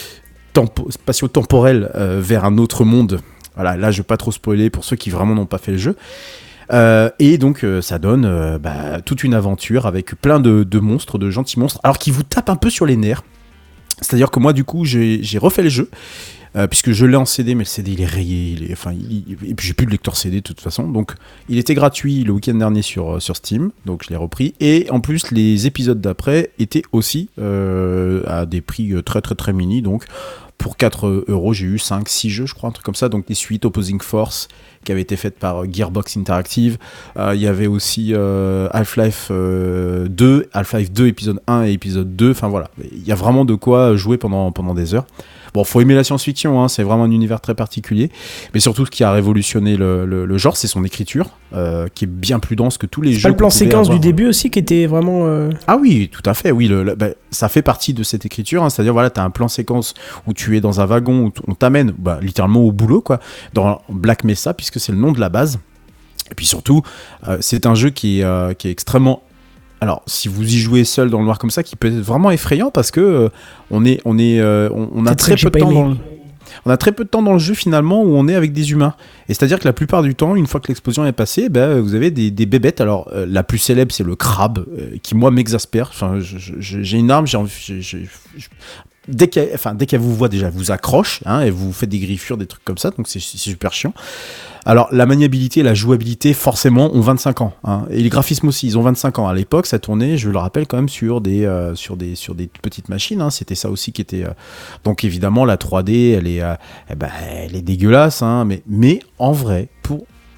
tempo, spatio-temporel euh, vers un autre monde. Voilà, là, je vais pas trop spoiler pour ceux qui vraiment n'ont pas fait le jeu. Euh, et donc, euh, ça donne euh, bah, toute une aventure avec plein de, de monstres, de gentils monstres, alors qui vous tapent un peu sur les nerfs. C'est-à-dire que moi, du coup, j'ai, j'ai refait le jeu. Euh, puisque je l'ai en C D, mais le C D il est rayé, il est, enfin, il, et puis j'ai plus de lecteur C D de toute façon, donc il était gratuit le week-end dernier sur, sur Steam, donc je l'ai repris, et en plus les épisodes d'après étaient aussi euh, à des prix très très très mini, donc pour quatre euros j'ai eu cinq six jeux je crois, un truc comme ça, donc des suites Opposing Force qui avaient été faites par Gearbox Interactive, il euh, y avait aussi euh, Half-Life euh, deux, Half-Life deux épisode un et épisode deux, enfin voilà, il y a vraiment de quoi jouer pendant, pendant des heures. Bon, faut aimer la science-fiction, hein, c'est vraiment un univers très particulier. Mais surtout, ce qui a révolutionné le, le, le genre, c'est son écriture, euh, qui est bien plus dense que tous les
C'est
jeux.
pas le plan
qu'on pouvait
séquence
avoir.
du début aussi qui était vraiment. euh,
Ah oui, tout à fait. Oui, le, le- bah, ça fait partie de cette écriture. Hein, c'est-à-dire, voilà, t'as un plan séquence où tu es dans un wagon, où t- on t'amène bah, littéralement au boulot, quoi, dans Black Mesa, puisque c'est le nom de la base. Et puis surtout, euh, c'est un jeu qui est, euh, qui est extrêmement. Alors, si vous y jouez seul dans le noir comme ça, qui peut être vraiment effrayant parce que euh, on est, on est, euh, on, on a
C'est
très
très
peu
que
de
j'ai
temps
pas
dans le... On a très peu de temps dans le jeu finalement où on est avec des humains. Et c'est-à-dire que la plupart du temps, une fois que l'explosion est passée, ben, vous avez des, des bébêtes. Alors, euh, la plus célèbre, c'est le crabe, euh, qui moi m'exaspère. Enfin, je- je- j'ai une arme, j'ai envie... j'ai- j'ai- je- Dès qu'elle, enfin, dès qu'elle vous voit déjà, elle vous accroche, hein, et vous fait des griffures, des trucs comme ça, donc c'est, c'est super chiant. Alors, la maniabilité et la jouabilité, forcément, ont vingt-cinq ans. Hein, et les graphismes aussi, ils ont vingt-cinq ans. À l'époque, ça tournait, je le rappelle, quand même sur des, euh, sur des, sur des petites machines. Hein, c'était ça aussi qui était... euh, Donc, évidemment, la trois D, elle est, euh, eh ben, elle est dégueulasse. Hein, mais, mais, en vrai, pour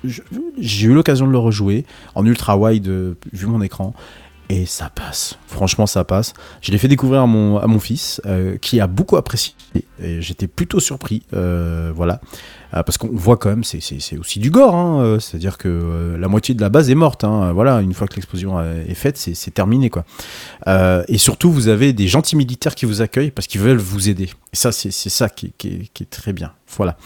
je, j'ai eu l'occasion de le rejouer en ultra wide, euh, vu mon écran. Et ça passe, franchement ça passe. Je l'ai fait découvrir à mon, à mon fils, euh, qui a beaucoup apprécié, et j'étais plutôt surpris, euh, voilà. Euh, parce qu'on voit quand même, c'est, c'est, c'est aussi du gore, hein, euh, c'est-à-dire que euh, la moitié de la base est morte, hein, voilà, une fois que l'explosion est faite, c'est, c'est terminé, quoi. Euh, et surtout, vous avez des gentils militaires qui vous accueillent parce qu'ils veulent vous aider. Et ça, c'est, c'est ça qui, qui, est, qui est très bien, voilà.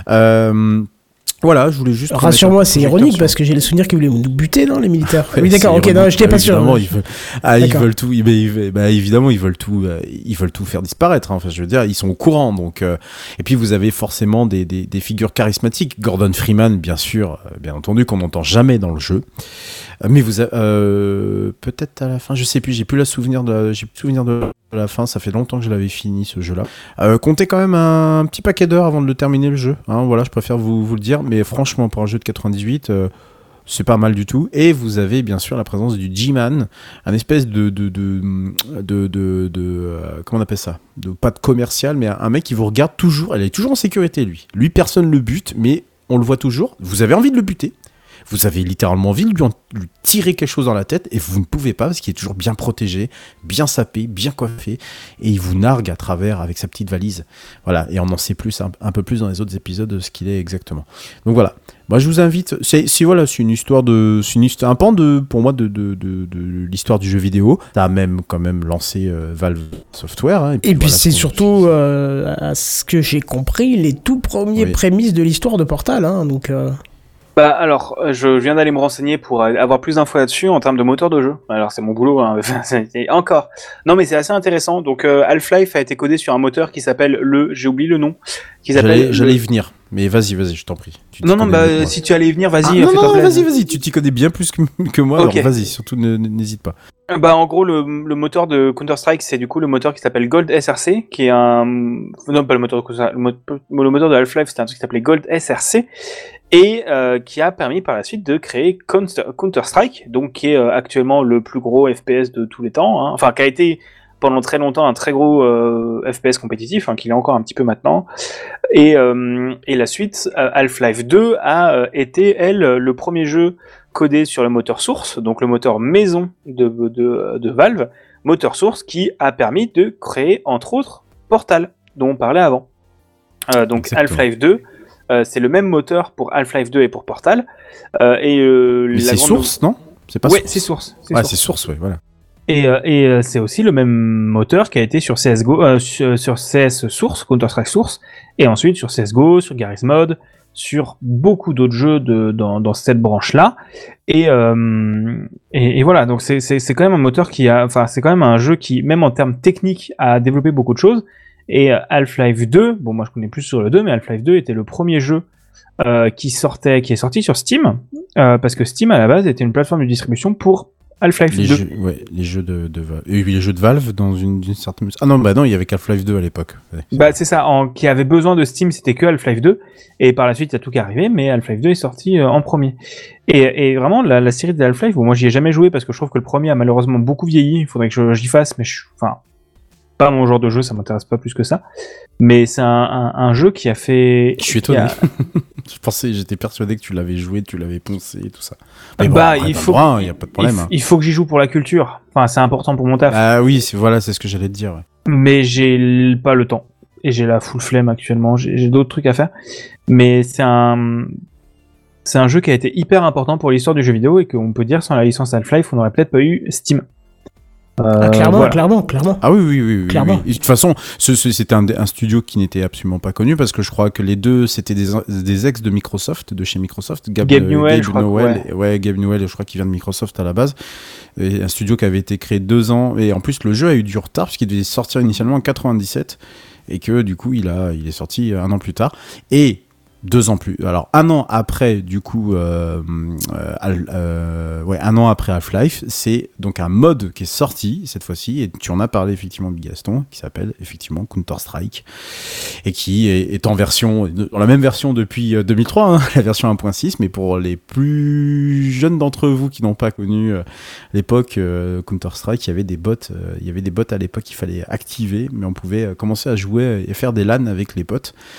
Euh, Voilà, je voulais juste.
Rassure-moi, c'est ironique parce que j'ai le souvenir qu'ils voulaient nous buter, non, les militaires.
Ouais,
oui, d'accord, ok, non, j'étais
ah,
pas sûr.
Évidemment, ils veulent, ah, ils veulent tout, ils, ils, bah, évidemment, ils veulent tout, euh, ils veulent tout faire disparaître. Hein. Enfin, je veux dire, ils sont au courant. Donc, euh, et puis vous avez forcément des, des, des figures charismatiques. Gordon Freeman, bien sûr, euh, bien entendu, qu'on n'entend jamais dans le jeu. Euh, mais vous, euh, peut-être à la fin, je sais plus, j'ai plus le souvenir de, j'ai plus le souvenir de la fin. Ça fait longtemps que je l'avais fini ce jeu-là. Euh, comptez quand même un, un petit paquet d'heures avant de le terminer le jeu. Hein, voilà, je préfère vous, vous le dire. Mais franchement, pour un jeu de quatre-vingt-dix-huit, euh, c'est pas mal du tout. Et vous avez bien sûr la présence du G-Man, un espèce de de de de, de, de euh, comment on appelle ça, de pas de commercial, mais un, un mec qui vous regarde toujours. Il est toujours en sécurité, lui. Lui, personne le bute, mais on le voit toujours. Vous avez envie de le buter. Vous avez littéralement envie de lui, en, lui tirer quelque chose dans la tête et vous ne pouvez pas parce qu'il est toujours bien protégé, bien sapé, bien coiffé et il vous nargue à travers avec sa petite valise. Voilà, et on en sait plus un, un peu plus dans les autres épisodes de ce qu'il est exactement. Donc voilà, moi je vous invite, c'est, c'est, voilà, c'est une histoire de, c'est une histoire, un pan de, pour moi de, de, de, de l'histoire du jeu vidéo. Ça a même quand même lancé euh, Valve Software. Hein, et puis,
et puis
voilà,
c'est surtout, euh, à ce que j'ai compris, les tout premiers oui. prémices de l'histoire de Portal. Hein, donc... Euh...
Bah alors, je viens d'aller me renseigner pour avoir plus d'infos là-dessus en termes de moteur de jeu. Alors c'est mon boulot, hein. Et encore. Non mais c'est assez intéressant. Donc euh, Half-Life a été codé sur un moteur qui s'appelle le, j'ai oublié le nom, qui s'appelle.
J'allais,
le...
j'allais y venir. Mais vas-y, vas-y, je t'en prie.
Tu non non bah euh, si tu allais y venir, vas-y.
Ah, non non, vas-y, vas-y. Tu t'y connais bien plus que, que moi. Okay. Alors vas-y, surtout ne, n'hésite pas.
Bah en gros le, le moteur de Counter-Strike c'est du coup le moteur qui s'appelle Gold S R C qui est un non pas le moteur de le, mo... le moteur de Half-Life c'était un truc qui s'appelait Gold S R C et euh, qui a permis par la suite de créer Counter-Strike donc qui est euh, actuellement le plus gros F P S de tous les temps hein. Enfin qui a été pendant très longtemps un très gros euh, F P S compétitif hein, qu'il est encore un petit peu maintenant et euh, et la suite euh, Half-Life deux a euh, été elle le premier jeu codé sur le moteur source, donc le moteur maison de, de, de Valve, moteur source qui a permis de créer entre autres Portal, dont on parlait avant. Euh, donc exactement. Half-Life deux, euh, c'est le même moteur pour Half-Life deux et pour Portal. Euh, et, euh,
Mais la c'est source, no... non
C'est pas ouais, source. c'est source.
C'est ouais, source. c'est source, ouais, voilà.
Et, euh, et euh, c'est aussi le même moteur qui a été sur C S G O, euh, sur, sur C S Source, Counter-Strike Source, et ensuite sur C S G O, sur Garry's Mod, sur beaucoup d'autres jeux de, dans, dans cette branche-là. Et, euh, et, et voilà, donc c'est, c'est, c'est quand même un moteur qui a, enfin, c'est quand même un jeu qui, même en termes techniques, a développé beaucoup de choses. Et Half-Life deux, bon, moi je connais plus sur le deux, mais Half-Life deux était le premier jeu euh, qui sortait, qui est sorti sur Steam, euh, parce que Steam à la base était une plateforme de distribution pour Half-Life
les
deux.
Jeux, ouais, les jeux de, de Valve. Et les jeux de Valve dans une, une certaine. Ah non, bah non, il y avait qu'Half-Life deux à l'époque. Ouais, c'est
bah, c'est ça, en, qui avait besoin de Steam, c'était que Half-Life deux. Et par la suite, il y a tout qui est arrivé, mais Half-Life deux est sorti euh, en premier. Et, et vraiment, la, la série de Half-Life, bon, moi j'y ai jamais joué parce que je trouve que le premier a malheureusement beaucoup vieilli. Il faudrait que je, j'y fasse, mais je, enfin, pas mon genre de jeu, ça m'intéresse pas plus que ça. Mais c'est un, un, un jeu qui a fait.
Je suis étonné.
A...
je pensais, j'étais persuadé que tu l'avais joué, tu l'avais poncé et tout ça. Mais
bah,
bon,
il faut.
Droit, y a pas de problème.
Il,
hein.
il faut que j'y joue pour la culture. Enfin, c'est important pour mon taf.
Ah oui, c'est, voilà, c'est ce que j'allais te dire. Ouais.
Mais j'ai pas le temps. Et j'ai la full flemme actuellement. J'ai, j'ai d'autres trucs à faire. Mais c'est un. C'est un jeu qui a été hyper important pour l'histoire du jeu vidéo et qu'on peut dire sans la licence Half-Life, on n'aurait peut-être pas eu Steam.
Euh, ah, clairement, voilà. clairement, clairement.
Ah oui, oui, oui. oui,
clairement.
oui. De toute façon, ce, ce, c'était un, un studio qui n'était absolument pas connu parce que je crois que les deux, c'était des, des ex de Microsoft, de chez Microsoft.
Gab, Gabe Newell,
Gabe
je crois.
Newell,
Que, ouais.
ouais, Gabe Newell, je crois qu'il vient de Microsoft à la base. Et un studio qui avait été créé deux ans. Et en plus, le jeu a eu du retard puisqu'il devait sortir initialement en quatre-vingt-dix-sept et que du coup, il a, il est sorti un an plus tard. Et Deux ans plus. Alors un an après, du coup, euh, euh, euh, ouais, un an après Half-Life, c'est donc un mode qui est sorti cette fois-ci, et tu en as parlé effectivement, Bigaston, qui s'appelle effectivement Counter-Strike, et qui est, est en version, dans la même version depuis deux mille trois, hein, la version un point six, mais pour les plus jeunes d'entre vous qui n'ont pas connu euh, l'époque euh, Counter-Strike, il y avait des bots, euh, il y avait des bots à l'époque qu'il fallait activer, mais on pouvait euh, commencer à jouer et faire des LAN avec les potes.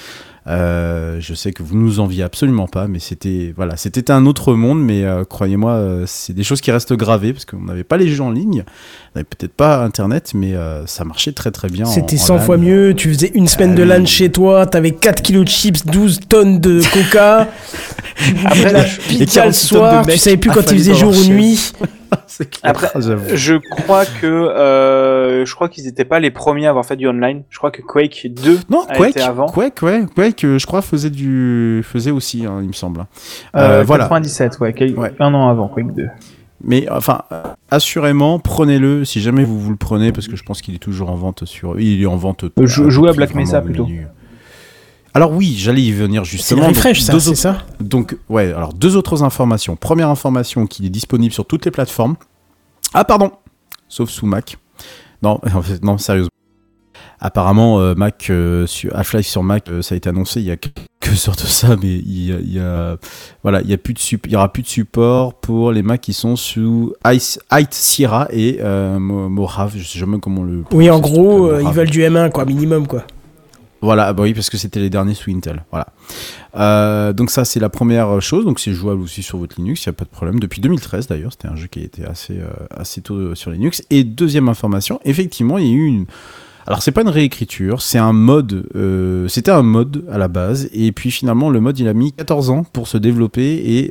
Euh, je sais que vous nous enviez absolument pas, mais c'était voilà, c'était un autre monde. Mais euh, croyez-moi, euh, c'est des choses qui restent gravées parce qu'on n'avait pas les jeux en ligne, on n'avait peut-être pas Internet, mais euh, ça marchait très très bien.
C'était
en, en
cent
LAN.
fois mieux. Tu faisais une semaine
Ah
de
oui.
LAN chez toi, t'avais quatre kilos de chips, douze tonnes de coca. Après la pizza le
quarante-six tonnes de
soir, tu
mecs
savais plus quand il
affalés
faisait
dans
jour
leur
ou
chaise.
nuit.
C'est clair.
Après,
Ah, j'avoue.
je crois que euh, je crois qu'ils n'étaient pas les premiers à avoir fait du online. Je crois que Quake deux
Non,
a
Quake,
été avant.
Quake, ouais, Quake, euh, je crois faisait du, faisait aussi, hein, il me semble.
Euh,
Euh, voilà.
quatre-vingt-dix-sept, ouais, quel-
Ouais.
un an avant Quake deux.
Mais enfin, euh, assurément, prenez-le si jamais vous vous le prenez, parce que je pense qu'il est toujours en vente sur. Il est en vente.
Euh, jou-
à
jouez à
prix
Black
vraiment
Mesa, plutôt.
menu. Alors oui, j'allais y venir
C'est
justement.
le
Donc,
refresh, ça,
deux
c'est
autres-
ça.
Donc ouais, alors deux autres informations. Première information qui est disponible sur toutes les plateformes. Ah pardon, sauf sous Mac. Non, en fait, non, sérieusement. Apparemment, euh, Mac, euh, sur Half-Life sur Mac, euh, ça a été annoncé il y a quelques heures de ça, mais il y a, il y a- voilà, il y a plus de sup- il y aura plus de support pour les Macs qui sont sous Ice, High Sierra et euh, Mo- Mojave. Je sais jamais comment le.
Oui, en
prononcer,
gros,
s'il te plaît,
euh, ils
Mojave.
veulent du M un, quoi, minimum, quoi.
Voilà, bah oui, parce que c'était les derniers sous Intel. Voilà. Euh, donc ça, c'est la première chose. Donc c'est jouable aussi sur votre Linux, il n'y a pas de problème. Depuis deux mille treize d'ailleurs, c'était un jeu qui était assez, euh, assez tôt sur Linux. Et deuxième information, effectivement, il y a eu une... Alors c'est pas une réécriture, c'est un mode, euh, c'était un mode à la base, et puis finalement le mode il a mis quatorze ans pour se développer et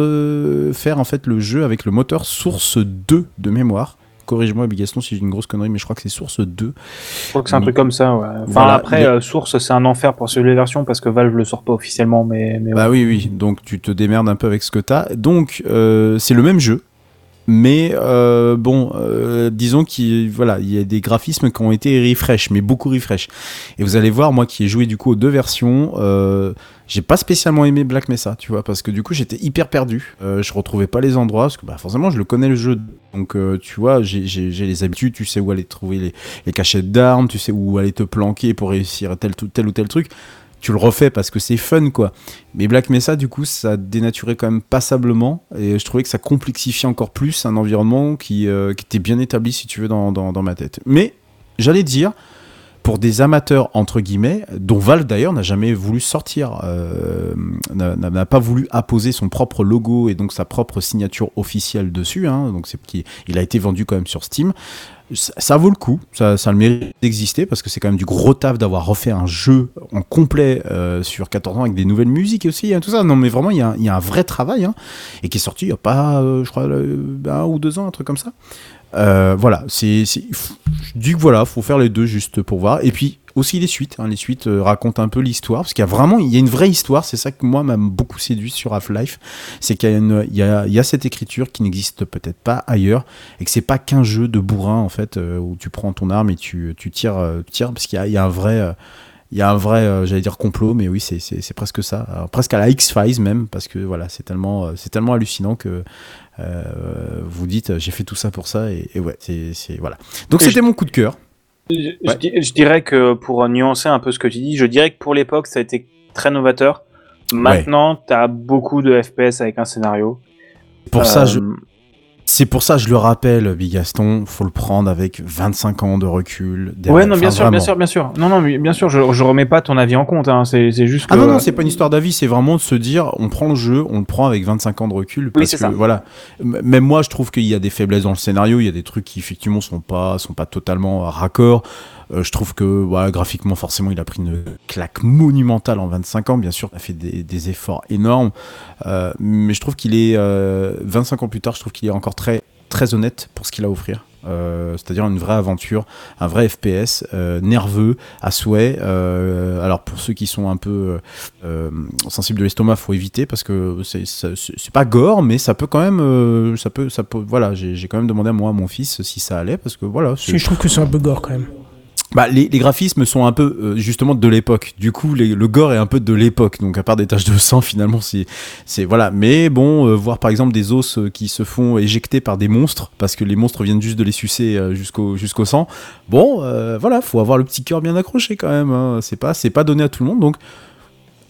refaire en fait le jeu avec le moteur Source deux de mémoire. Corrige-moi Bigaston si j'ai une grosse connerie, mais je crois que c'est Source deux.
Je crois que c'est un
Mais-
truc comme ça. Ouais. Enfin
Voilà,
après,
les-
euh, Source, c'est un enfer pour suivre les versions parce que Valve le sort pas officiellement, mais mais ouais.
Bah oui, oui, donc tu te démerdes un peu avec ce que t'as. Donc, euh, c'est le même jeu, mais euh, bon, euh, disons qu'il voilà, il y a des graphismes qui ont été refresh, mais beaucoup refresh. Et vous allez voir, moi qui ai joué du coup aux deux versions, euh, j'ai pas spécialement aimé Black Mesa, tu vois, parce que du coup j'étais hyper perdu. Euh, je retrouvais pas les endroits, parce que bah, forcément je le connais le jeu. Donc euh, tu vois, j'ai, j'ai, j'ai les habitudes, tu sais où aller trouver les, les cachettes d'armes, tu sais où aller te planquer pour réussir tel, tel ou tel truc. Tu le refais parce que c'est fun, quoi. Mais Black Mesa, du coup, ça dénaturait quand même passablement, et je trouvais que ça complexifiait encore plus un environnement qui, euh, qui était bien établi, si tu veux, dans, dans, dans ma tête. Mais, j'allais dire, pour des amateurs, entre guillemets, dont Valve d'ailleurs n'a jamais voulu sortir, euh, n'a, n'a pas voulu apposer son propre logo et donc sa propre signature officielle dessus, hein, donc c'est qui, il a été vendu quand même sur Steam. Ça, ça vaut le coup, ça, ça a le mérite d'exister parce que c'est quand même du gros taf d'avoir refait un jeu en complet euh, sur quatorze ans avec des nouvelles musiques aussi, hein, tout ça. Non, mais vraiment, il y a, il y a un vrai travail, hein, et qui est sorti il n'y a pas, euh, je crois, euh, un ou deux ans, un truc comme ça. Euh, voilà, c'est, c'est, je dis que voilà, faut faire les deux juste pour voir. Et puis aussi les suites, hein, les suites euh, racontent un peu l'histoire, parce qu'il y a vraiment, il y a une vraie histoire. C'est ça que moi m'a beaucoup séduit sur Half-Life, c'est qu'il y a, une, il y a, il y a cette écriture qui n'existe peut-être pas ailleurs, et que c'est pas qu'un jeu de bourrin en fait, euh, où tu prends ton arme et tu, tu tires, euh, tu tires, parce qu'il y a, il y a un vrai. Euh, Il y a un vrai, euh, j'allais dire complot, mais oui, c'est, c'est, c'est presque ça. Alors, presque à la X-Files même, parce que voilà, c'est tellement, euh, c'est tellement hallucinant que euh, vous dites, j'ai fait tout ça pour ça, et, et ouais, c'est, c'est, voilà. Donc
Et
c'était
je-
mon coup de cœur.
Je,
Ouais.
je di- je dirais que pour nuancer un peu ce que tu dis, je dirais que pour l'époque, ça a été très novateur. Maintenant, t'as beaucoup de F P S avec un scénario.
Pour ça,
Euh,
je, c'est pour ça, je le rappelle, Bigaston, faut le prendre avec vingt-cinq ans de recul. derrière.
Ouais, non, bien
Enfin,
sûr, bien
vraiment.
sûr, bien sûr. Non, non, mais bien sûr, je, je remets pas ton avis en compte. Hein. C'est, c'est juste que.
Ah non, non, c'est pas une histoire d'avis, c'est vraiment de se dire, on prend le jeu, on le prend avec vingt-cinq ans de recul. Parce
c'est
que,
ça.
voilà. M- Même moi, je trouve qu'il y a des faiblesses dans le scénario, il y a des trucs qui, effectivement, sont pas, sont pas totalement raccords. Euh, je trouve que, voilà, graphiquement, forcément, il a pris une claque monumentale en vingt-cinq ans. Bien sûr, il a fait des, des efforts énormes. Euh, mais je trouve qu'il est, euh, vingt-cinq ans plus tard, je trouve qu'il est encore très, très honnête pour ce qu'il a à offrir. Euh, c'est-à-dire une vraie aventure, un vrai F P S, euh, nerveux, à souhait. Euh, alors pour ceux qui sont un peu euh, sensibles de l'estomac, faut éviter parce que c'est, c'est, c'est pas gore, mais ça peut quand même, euh, ça peut, ça peut. Voilà, j'ai, j'ai quand même demandé à moi, à mon fils, si ça allait parce que voilà. c'est-
Si, je trouve que c'est un peu gore quand même.
Bah, les, les graphismes sont un peu euh, justement de l'époque. Du coup, les, le gore est un peu de l'époque. Donc, à part des taches de sang, finalement, c'est, c'est voilà. Mais bon, euh, voir par exemple des os euh, qui se font éjecter par des monstres parce que les monstres viennent juste de les sucer euh, jusqu'au jusqu'au sang. Bon, euh, voilà, faut avoir le petit cœur bien accroché quand même. Hein. C'est pas c'est pas donné à tout le monde. Donc,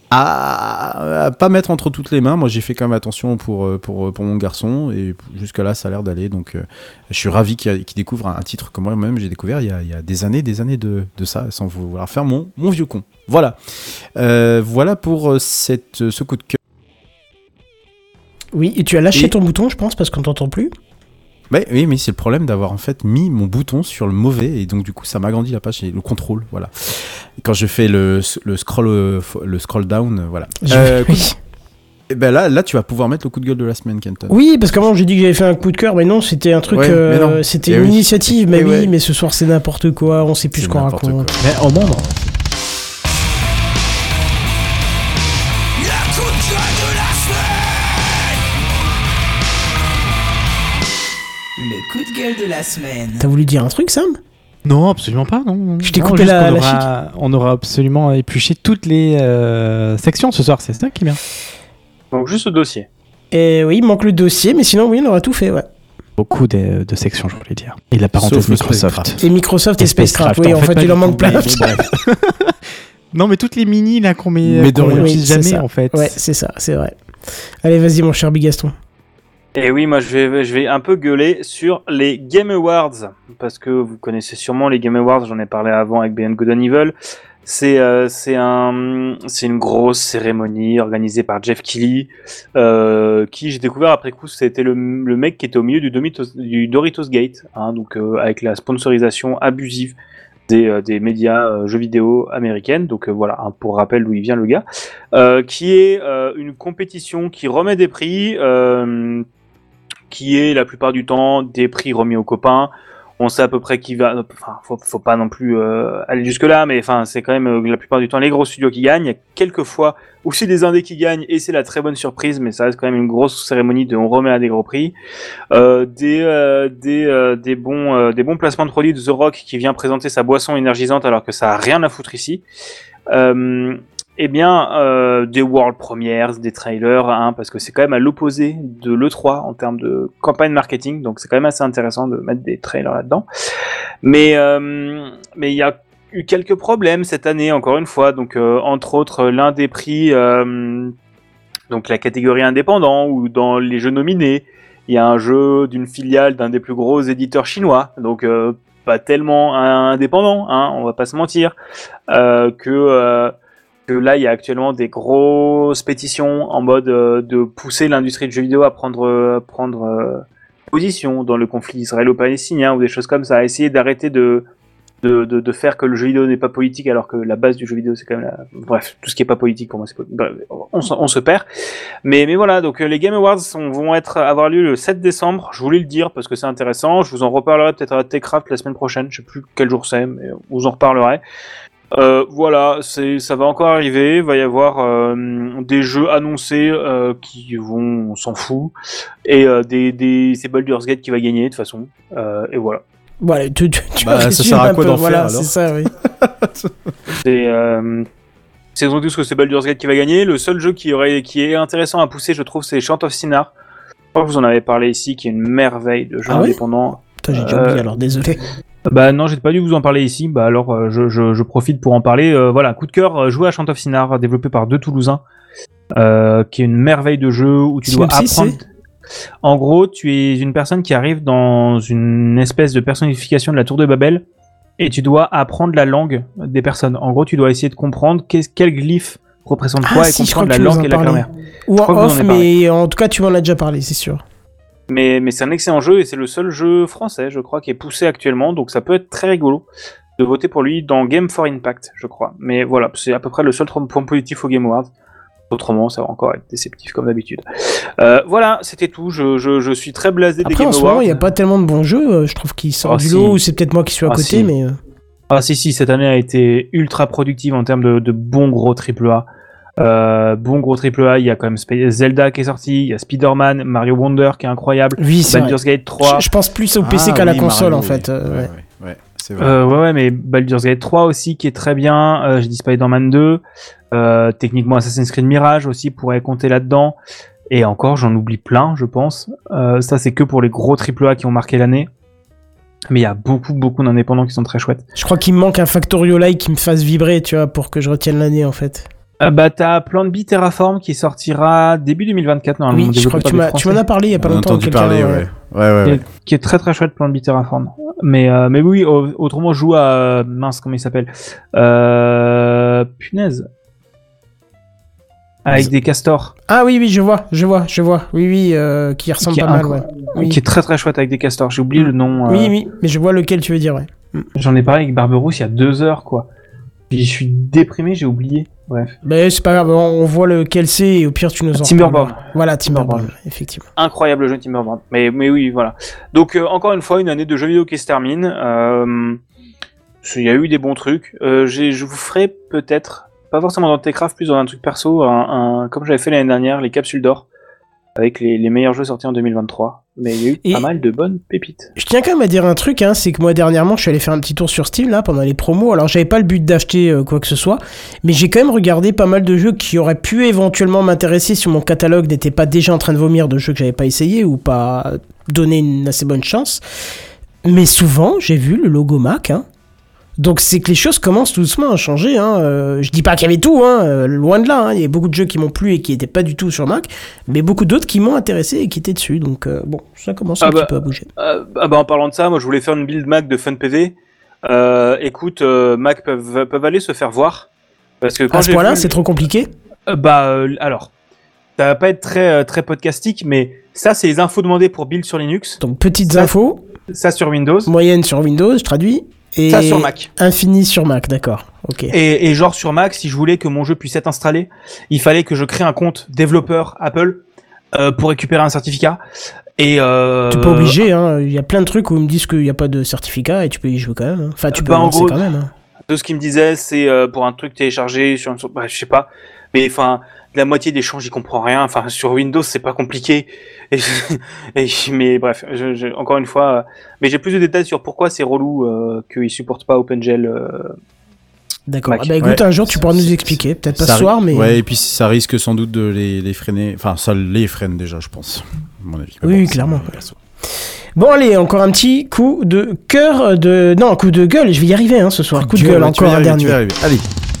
à, à pas mettre entre toutes les mains. Moi, j'ai fait quand même attention pour, pour, pour mon garçon, et jusque-là, ça a l'air d'aller. Donc, euh, je suis ravi qu'il, qu'il découvre un, un titre que moi-même j'ai découvert il y a, il y a des années, des années de, de ça, sans vouloir faire mon, mon vieux con. Voilà. Euh, voilà pour cette, ce coup de cœur.
Oui, et tu as lâché
et...
ton bouton, je pense, parce qu'on t'entend plus.
Bah, oui, mais c'est le problème d'avoir en fait mis mon bouton sur le mauvais, et donc du coup ça m'agrandit la page et le contrôle, voilà. Et quand je fais le, le scroll le scroll down, voilà. Euh,
oui.
Et ben là, là tu vas pouvoir mettre le coup de gueule de la semaine, Kenton.
Oui, parce qu'avant j'ai dit que j'avais fait un coup de cœur, mais non, c'était un truc,
ouais,
euh, c'était
et
une
oui.
initiative, mais
et
oui,
ouais.
mais ce soir c'est n'importe quoi, on sait plus
C'est
ce qu'on
n'importe
raconte.
quoi.
Mais au monde.
Le coup de gueule de la semaine.
T'as voulu dire un truc, Sam ?
Non, absolument pas, non.
Je t'ai
Non,
coupé
juste
la-
qu'on
la
aura, on aura absolument épluché toutes les euh, sections ce soir, c'est ça qui est bien.
Donc juste le dossier.
Et oui, il manque le dossier, mais sinon, oui, on aura tout fait, ouais.
Beaucoup de, de sections, je voulais dire. Et la parenthèse
Sauf le
Microsoft.
Et Microsoft et, Spacecraft, oui, en fait,
pas
il en
du
manque
tout,
plein.
mais bon, bref. Non, mais toutes les mini là qu'on met,
Mais de
qu'on
rien.
n'utilise
Oui, c'est
jamais
ça.
en fait.
Ouais, c'est ça, c'est vrai. Allez, vas-y, mon cher Bigaston.
Et oui, moi je vais, je vais un peu gueuler sur les Game Awards, parce que vous connaissez sûrement les Game Awards, j'en ai parlé avant avec Beyond Good and Evil. C'est euh, c'est un c'est une grosse cérémonie organisée par Jeff Keighley, euh, qui j'ai découvert après coup, c'était le, le mec qui était au milieu du Doritos, du Doritos Gate, hein, donc euh, avec la sponsorisation abusive des, euh, des médias euh, jeux vidéo américaines. Donc euh, voilà, hein, pour rappel d'où il vient le gars, euh, qui est euh, une compétition qui remet des prix. Euh, qui est la plupart du temps des prix remis aux copains. On sait à peu près qui va. Enfin, faut, faut pas non plus euh, aller jusque là, mais enfin, c'est quand même euh, la plupart du temps les gros studios qui gagnent. Il y a quelques fois aussi des indés qui gagnent, et c'est la très bonne surprise, mais ça reste quand même une grosse cérémonie de on remet à des gros prix. Euh, des euh, des euh, des bons euh, des bons placements de produits de The Rock qui vient présenter sa boisson énergisante alors que ça a rien à foutre ici. Euh, Eh bien, euh, des world premières, des trailers, hein, parce que c'est quand même à l'opposé de l'E trois en termes de campagne marketing, donc c'est quand même assez intéressant de mettre des trailers là-dedans. Mais euh, mais il y a eu quelques problèmes cette année, encore une fois. Donc euh, entre autres, l'un des prix, euh, donc la catégorie indépendant ou dans les jeux nominés, il y a un jeu d'une filiale d'un des plus gros éditeurs chinois, donc euh, pas tellement indépendant, hein, on va pas se mentir, euh, que euh, que là, il y a actuellement des grosses pétitions en mode euh, de pousser l'industrie du jeu vidéo à prendre, euh, prendre euh, position dans le conflit israélo-palestinien ou des choses comme ça, à essayer d'arrêter de, de, de, de faire que le jeu vidéo n'est pas politique alors que la base du jeu vidéo, c'est quand même la... Bref, tout ce qui est pas politique, pour moi, c'est pas... Bref, on, on se perd. Mais, mais voilà, donc les Game Awards sont, vont être, avoir lieu le sept décembre, je voulais le dire parce que c'est intéressant, je vous en reparlerai peut-être à Techcraft la semaine prochaine, je sais plus quel jour c'est, mais vous en reparlerai. Euh, voilà, c'est, ça va encore arriver. Il va y avoir euh, des jeux annoncés euh, qui vont, on s'en fout, et euh, des, des, c'est Baldur's Gate qui va gagner de toute façon. Euh, et voilà.
Voilà, tu, tu, tu
Bah, ça
résumes
sert à
un
quoi
peu,
d'en
voilà,
faire, alors
c'est ça, oui.
C'est, euh, c'est surtout ce que c'est Baldur's Gate qui va gagner. Le seul jeu qui aurait, qui est intéressant à pousser, je trouve, c'est Chant of Sinnar. Je crois que vous en avez parlé ici, qui est une merveille de jeu
Ah ouais
indépendant.
Putain, j'ai déjà
Euh,
oublié, alors désolé.
Bah non, j'ai pas dû vous en parler ici. Bah alors, euh, je, je, je profite pour en parler. Euh, voilà, coup de cœur, euh, jouer à Chant of Sinnar, développé par deux Toulousains, euh, qui est une merveille de jeu où tu dois
Synopsis,
apprendre. En gros, tu es une personne qui arrive dans une espèce de personnification de la Tour de Babel et tu dois apprendre la langue des personnes. En gros, tu dois essayer de comprendre qu'est- quel glyphe représente
Ah,
quoi
si,
et
je crois
comprendre
que
la
tu nous
langue
en
et la
parlais.
grammaire.
Ou
crois
en
que vous en
off,
avez parlé.
mais en tout cas, tu m'en as déjà parlé, c'est sûr.
Mais, mais c'est un excellent jeu et c'est le seul jeu français, je crois, qui est poussé actuellement. Donc ça peut être très rigolo de voter pour lui dans Game for Impact, je crois. Mais voilà, c'est à peu près le seul point positif au Game Awards. Autrement, ça va encore être déceptif comme d'habitude. Euh, voilà, c'était tout. Je, je, je suis très blasé des
Après,
Game
en ce
Awards.
moment, il n'y a pas tellement de bons jeux. euh, Je trouve qu'ils sortent
Ah,
du
si.
lot, ou c'est peut-être moi qui suis à
Ah,
côté,
si.
mais. euh,
Ah si si, cette année a été ultra productive en termes de, de bons gros triple A. Euh, bon gros triple A, il y a quand même Sp- Zelda qui est sorti, il y a Spider-Man, Mario Wonder qui est incroyable,
Oui, c'est vrai.
Baldur's Gate trois.
Je, je pense plus au P C
Ah
qu'à la
oui,
console,
Mario,
en
oui.
fait. euh,
Ouais,
ouais.
ouais, ouais, c'est vrai.
Euh, ouais ouais, mais Baldur's Gate trois aussi qui est très bien. Euh, j'ai dit Spider-Man deux. Euh, techniquement Assassin's Creed Mirage aussi pourrait compter là-dedans. Et encore, j'en oublie plein, je pense. Euh, ça c'est que pour les gros triple A qui ont marqué l'année. Mais il y a beaucoup beaucoup d'indépendants qui sont très chouettes.
Je crois qu'il me manque un Factorio-like qui me fasse vibrer, tu vois, pour que je retienne l'année, en fait.
Euh, bah, t'as Plan B Terraform qui sortira début deux mille vingt-quatre, normalement.
Oui, je crois que tu, m'as, tu m'en as parlé il y a pas
On a
longtemps.
entendu parler,
euh,
ouais. Ouais, ouais,
Qui
ouais.
est, qui est très très chouette, Plan B Terraform. Mais, euh, mais oui, au- autrement, je joue à, euh, mince, comment il s'appelle? Euh, punaise. Avec des castors.
Ah oui, oui, je vois, je vois, je vois. Oui, oui, euh, qui ressemble
Qui est
pas mal,
incro-
ouais. Oui.
Qui est très très chouette avec des castors. J'ai oublié le nom. euh,
Oui, oui, mais je vois lequel tu veux dire, ouais.
J'en ai parlé avec Barberousse il y a deux heures, quoi. Puis je suis déprimé, j'ai oublié. Bref.
Mais c'est pas grave, on on voit lequel c'est et au pire tu nous en
Timberborn.
reparleras. Voilà, Timberborn,
Timberborn.
effectivement.
Incroyable jeu Timberborn. Mais, mais oui, voilà. Donc, euh, encore une fois, une année de jeux vidéo qui se termine. Euh, Il y a eu des bons trucs. Euh, j'ai- je vous ferai peut-être, pas forcément dans Techcraft, plus dans un truc perso, un, un- comme j'avais fait l'année dernière, les capsules d'or, avec les, les meilleurs jeux sortis en deux mille vingt-trois. Mais il y a eu
Et-
pas mal de bonnes pépites.
Je tiens quand même à dire un truc, hein, c'est que moi dernièrement je suis allé faire un petit tour sur Steam là pendant les promos. Alors j'avais pas le but d'acheter euh, quoi que ce soit, mais j'ai quand même regardé pas mal de jeux qui auraient pu éventuellement m'intéresser si mon catalogue n'était pas déjà en train de vomir de jeux que j'avais pas essayé ou pas donné une assez bonne chance. Mais souvent j'ai vu le logo Mac, hein. Donc c'est que les choses commencent tout doucement à changer, hein. Euh, je dis pas qu'il y avait tout, hein, euh, loin de là, hein. Il y a beaucoup de jeux qui m'ont plu et qui étaient pas du tout sur Mac, mais beaucoup d'autres qui m'ont intéressé et qui étaient dessus. Donc euh, bon, ça commence un
Ah bah,
petit peu à bouger.
Euh, ah bah en parlant de ça, moi je voulais faire une build Mac de FunPV. Euh, écoute, euh, Mac peuvent, peuvent aller se faire voir. Parce que quand
À ce
j'ai
point-là,
vu-
c'est trop compliqué.
Euh, bah euh, alors, ça va pas être très, euh, très podcastique, mais ça c'est les infos demandées pour build sur Linux.
Donc petites
Ça,
infos,
Ça sur Windows,
moyenne sur Windows, je traduis, et
ça sur Mac.
infini sur Mac, d'accord. Ok.
Et, et genre sur Mac, si je voulais que mon jeu puisse être installé, il fallait que je crée un compte développeur Apple euh, pour récupérer un certificat. Et euh,
Tu peux pas obligé, hein. Il y a plein de trucs où ils me disent qu'il n'y a pas de certificat et tu peux y jouer quand même, hein. Enfin, tu peux
Bah, en
lancer
gros,
quand même, hein.
de ce qu'il me disait, c'est euh, pour un truc téléchargé sur une sorte, bah, je sais pas, mais enfin la moitié des champs j'y comprends rien. Enfin sur Windows c'est pas compliqué. Et, et mais bref, je, je, encore une fois, euh, mais j'ai plus de détails sur pourquoi c'est relou euh, qu'ils supportent pas OpenGL. Euh,
D'accord.
Mac.
Ah bah écoute,
Ouais.
un jour tu pourras nous expliquer, peut-être pas
Ça
ce soir,
ri-
mais
Ouais, et puis ça risque sans doute de les, les freiner. Enfin, ça les freine déjà, je pense. À mon avis. Mais
Oui,
c'est
clairement.
mon perso.
bon allez, encore un petit coup de cœur, de non, un coup de gueule. Je vais y arriver, hein, ce soir. Coup de gueule,
Ouais, tu vas
encore
y
un
arriver, tu
dernier.
vas y arriver. Allez.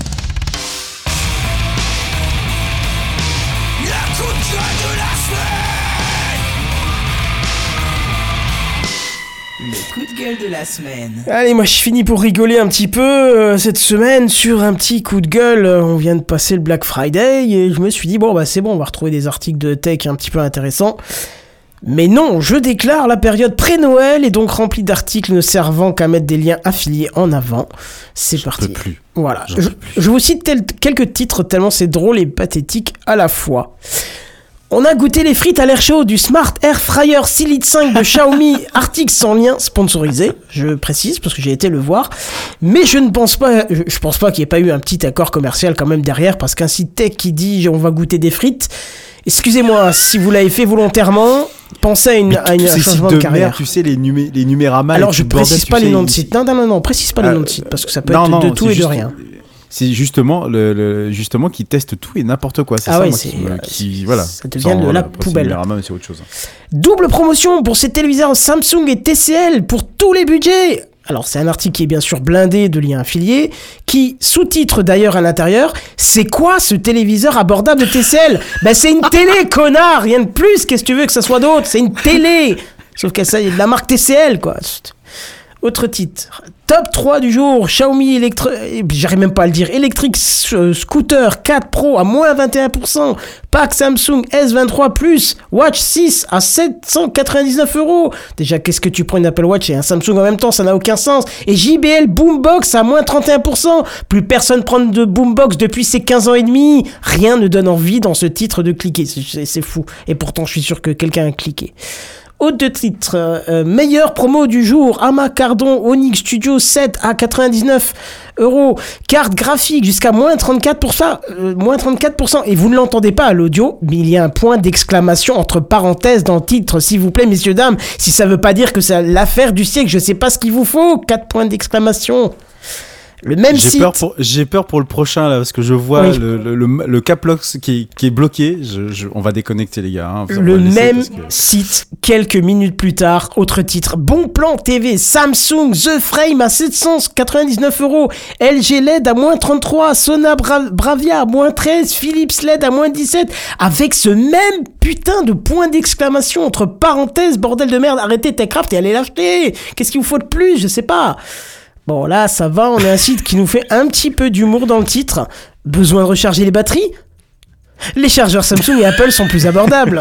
Le coup de gueule de la semaine.
Allez, moi je finis pour rigoler un petit peu euh, cette semaine sur un petit coup de gueule. Euh, On vient de passer le Black Friday et je me suis dit, bon, bah c'est bon, on va retrouver des articles de tech un petit peu intéressants. Mais non, je déclare la période pré-Noël est donc remplie d'articles ne servant qu'à mettre des liens affiliés en avant. C'est
Je peux
parti.
plus.
Voilà,
J'en
je,
peux plus.
je vous cite tel- quelques titres tellement c'est drôle et pathétique à la fois. On a goûté les frites à l'air chaud du Smart Air Fryer six litres cinq de Xiaomi, article sans lien sponsorisé, je précise parce que j'ai été le voir, mais je ne pense pas, je, je pense pas qu'il n'y ait pas eu un petit accord commercial quand même derrière, parce qu'un site tech qui dit on va goûter des frites, excusez-moi, si vous l'avez fait volontairement, pensez à, une,
Mais
à une-
tous
un
ces
changement
sites
de
de merde,
carrière.
tu sais, les, numé les numéramas.
Alors
et
je
tout le bordel,
précise
tu
pas
sais,
les noms de
ils-
sites, non, non, non, non, précise pas les
Euh,
noms de sites, parce que ça peut
non,
être
non,
de tout
c'est
et de
juste-
rien.
C'est justement le, le- justement qui teste tout et n'importe quoi. C'est
Ah
ça,
ouais,
moi,
c'est-
qui, me-
euh,
qui voilà.
ça devient
Sans-
de
voilà,
la
après, c'est
poubelle.
Numérama, mais c'est autre chose.
Double promotion pour ces téléviseurs Samsung et T C L pour tous les budgets. Alors c'est un article qui est bien sûr blindé de liens affiliés, qui sous-titre d'ailleurs à l'intérieur, c'est quoi ce téléviseur abordable de T C L? Ben c'est une télé, connard, rien de plus, qu'est-ce que tu veux que ça soit d'autre? C'est une télé. Sauf qu'elle c'est de la marque T C L, quoi. Autre titre. Top trois du jour, Xiaomi électro... J'arrive même pas à le dire. Electric euh, Scooter quatre Pro à moins vingt et un pour cent. Pack Samsung S vingt-trois Plus. Watch six à sept cent quatre-vingt-dix-neuf euros. Déjà, qu'est-ce que tu prends une Apple Watch et un Samsung en même temps? Ça n'a aucun sens. Et J B L Boombox à moins trente et un pour cent. Plus personne prend de Boombox depuis ses quinze ans et demi. Rien ne donne envie dans ce titre de cliquer. C'est, c'est fou. Et pourtant, je suis sûr que quelqu'un a cliqué. Autre titre, euh, meilleure promo du jour, Ama Cardon Onyx Studio sept à quatre-vingt-dix-neuf euros, carte graphique jusqu'à moins trente-quatre pour cent, euh, moins trente-quatre pour cent, et vous ne l'entendez pas à l'audio, mais il y a un point d'exclamation entre parenthèses dans le titre, s'il vous plaît, messieurs, dames, si ça veut pas dire que c'est l'affaire du siècle, je sais pas ce qu'il vous faut, quatre points d'exclamation. Le même
j'ai
site.
Peur pour, j'ai peur pour le prochain, là, parce que je vois
Oui.
le, le, le, le caplock qui est, qui est bloqué. Je, je, on va déconnecter, les gars. Hein.
Le même que... site, quelques minutes plus tard, autre titre. Bon plan T V, Samsung The Frame à sept cent quatre-vingt-dix-neuf euros, L G L E D à moins trente-trois, Sona Bra- Bravia à moins treize, Philips L E D à moins dix-sept, avec ce même putain de point d'exclamation entre parenthèses, bordel de merde, arrêtez Techcraft et allez l'acheter. Qu'est-ce qu'il vous faut de plus? Je sais pas. Bon, là, ça va, on a un site qui nous fait un petit peu d'humour dans le titre. Besoin de recharger les batteries? Les chargeurs Samsung et Apple sont plus abordables.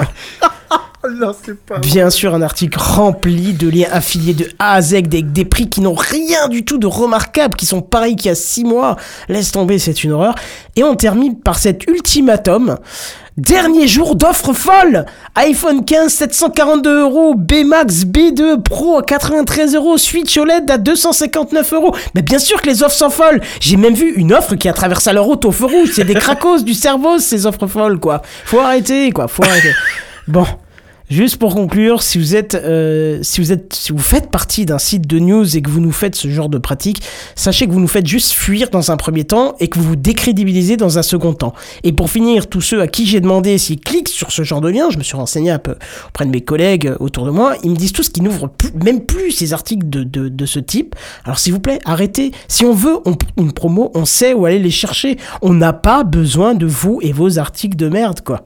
Non, c'est pas
Bien sûr, un article rempli de liens affiliés de A à Z avec des prix qui n'ont rien du tout de remarquable, qui sont pareils qu'il y a six mois. Laisse tomber, c'est une horreur. Et on termine par cet ultimatum. Dernier jour d'offre folle. iPhone quinze sept cent quarante-deux euros, B Max B deux Pro à quatre-vingt-treize euros, Switch O L E D à deux cent cinquante-neuf euros. Mais bien sûr que les offres sont folles. J'ai même vu une offre qui a traversé la route au feu rouge. C'est des cracos du cerveau, ces offres folles, quoi. Faut arrêter, quoi. Faut arrêter. Bon. Juste pour conclure, si vous êtes, euh, si vous êtes, si vous faites partie d'un site de news et que vous nous faites ce genre de pratique, sachez que vous nous faites juste fuir dans un premier temps et que vous vous décrédibilisez dans un second temps. Et pour finir, tous ceux à qui j'ai demandé s'ils cliquent sur ce genre de lien, je me suis renseigné un peu auprès de mes collègues autour de moi, ils me disent tous qu'ils n'ouvrent plus, même plus ces articles de, de, de ce type. Alors s'il vous plaît, arrêtez. Si on veut on, une promo, on sait où aller les chercher. On n'a pas besoin de vous et vos articles de merde, quoi.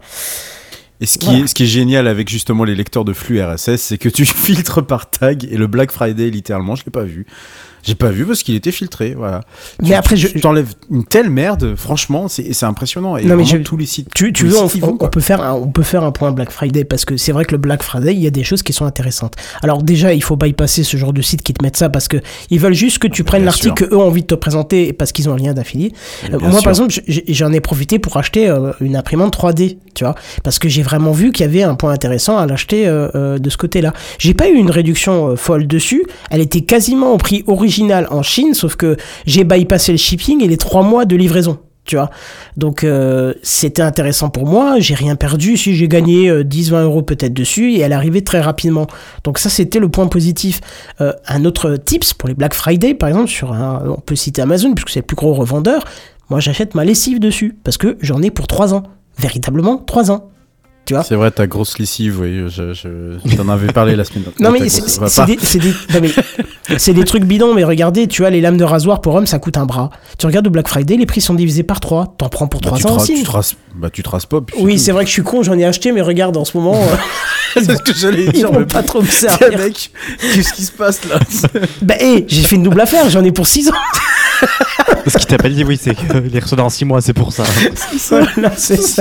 Et ce qui,
Voilà.
est, ce qui est génial avec justement les lecteurs de flux R S S, c'est que tu filtres par tag et le Black Friday, littéralement, je l'ai pas vu. J'ai pas vu parce qu'il était filtré, voilà.
Mais
tu,
après,
tu,
je-
tu t'enlèves une telle merde, franchement, c'est, c'est impressionnant. Et
Non, mais
vraiment,
je-
tous les sites.
Tu, tu
tous les
veux, on,
sites y vont,
on-
quoi.
on peut faire un, on peut faire un point Black Friday parce que c'est vrai que le Black Friday, il y a des choses qui sont intéressantes. Alors déjà, il faut bypasser ce genre de site qui te mettent ça parce que ils veulent juste que tu prennes
Bien
l'article
sûr.
que eux ont envie de te présenter parce qu'ils ont un lien d'affilié.
Bien
Euh, moi,
sûr.
par exemple, j- j'en ai profité pour acheter euh, une imprimante trois D, tu vois, parce que j'ai vraiment vu qu'il y avait un point intéressant à l'acheter euh, euh, de ce côté-là. J'ai pas eu une réduction euh, folle dessus. Elle était quasiment au prix original en Chine, sauf que j'ai bypassé le shipping et les trois mois de livraison. Tu vois, donc euh, c'était intéressant pour moi, j'ai rien perdu, si j'ai gagné euh, dix vingt euros peut-être dessus et elle arrivait très rapidement, donc ça c'était le point positif. Euh, un autre tips pour les Black Friday par exemple, sur un, on peut citer Amazon puisque c'est le plus gros revendeur, moi j'achète ma lessive dessus parce que j'en ai pour trois ans, véritablement trois ans. Tu vois,
C'est vrai, ta grosse lessive, oui, je, je, je t'en avais parlé la semaine dernière.
non mais
Ta
c'est
grosse-
c'est-
va
c'est
pas-
des, c'est des, non, mais c'est des trucs bidons, mais regardez, tu vois, les lames de rasoir pour hommes ça coûte un bras. Tu regardes au Black Friday, les prix sont divisés par trois, t'en prends pour
Bah,
trois
tu
ans
te ra-
aussi.
tu te rases- bah, tu te rases pas. puis
Oui,
tout.
c'est vrai que je suis con, j'en ai acheté, mais regarde, en ce moment, euh,
c'est ce que j'allais
ils
dire.
vont
mais
pas trop me
putain,
servir.
mec, qu'est-ce qui se passe là?
Bah, hé, j'ai fait une double affaire, j'en ai pour six ans.
Ce qui t'a pas dit, oui, c'est qu'il est reçu dans six mois, c'est pour ça.
Voilà, c'est ça.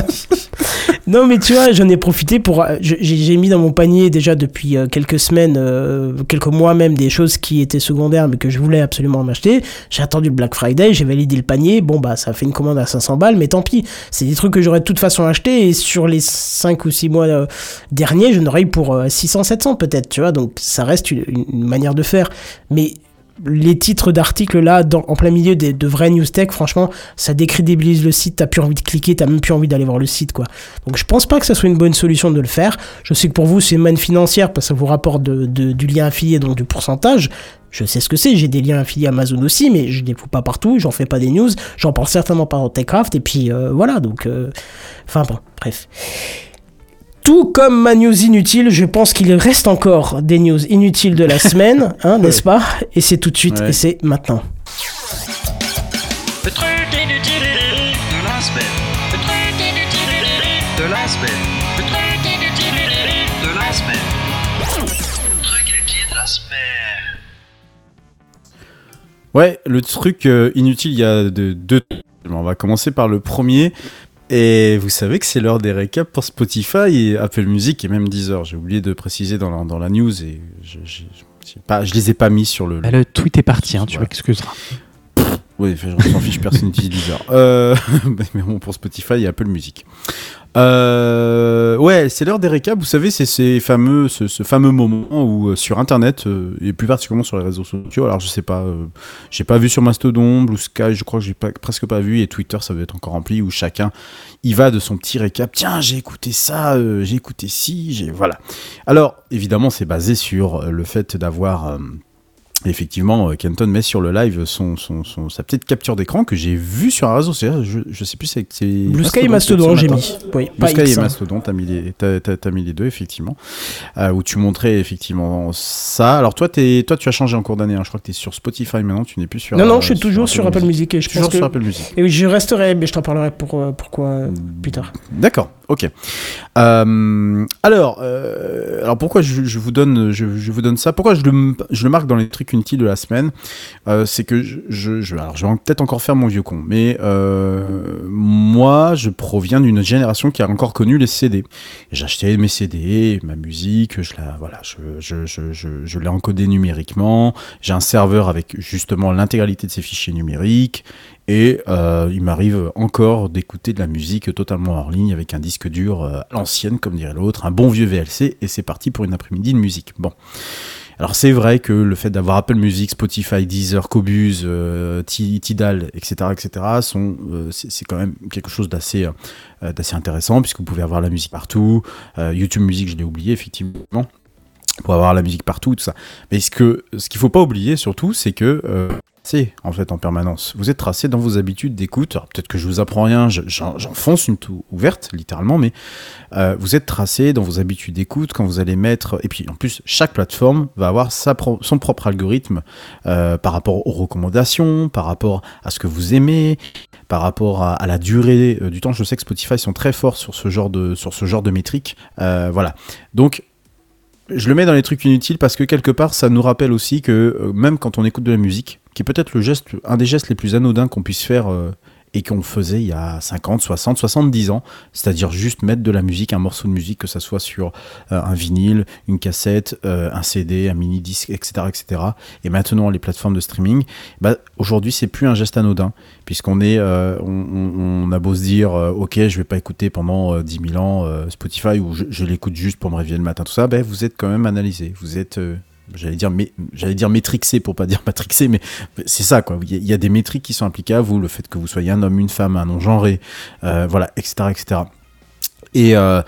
Non, mais tu vois, j'en ai profité pour. euh, je- J'ai j'ai mis dans mon panier déjà depuis euh, quelques semaines, euh, quelques mois même, des choses qui étaient secondaires, mais que je voulais absolument m'acheter. J'ai attendu le Black Friday, j'ai validé le panier. Bon, bah, ça fait une commande à cinq cents balles, mais tant pis. C'est des trucs que j'aurais de toute façon acheté, et sur les cinq ou six mois euh, derniers, je n'aurais eu pour euh, six cents, sept cents peut-être, tu vois. Donc, ça reste une, une manière de faire. Mais. Les titres d'articles là, dans, en plein milieu des, de vrais news tech, franchement, ça décrédibilise le site, t'as plus envie de cliquer, t'as même plus envie d'aller voir le site, quoi. Donc je pense pas que ça soit une bonne solution de le faire. Je sais que pour vous, c'est une manne financière parce que ça vous rapporte de, de, du lien affilié, donc du pourcentage. Je sais ce que c'est, j'ai des liens affiliés Amazon aussi, mais je les fous pas partout, j'en fais pas des news, j'en parle certainement pas en Techcraft, et puis euh, voilà, donc... euh, Enfin bon, bref. Tout comme ma news inutile, je pense qu'il reste encore des news inutiles de la semaine, hein, n'est-ce pas? Et c'est tout de suite,
Ouais.
et c'est maintenant.
Le truc inutile de la semaine. Le truc inutile de la semaine. Le truc inutile de la semaine. Le truc inutile de la semaine.
Ouais, le truc euh, inutile, il y a de- deux. On va commencer par le premier. Et vous savez que c'est l'heure des récaps pour Spotify et Apple Music et même Deezer. J'ai oublié de préciser dans la, dans la news et je, je, j'ai pas, je les ai pas mis sur le.
Bah, le tweet est parti, hein, tu
Voilà.
m'excuseras.
Oui, enfin, on s'en fiche, personne n'utilise Deezer. Euh, mais bon, pour Spotify et Apple Music. Euh, ouais, c'est l'heure des récaps. Vous savez, c'est ces fameux, ce, ce fameux moment où euh, sur Internet euh, et plus particulièrement sur les réseaux sociaux. Alors, je sais pas, euh, j'ai pas vu sur Mastodon, Blue Sky, je crois que j'ai pas, presque pas vu, et Twitter, ça doit être encore rempli où chacun y va de son petit récap. Tiens, j'ai écouté ça, euh, j'ai écouté ci, j'ai voilà. Alors, évidemment, c'est basé sur euh, le fait d'avoir euh, effectivement, Kenton met sur le live son, son, son, sa petite capture d'écran que j'ai vue sur un réseau. C'est, je, je sais plus, c'est. c'est
Blue Sky et Mastodon, j'ai mis. Oui,
Blue Sky
X,
et
hein.
Mastodon, t'as mis, les, t'as, t'as, t'as mis les deux, effectivement. Euh, où tu montrais effectivement ça. Alors, toi, t'es, toi tu as changé en cours d'année. Hein. Je crois que tu es sur Spotify maintenant, tu n'es plus sur.
Non, non,
euh,
je suis toujours sur Apple Music. Et je
toujours
pense que...
sur Apple Music.
Et oui, je resterai, mais je t'en parlerai pour, euh, pourquoi euh, plus tard.
D'accord, ok. Euh, alors, euh, alors pourquoi je, je vous donne, je, je vous donne ça? Pourquoi je le, je le marque dans les trucs inutiles de la semaine? Euh, c'est que je, je, je, alors je vais peut-être encore faire mon vieux con, mais euh, moi, je proviens d'une génération qui a encore connu les C D. J'achetais mes C D, ma musique, je la, voilà, je, je, je, je, je l'ai encodé numériquement. J'ai un serveur avec justement l'intégralité de ces fichiers numériques. Et euh, il m'arrive encore d'écouter de la musique totalement hors ligne avec un disque dur euh, à l'ancienne, comme dirait l'autre, un bon vieux V L C, et c'est parti pour une après-midi de musique. Bon. Alors c'est vrai que le fait d'avoir Apple Music, Spotify, Deezer, Qobuz, euh, Tidal, et cetera, et cetera, sont, euh, c'est, c'est quand même quelque chose d'assez, euh, d'assez intéressant, puisque vous pouvez avoir la musique partout. Euh, YouTube Music, je l'ai oublié, effectivement. Pour avoir la musique partout, tout ça. Mais ce que, ce qu'il faut pas oublier, surtout, c'est que euh, c'est en fait en permanence. Vous êtes tracé dans vos habitudes d'écoute. Alors, peut-être que je vous apprends rien, je, j'en, j'enfonce une toux ouverte, littéralement, mais euh, vous êtes tracé dans vos habitudes d'écoute quand vous allez mettre. Et puis en plus, chaque plateforme va avoir sa pro- son propre algorithme euh, par rapport aux recommandations, par rapport à ce que vous aimez, par rapport à, à la durée euh, du temps. Je sais que Spotify sont très forts sur ce genre de sur ce genre de métriques. Euh, voilà. Donc je le mets dans les trucs inutiles parce que quelque part ça nous rappelle aussi que euh, même quand on écoute de la musique, qui est peut-être le geste, un des gestes les plus anodins qu'on puisse faire euh, et qu'on faisait il y a cinquante, soixante, soixante-dix ans, c'est-à-dire juste mettre de la musique, un morceau de musique, que ça soit sur euh, un vinyle, une cassette, euh, un C D, un mini-disque, et cetera, et cetera. Et maintenant les plateformes de streaming, bah, aujourd'hui c'est plus un geste anodin, puisqu'on est, euh, on, on, on a beau se dire, euh, ok, je vais pas écouter pendant euh, dix mille ans euh, Spotify, ou je, je l'écoute juste pour me réveiller le matin, tout ça, bah, vous êtes quand même analysé, vous êtes... Euh, J'allais dire, mais, j'allais dire métrixé pour pas dire matrixé, mais c'est ça, quoi. Il y, a, il y a des métriques qui sont impliquées à vous, le fait que vous soyez un homme, une femme, un non-genré, euh, voilà, et cetera, et cetera. Et, euh,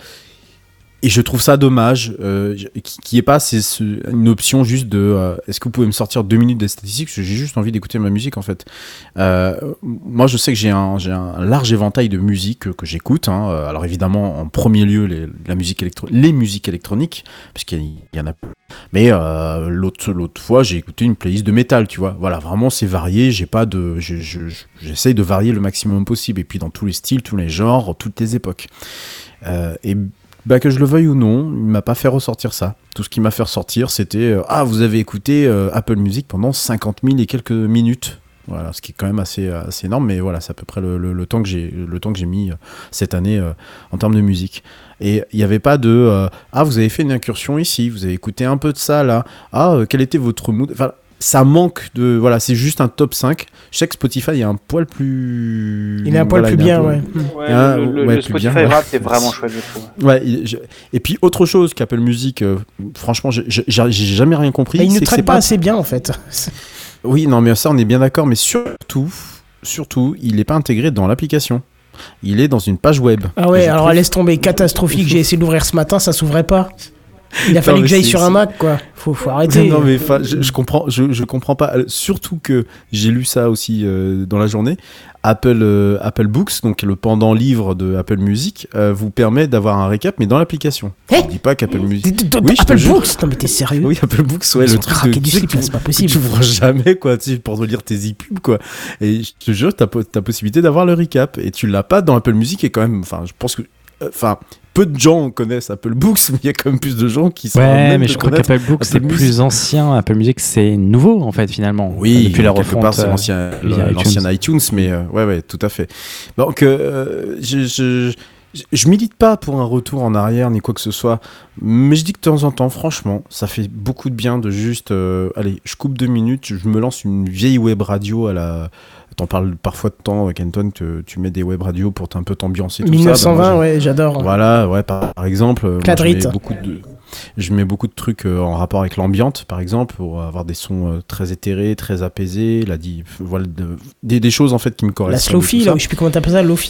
et je trouve ça dommage euh, qu'il n'y ait pas c'est, c'est une option juste de euh, est-ce que vous pouvez me sortir deux minutes des statistiques, parce que j'ai juste envie d'écouter ma musique en fait. Euh, moi je sais que j'ai un, j'ai un large éventail de musique que, que j'écoute, hein. Alors évidemment en premier lieu les, la musique électro- les musiques électroniques, puisqu'il y en a peu. Mais euh, l'autre, l'autre fois j'ai écouté une playlist de métal, tu vois. Voilà, vraiment c'est varié, j'ai pas de, je, je, j'essaye de varier le maximum possible, et puis dans tous les styles, tous les genres, toutes les époques. Euh, et bah, que je le veuille ou non, il m'a pas fait ressortir ça. Tout ce qui m'a fait ressortir, c'était euh, ah, vous avez écouté euh, Apple Music pendant cinquante mille et quelques minutes. Voilà, ce qui est quand même assez, assez énorme, mais voilà, c'est à peu près le, le, le, temps, que j'ai, le temps que j'ai mis euh, cette année euh, en termes de musique. Et il n'y avait pas de euh, ah, vous avez fait une incursion ici, vous avez écouté un peu de ça là, ah, euh, quel était votre mood. Enfin, ça manque de. Voilà, c'est juste un top cinq. Je sais que Spotify est un poil plus.
Il est un poil
voilà,
plus bien,
peu...
ouais.
Ouais,
ah,
le, le,
ouais,
le
plus
Spotify
bien,
Rap,
ouais.
c'est vraiment chouette, je trouve.
Ouais, il, je... Et puis, autre chose qu'Apple Music, euh, franchement, j'ai, j'ai, j'ai jamais rien compris.
Bah, il ne
c'est
traite
que c'est
pas,
pas
assez bien, en fait.
Oui, non, mais ça, on est bien d'accord, mais surtout, surtout, il n'est pas intégré dans l'application. Il est dans une page web.
Ah ouais,
je
alors
trouve...
laisse tomber, catastrophique. J'ai essayé d'ouvrir ce matin, ça s'ouvrait pas. Il a
Non,
fallu
mais
que j'aille
c'est-
sur un
c'est-
Mac, quoi. Faut, faut arrêter.
Non, mais je, je comprends, je, je comprends pas. Surtout que j'ai lu ça aussi euh, dans la journée. Apple, euh, Apple Books, donc le pendant livre de Apple Music, euh, vous permet d'avoir un récap, mais dans l'application.
Eh
Je dis pas qu'Apple Music.
D- d- d-
Oui, je te
Apple
jure.
Books. Non, mais t'es sérieux?
Oui, Apple Books, ouais,
Ils
le
ont
truc
craqué
de,
du
tu sais,
slip,
que
là,
tu-
c'est pas
que
possible.
tu ouvres jamais, quoi, tu sais, pour relire tes e-pubs, quoi. Et je te jure, t'as, po- t'as possibilité d'avoir le recap, et tu l'as pas dans Apple Music, et quand même, enfin, je pense que, enfin, peu de gens connaissent Apple Books, mais il y a quand même plus de gens qui sont
Ouais,
même
mais
de
je crois
connaître
qu'Apple Books
Apple
c'est
Music.
plus ancien. Apple Music c'est nouveau en fait finalement.
Oui,
depuis la
quelque
refonte.
part, c'est
euh,
l'ancien,
via
l'ancien iTunes, mais euh, ouais, ouais, tout à fait. Donc, euh, je, je, je, je milite pas pour un retour en arrière ni quoi que ce soit, mais je dis que de temps en temps, franchement, ça fait beaucoup de bien de juste, euh, allez, je coupe deux minutes, je me lance une vieille web radio à la. T'en parles parfois de temps, Kenton, que tu mets des web radios pour un peu t'ambiancer tout
mille neuf cent vingt,
ça. Ben, moi,
ouais, j'adore.
Voilà, ouais, par, par exemple, euh, moi, je
Cladrit.
mets beaucoup de, je mets beaucoup de trucs euh, en rapport avec l'ambiance, par exemple, pour avoir des sons euh, très éthérés, très apaisés, là, dit, voilà, de- des, des choses en fait qui me
La
correspondent.
Slofi,
tout
là,
ça.
je sais plus comment t'appelles ça, Lofi.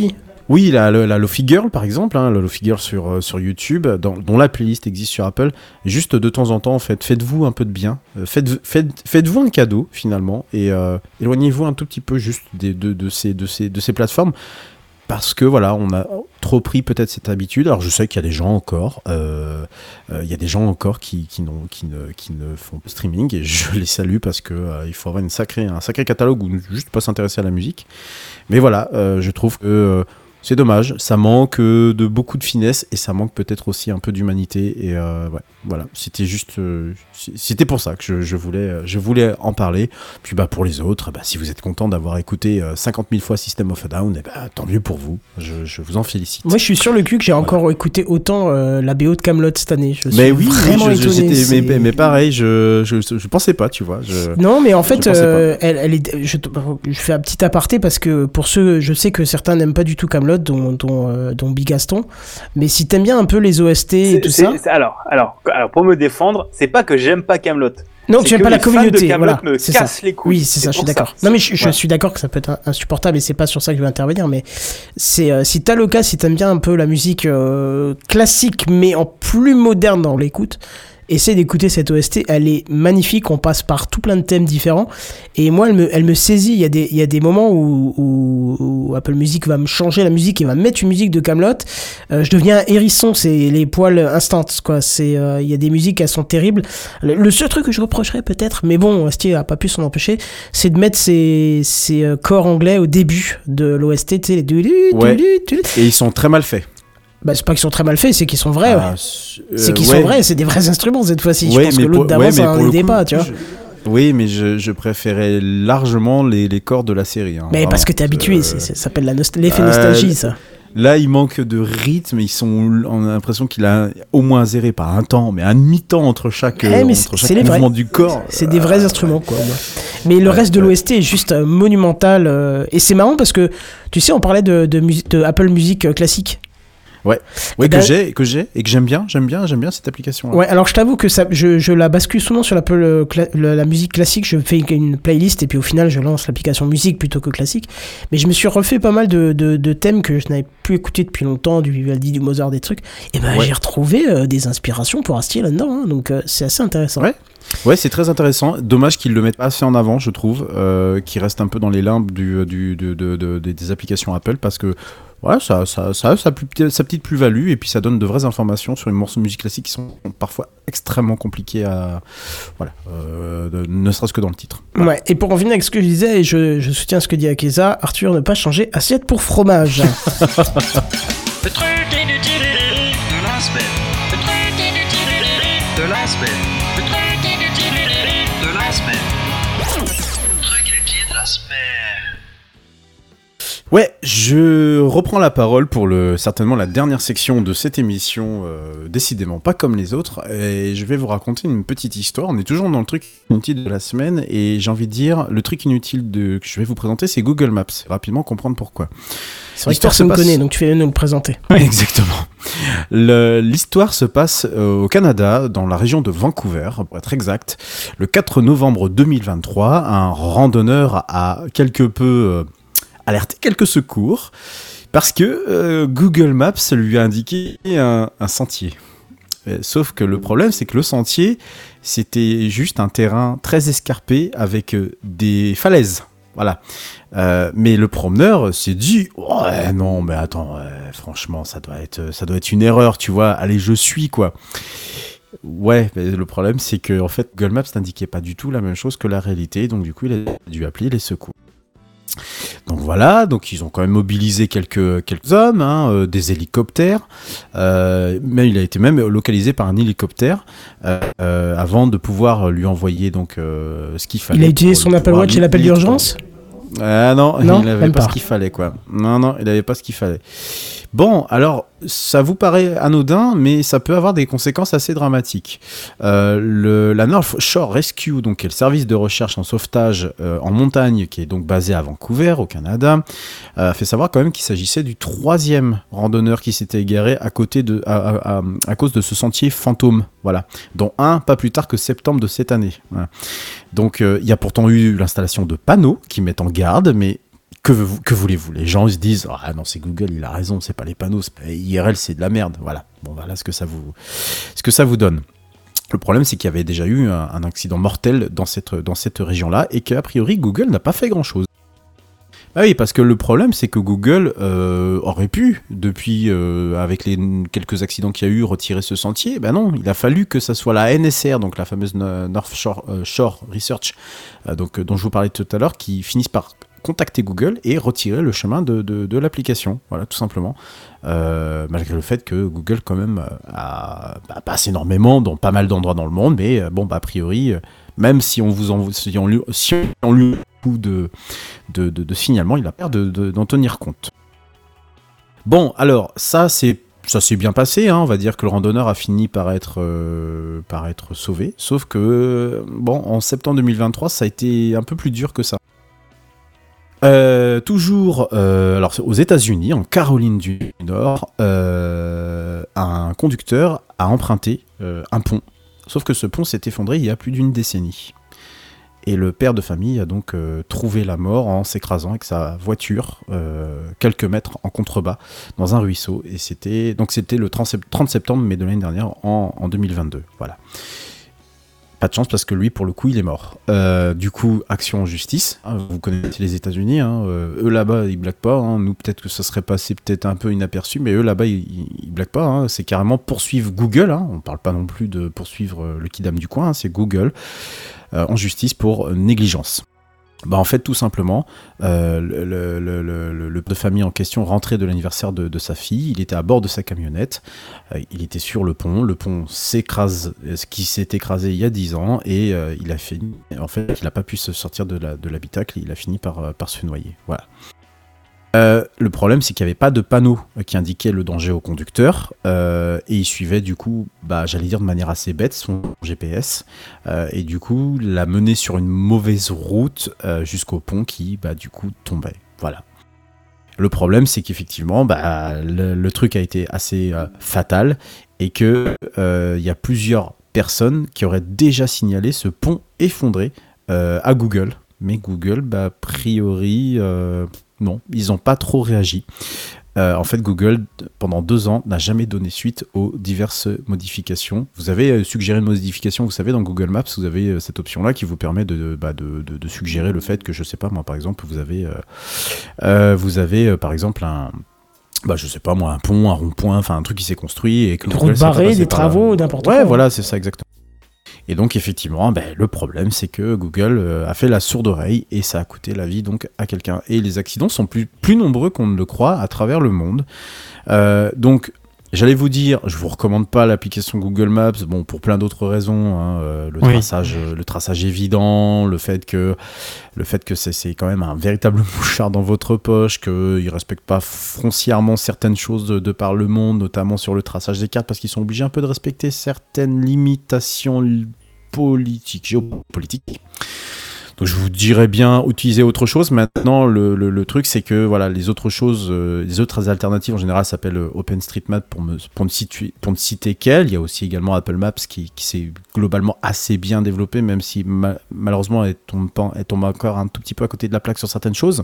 Oui, la, la, la Lo-Fi Girl, par exemple, hein, la Lo-Fi Girl sur, euh, sur YouTube, dans, dont la playlist existe sur Apple. Juste de temps en temps, en fait, faites-vous un peu de bien. Euh, faites, faites, faites-vous un cadeau, finalement, et euh, éloignez-vous un tout petit peu juste des, de, de, ces, de, ces, de ces plateformes. Parce que voilà, on a trop pris peut-être cette habitude. Alors je sais qu'il y a des gens encore, euh, euh, il y a des gens encore qui, qui, n'ont, qui, ne, qui ne font pas de streaming et je les salue parce que euh, il faut avoir une sacrée, un sacré catalogue ou juste pas s'intéresser à la musique. Mais voilà, euh, je trouve que euh, c'est dommage, ça manque euh, de beaucoup de finesse et ça manque peut-être aussi un peu d'humanité. Et euh, ouais, voilà, c'était juste, euh, c'était pour ça que je, je voulais, je voulais en parler. Puis bah pour les autres, bah, si vous êtes content d'avoir écouté euh, cinquante mille fois System of a Down, et bah, tant mieux pour vous. Je, je vous en félicite.
Moi, je suis sur le cul que j'ai
voilà.
encore écouté autant euh, la B O de Kaamelott cette année. Je suis
mais oui,
vraiment
oui, je,
étonné.
je, mais, mais, mais pareil, je, je, je pensais pas, tu vois. Je,
non, mais en fait, euh, elle, elle est. Je, je fais un petit aparté parce que pour ceux, je sais que certains n'aiment pas du tout Kaamelott, dont, dont, euh, dont Bigaston. Mais si t'aimes bien un peu les O S T
c'est,
et tout
c'est,
ça.
C'est, alors, alors, alors, pour me défendre, c'est pas que j'aime pas Kaamelott.
Non, tu n'aimes pas la communauté.
Voilà,
me
c'est casse
ça.
les couilles.
Oui, c'est, c'est ça, je suis d'accord.
Ça.
Non, mais je, je
ouais.
suis d'accord que ça peut être insupportable et c'est pas sur ça que je vais intervenir. Mais c'est, euh, si t'as le cas, si t'aimes bien un peu la musique euh, classique, mais en plus moderne dans l'écoute, essaie d'écouter cette O S T, elle est magnifique, on passe par tout plein de thèmes différents, et moi elle me, elle me saisit, il y a des, il y a des moments où, où, où Apple Music va me changer la musique et va me mettre une musique de Kaamelott, euh, je deviens un hérisson, c'est les poils instants, quoi, c'est, euh, il y a des musiques, elles sont terribles, le, le seul truc que je reprocherais peut-être, mais bon, O S T a pas pu s'en empêcher, c'est de mettre ces, ces euh, chors anglais au début de l'O S T, tu sais, les du, du,
ouais.
du, du, du.
Et ils sont très mal faits.
Bah, c'est pas qu'ils sont très mal faits, c'est qu'ils sont vrais. Ah, ouais. euh, c'est qu'ils ouais. sont vrais, c'est des vrais instruments cette fois-ci.
Ouais,
je pense que l'autre d'avant, ouais, ça en aidait pas, tu vois.
Je... Oui, mais je, je préférais largement les, les corps de la série. Hein,
mais vraiment. Parce que t'es habitué, euh... c'est, ça s'appelle la nost- l'effet euh... nostalgie, ça.
Là, il manque de rythme. Ils sont, on a l'impression qu'il a au moins zéré par un temps, mais un demi-temps entre chaque,
eh,
euh, entre chaque mouvement
vrais.
du corps.
C'est des vrais euh, instruments, ouais. quoi. Ouais. Mais le ouais, reste de ouais. l'O S T est juste euh, monumental. Euh, et c'est marrant parce que, tu sais, on parlait de, de, mus- de Apple Music euh, classique.
Ouais, ouais que ben, j'ai, que j'ai et que j'aime bien, j'aime bien, j'aime bien cette application.
Ouais, alors je t'avoue que ça, je, je la bascule souvent sur l'Apple, la, la musique classique. Je fais une playlist et puis au final je lance l'application musique plutôt que classique. Mais je me suis refait pas mal de, de, de thèmes que je n'avais plus écouté depuis longtemps, du Vivaldi, du Mozart, des trucs. Et ben ouais. j'ai retrouvé euh, des inspirations pour Astier là-dedans, hein, donc euh, c'est assez intéressant.
Ouais. Ouais, c'est très intéressant. Dommage qu'ils le mettent pas assez en avant, je trouve, euh, qu'ils restent un peu dans les limbes du, du, de, de, de, de, des applications Apple parce que. Ouais, ça, ça, ça a sa, sa petite plus-value et puis ça donne de vraies informations sur les morceaux de musique classique qui sont parfois extrêmement compliqués à. Voilà, euh, de, ne serait-ce que dans le titre. Voilà.
Ouais, et pour en finir avec ce que je disais, et je, je soutiens ce que dit Akeza, Arthur, ne pas changer assiette pour fromage.
Le truc inutile de la semaine. Le truc inutile de la semaine. Le truc inutile de la semaine. Le truc inutile de la semaine.
Ouais, je reprends la parole pour le, certainement la dernière section de cette émission, euh, décidément pas comme les autres, et je vais vous raconter une petite histoire. On est toujours dans le truc inutile de la semaine, et j'ai envie de dire, le truc inutile de, que je vais vous présenter, c'est Google Maps. Rapidement comprendre pourquoi.
C'est vrai que personne ne passe... connaît, donc tu fais nous le présenter.
Exactement. Le, l'histoire se passe euh, au Canada, dans la région de Vancouver, pour être exact. Le quatre novembre deux mille vingt-trois, un randonneur a quelque peu... Euh, alerté quelques secours parce que euh, Google Maps lui a indiqué un, un sentier. Euh, sauf que le problème, c'est que le sentier, c'était juste un terrain très escarpé avec euh, des falaises. Voilà. Euh, mais le promeneur s'est dit ouais, non, mais attends, euh, franchement, ça doit être, ça doit être une erreur, tu vois. Allez, je suis quoi. Ouais, mais le problème, c'est que en fait, Google Maps n'indiquait pas du tout la même chose que la réalité. Donc, du coup, il a dû appeler les secours. Donc voilà, donc ils ont quand même mobilisé quelques, quelques hommes, hein, euh, des hélicoptères, euh, mais il a été même localisé par un hélicoptère euh, euh, avant de pouvoir lui envoyer donc euh, ce qu'il fallait.
Il a utilisé son Apple Watch et l'appel d'urgence ?
Ah non,
non,
il n'avait pas, pas ce qu'il fallait quoi. Non, non, il n'avait pas ce qu'il fallait. Bon, alors, ça vous paraît anodin, mais ça peut avoir des conséquences assez dramatiques. Euh, le, la North Shore Rescue, donc, qui est le service de recherche en sauvetage euh, en montagne, qui est donc basé à Vancouver, au Canada, euh, fait savoir quand même qu'il s'agissait du troisième randonneur qui s'était égaré à, côté de, à, à, à, à cause de ce sentier fantôme, voilà, dont un pas plus tard que septembre de cette année. Voilà. Donc, il euh, y a pourtant eu l'installation de panneaux qui mettent en garde, mais que, que voulez-vous? Les gens ils se disent ah non, c'est Google, il a raison, c'est pas les panneaux, c'est pas... I R L c'est de la merde. Voilà. Bon voilà ce que ça vous, ce que ça vous donne. Le problème, c'est qu'il y avait déjà eu un, un accident mortel dans cette, dans cette région-là et qu'a priori, Google n'a pas fait grand-chose. Ah oui, parce que le problème, c'est que Google euh, aurait pu, depuis, euh, avec les quelques accidents qu'il y a eu, retirer ce sentier. Ben non, il a fallu que ça soit la N S R, donc la fameuse North Shore, euh, Shore Research, euh, donc, euh, dont je vous parlais tout à l'heure, qui finissent par contacter Google et retirer le chemin de, de, de l'application. Voilà, tout simplement. Euh, malgré le fait que Google, quand même, a, bah, passe énormément dans pas mal d'endroits dans le monde, mais bon, bah, a priori, même si on vous envoie, si on lui, si on lui coup de, de, de, de signalement, il a peur de, de, d'en tenir compte. Bon, alors, ça, c'est ça s'est bien passé, hein, on va dire que le randonneur a fini par être, euh, par être sauvé, sauf que, bon, en septembre deux mille vingt-trois, ça a été un peu plus dur que ça. Euh, toujours euh, alors aux États-Unis, en Caroline du Nord, euh, un conducteur a emprunté euh, un pont, sauf que ce pont s'est effondré il y a plus d'une décennie. Et le père de famille a donc euh, trouvé la mort en s'écrasant avec sa voiture euh, quelques mètres en contrebas dans un ruisseau. Et c'était donc c'était le trente septembre mais de l'année dernière en, en deux mille vingt-deux. Voilà. Pas de chance parce que lui, pour le coup, il est mort. Euh, du coup, action en justice. Hein, vous connaissez les États-Unis. Hein, euh, eux là-bas, ils blaguent pas. Hein, nous, peut-être que ça serait passé peut-être un peu inaperçu, mais eux là-bas, ils, ils, ils blaguent pas. Hein, c'est carrément poursuivre Google. Hein, on parle pas non plus de poursuivre euh, le kidam du coin. Hein, c'est Google euh, en justice pour euh, négligence. Bah en fait, tout simplement, euh, le, le, le, le, le père de famille en question rentrait de l'anniversaire de, de sa fille, il était à bord de sa camionnette, euh, il était sur le pont, le pont s'écrase, ce qui s'est écrasé il y a dix ans, et euh, il a fini, en fait, il n'a pas pu se sortir de, la, de l'habitacle, il a fini par, par se noyer, voilà. Euh, le problème, c'est qu'il n'y avait pas de panneau qui indiquait le danger au conducteur, euh, et il suivait du coup, bah, j'allais dire de manière assez bête, son G P S, euh, et du coup l'a mené sur une mauvaise route euh, jusqu'au pont qui, bah, du coup, tombait. Voilà. Le problème, c'est qu'effectivement, bah, le, le truc a été assez euh, fatal, et que euh, il y a plusieurs personnes qui auraient déjà signalé ce pont effondré euh, à Google, mais Google, bah, a priori. Euh, Non, ils n'ont pas trop réagi. Euh, en fait, Google, pendant deux ans, n'a jamais donné suite aux diverses modifications. Vous avez suggéré une modification, vous savez, dans Google Maps, vous avez cette option-là qui vous permet de, bah, de, de, de suggérer le fait que, je sais pas, moi, par exemple, vous avez, euh, euh, vous avez euh, par exemple, un... Bah, je sais pas, moi, un pont, un rond-point, enfin, un truc qui s'est construit et que...
Une route barrée, des travaux, n'importe quoi.
Ouais, voilà, c'est ça, exactement. Et donc effectivement, ben, le problème c'est que Google euh, a fait la sourde oreille et ça a coûté la vie donc à quelqu'un. Et les accidents sont plus, plus nombreux qu'on ne le croit à travers le monde. Euh, donc j'allais vous dire, je vous recommande pas l'application Google Maps, bon pour plein d'autres raisons, hein, euh, le, oui. traçage, le traçage évident, le fait que, le fait que c'est, c'est quand même un véritable mouchard dans votre poche, qu'il ne respecte pas foncièrement certaines choses de, de par le monde, notamment sur le traçage des cartes, parce qu'ils sont obligés un peu de respecter certaines limitations politiques, géopolitiques. Donc je vous dirais bien utiliser autre chose. Maintenant, le, le, le truc, c'est que voilà, les autres choses, euh, les autres alternatives en général s'appellent OpenStreetMap pour, me, pour, ne situer, pour ne citer qu'elle. Il y a aussi également Apple Maps qui, qui s'est globalement assez bien développé, même si ma, malheureusement elle tombe, pas, elle tombe encore un tout petit peu à côté de la plaque sur certaines choses.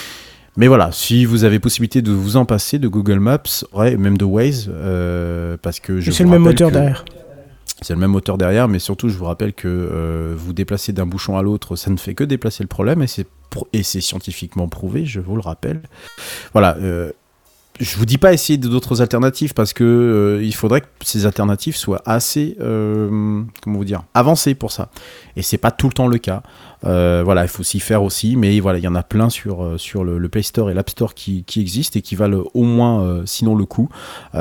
Mais voilà, si vous avez possibilité de vous en passer de Google Maps, ouais, même de Waze, euh, parce que je
c'est
vous
le même moteur
que...
derrière.
C'est le même moteur derrière, mais surtout, je vous rappelle que euh, vous déplacer d'un bouchon à l'autre, ça ne fait que déplacer le problème, et c'est, pro- et c'est scientifiquement prouvé, je vous le rappelle. Voilà, euh, je vous dis pas essayer d'autres alternatives, parce que euh, il faudrait que ces alternatives soient assez, euh, comment vous dire, avancées pour ça. Et c'est pas tout le temps le cas. Euh, voilà, il faut s'y faire aussi, mais voilà, il y en a plein sur, euh, sur le, le Play Store et l'App Store qui, qui existent et qui valent au moins, euh, sinon le coup.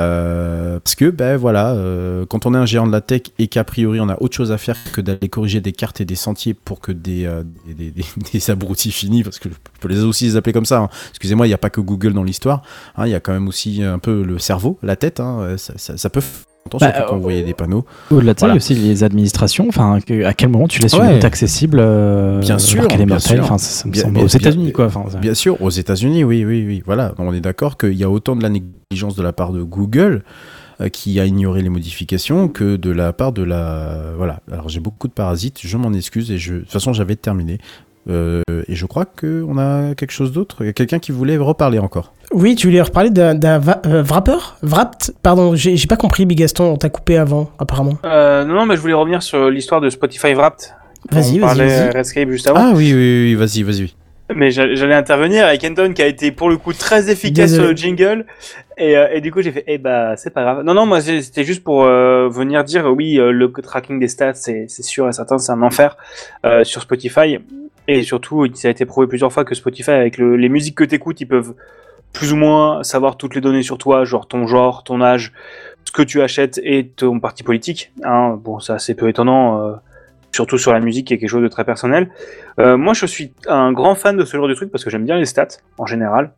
Euh, parce que, ben voilà, euh, quand on est un géant de la tech et qu'a priori on a autre chose à faire que d'aller corriger des cartes et des sentiers pour que des, euh, des, des, des abrutis finis, parce que je peux les aussi les appeler comme ça, hein. Excusez-moi, il n'y a pas que Google dans l'histoire, hein, il y a quand même aussi un peu le cerveau, la tête, hein, ça, ça, ça peut... Bah, surtout quand vous voyez des panneaux.
Au-delà de ça, voilà. Il y a aussi les administrations. Enfin, que, à quel moment tu laisses ouais. une route accessible euh,
Bien sûr,
qu'elle est
bien
mortelle.
sûr.
Enfin, ça, ça me
bien,
semble
bien,
aux États-Unis,
bien,
quoi. Enfin,
bien sûr, aux États-Unis, oui, oui, oui. Voilà, on est d'accord qu'il y a autant de la négligence de la part de Google euh, qui a ignoré les modifications que de la part de la. Voilà. Alors j'ai beaucoup de parasites, je m'en excuse et je. De toute façon, j'avais terminé. Euh, et je crois qu'on a quelque chose d'autre. Il y a quelqu'un qui voulait reparler encore.
Oui, tu voulais reparler d'un, d'un va- euh, Wrapper Wrapped Pardon, j'ai, j'ai pas compris, Bigaston, on t'a coupé avant, apparemment.
Euh, non, non, mais je voulais revenir sur l'histoire de Spotify Wrapped.
Vas-y,
On
vas-y,
parlait
vas-y.
Redscape juste avant.
Ah oui, oui, oui, vas-y, vas-y.
Mais j'a- j'allais intervenir avec Anton qui a été pour le coup très efficace
Désolé.
sur le jingle et, euh, et du coup j'ai fait eh bah c'est pas grave. Non non moi c'est- c'était juste pour euh, venir dire oui euh, le tracking des stats c'est c'est sûr et certain c'est un enfer euh, sur Spotify et surtout ça a été prouvé plusieurs fois que Spotify avec le, les musiques que t'écoutes ils peuvent plus ou moins savoir toutes les données sur toi, genre ton genre, ton âge, ce que tu achètes et ton parti politique. Hein. Bon ça c'est peu étonnant. Euh, surtout sur la musique qui est quelque chose de très personnel. Euh, moi, je suis un grand fan de ce genre de truc parce que j'aime bien les stats en général.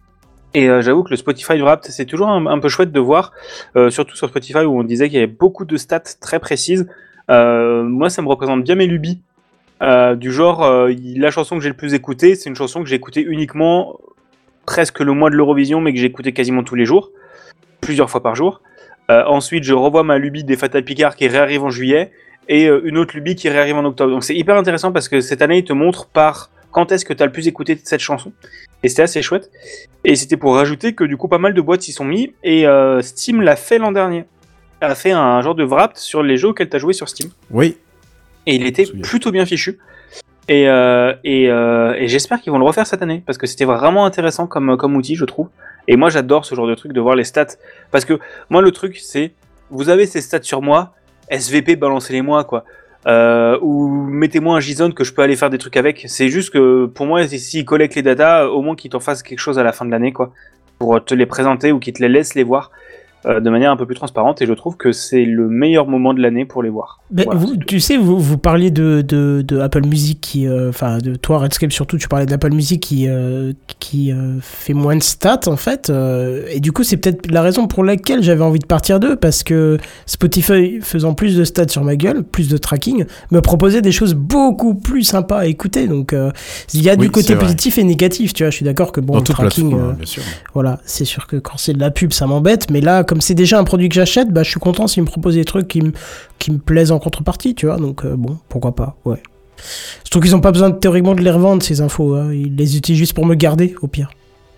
Et euh, j'avoue que le Spotify Wrapped, c'est toujours un, un peu chouette de voir, euh, surtout sur Spotify où on disait qu'il y avait beaucoup de stats très précises. Euh, moi, ça me représente bien mes lubies. Euh, du genre, euh, la chanson que j'ai le plus écoutée, c'est une chanson que j'ai écoutée uniquement presque le mois de l'Eurovision, mais que j'ai écoutée quasiment tous les jours, plusieurs fois par jour. Euh, ensuite, je revois ma lubie des Fatal Picard qui réarrive en juillet. Et euh, une autre lubie qui réarrive en octobre. Donc c'est hyper intéressant parce que cette année, il te montre par quand est-ce que tu as le plus écouté de cette chanson. Et c'était assez chouette. Et c'était pour rajouter que du coup, pas mal de boîtes s'y sont mis. Et euh, Steam l'a fait l'an dernier. Elle a fait un genre de wrap sur les jeux auxquels tu as joué sur Steam.
Oui.
Et il était plutôt bien fichu. Et, euh, et, euh, et j'espère qu'ils vont le refaire cette année. Parce que c'était vraiment intéressant comme, comme outil, je trouve. Et moi, j'adore ce genre de truc, de voir les stats. Parce que moi, le truc, c'est... Vous avez ces stats sur moi... S V P, balancez-les-moi, quoi. Euh, ou mettez-moi un JSON que je peux aller faire des trucs avec. C'est juste que, pour moi, s'ils collectent les datas, au moins qu'ils t'en fassent quelque chose à la fin de l'année, quoi. Pour te les présenter ou qu'ils te les laissent les voir euh, de manière un peu plus transparente. Et je trouve que c'est le meilleur moment de l'année pour les voir.
Ben,
Voilà,
vous, tu sais, vous, vous parliez de, de, de Apple Music qui, enfin, euh, de toi, Redscape surtout, tu parlais d'Apple Music qui, euh, qui euh, fait moins de stats en fait. Euh, et du coup, c'est peut-être la raison pour laquelle j'avais envie de partir d'eux parce que Spotify faisant plus de stats sur ma gueule, plus de tracking, me proposait des choses beaucoup plus sympas à écouter. Donc, euh, il y a
Oui,
du côté
c'est vrai.
positif et négatif, tu vois. Je suis d'accord que bon,
Dans
le
toute
tracking,
plateforme,
euh,
bien sûr.
voilà, c'est sûr que quand c'est de la pub, ça m'embête. Mais là, comme c'est déjà un produit que j'achète, bah, je suis content s'ils me proposent des trucs qui me qui me plaisent en contrepartie, tu vois, donc euh, bon, pourquoi pas, ouais. Surtout qu'ils ont pas besoin de, théoriquement de les revendre, ces infos, hein. Ils les utilisent juste pour me garder, au pire.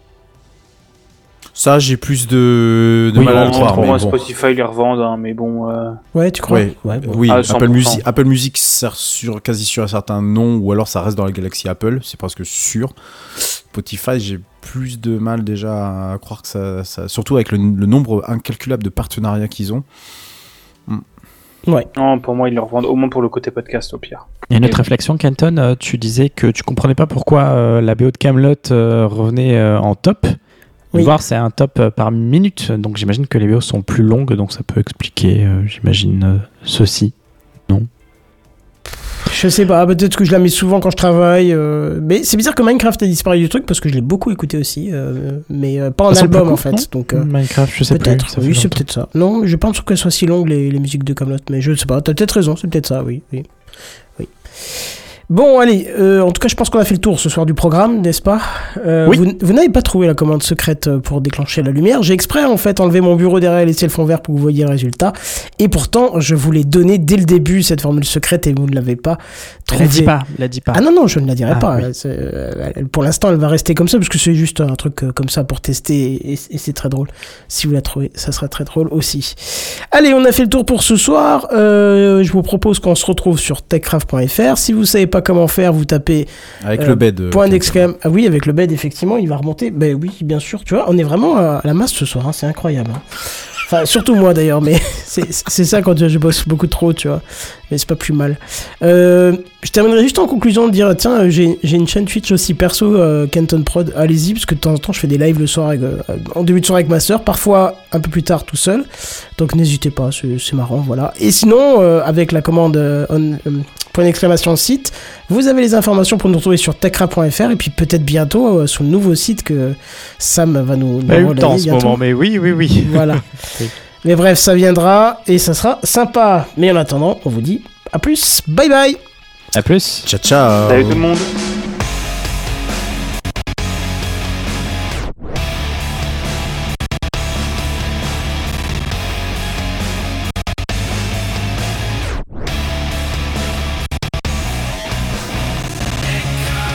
Ça, j'ai plus de, de
Oui,
mal à le
bon,
croire.
pour
mais
moi,
bon.
Spotify les revendent, hein, mais bon... Euh...
Ouais, tu crois
Ouais,
ouais, bon.
oui,
Ah, cent
Apple
pour cent.
Music, Apple Music sert sur, quasi sur un certain nom, ou alors ça reste dans la galaxie Apple, c'est presque sûr. Spotify, j'ai plus de mal déjà à croire que ça... ça surtout avec le, le nombre incalculable de partenariats qu'ils ont.
Ouais.
Non, pour moi, ils le revendent, au moins pour le côté podcast, au pire.
Il y a une autre réflexion, Kenton. euh, Tu disais que tu comprenais pas pourquoi euh, la B O de Camelot euh, revenait euh, en top.
Oui.
Voir, c'est un top euh, par minute, donc j'imagine que les B O sont plus longues, donc ça peut expliquer, euh, j'imagine, euh, ceci.
Je sais pas, peut-être que je la mets souvent quand je travaille, euh, mais c'est bizarre que Minecraft ait disparu du truc, parce que je l'ai beaucoup écouté aussi, euh, mais euh, pas en
Ça semble
album
plus
en
court,
fait,
non
donc... euh,
Minecraft, je sais
peut-être,
plus. ça fait
oui, c'est
longtemps.
peut-être ça. Non, je pense qu'elles soient si longues, les, les musiques de Camelot, mais je sais pas, t'as peut-être raison, c'est peut-être ça, oui, oui. oui. Bon, allez, euh, en tout cas, je pense qu'on a fait le tour ce soir du programme, n'est-ce pas euh,
Oui.
Vous, vous n'avez pas trouvé la commande secrète pour déclencher la lumière. J'ai exprès, en fait, enlevé mon bureau derrière et laissé le fond vert pour que vous voyiez le résultat. Et pourtant, je vous l'ai donné dès le début, cette formule secrète, et vous ne l'avez pas trouvée.
La dis pas, la dis pas.
Ah non, non, je ne la dirai
Ah,
pas.
oui.
C'est, euh, elle- pour l'instant, elle va rester comme ça, parce que c'est juste un truc euh, comme ça pour tester, et, et c'est très drôle. Si vous la trouvez, ça sera très drôle aussi. Allez, on a fait le tour pour ce soir. Euh, je vous propose qu'on se retrouve sur techcraft point f r. Si vous savez pas comment faire, vous tapez
Avec
euh,
le bed.
point d'exclamation. Ah oui, avec le bed, effectivement, il va remonter. Ben oui, bien sûr. Tu vois, on est vraiment à la masse ce soir. Hein, c'est incroyable. Hein. Enfin, surtout moi d'ailleurs, mais c'est, c'est ça quand je bosse beaucoup trop, tu vois. Mais c'est pas plus mal. Euh, je terminerai juste en conclusion de dire, tiens, j'ai, j'ai une chaîne Twitch aussi perso, euh, Kenton Prod, allez-y, parce que de temps en temps je fais des lives le soir, avec, euh, en début de soirée avec ma soeur, parfois un peu plus tard tout seul. Donc n'hésitez pas, c'est, c'est marrant, voilà. Et sinon, euh, avec la commande euh, on, euh, point d'exclamation site, vous avez les informations pour nous retrouver sur techcraft point f r et puis peut-être bientôt euh, sur le nouveau site que Sam va nous, nous
Pas eu le temps en
relayer
ce
bientôt.
moment, mais oui, oui, oui.
Voilà. Mais bref, ça viendra et ça sera sympa. Mais en attendant, on vous dit à plus. Bye bye.
À plus.
Ciao, ciao.
Salut tout le monde.
Techcraft.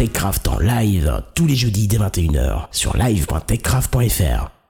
TechCraft en live tous les jeudis dès vingt et une heures sur live point techcraft point f r.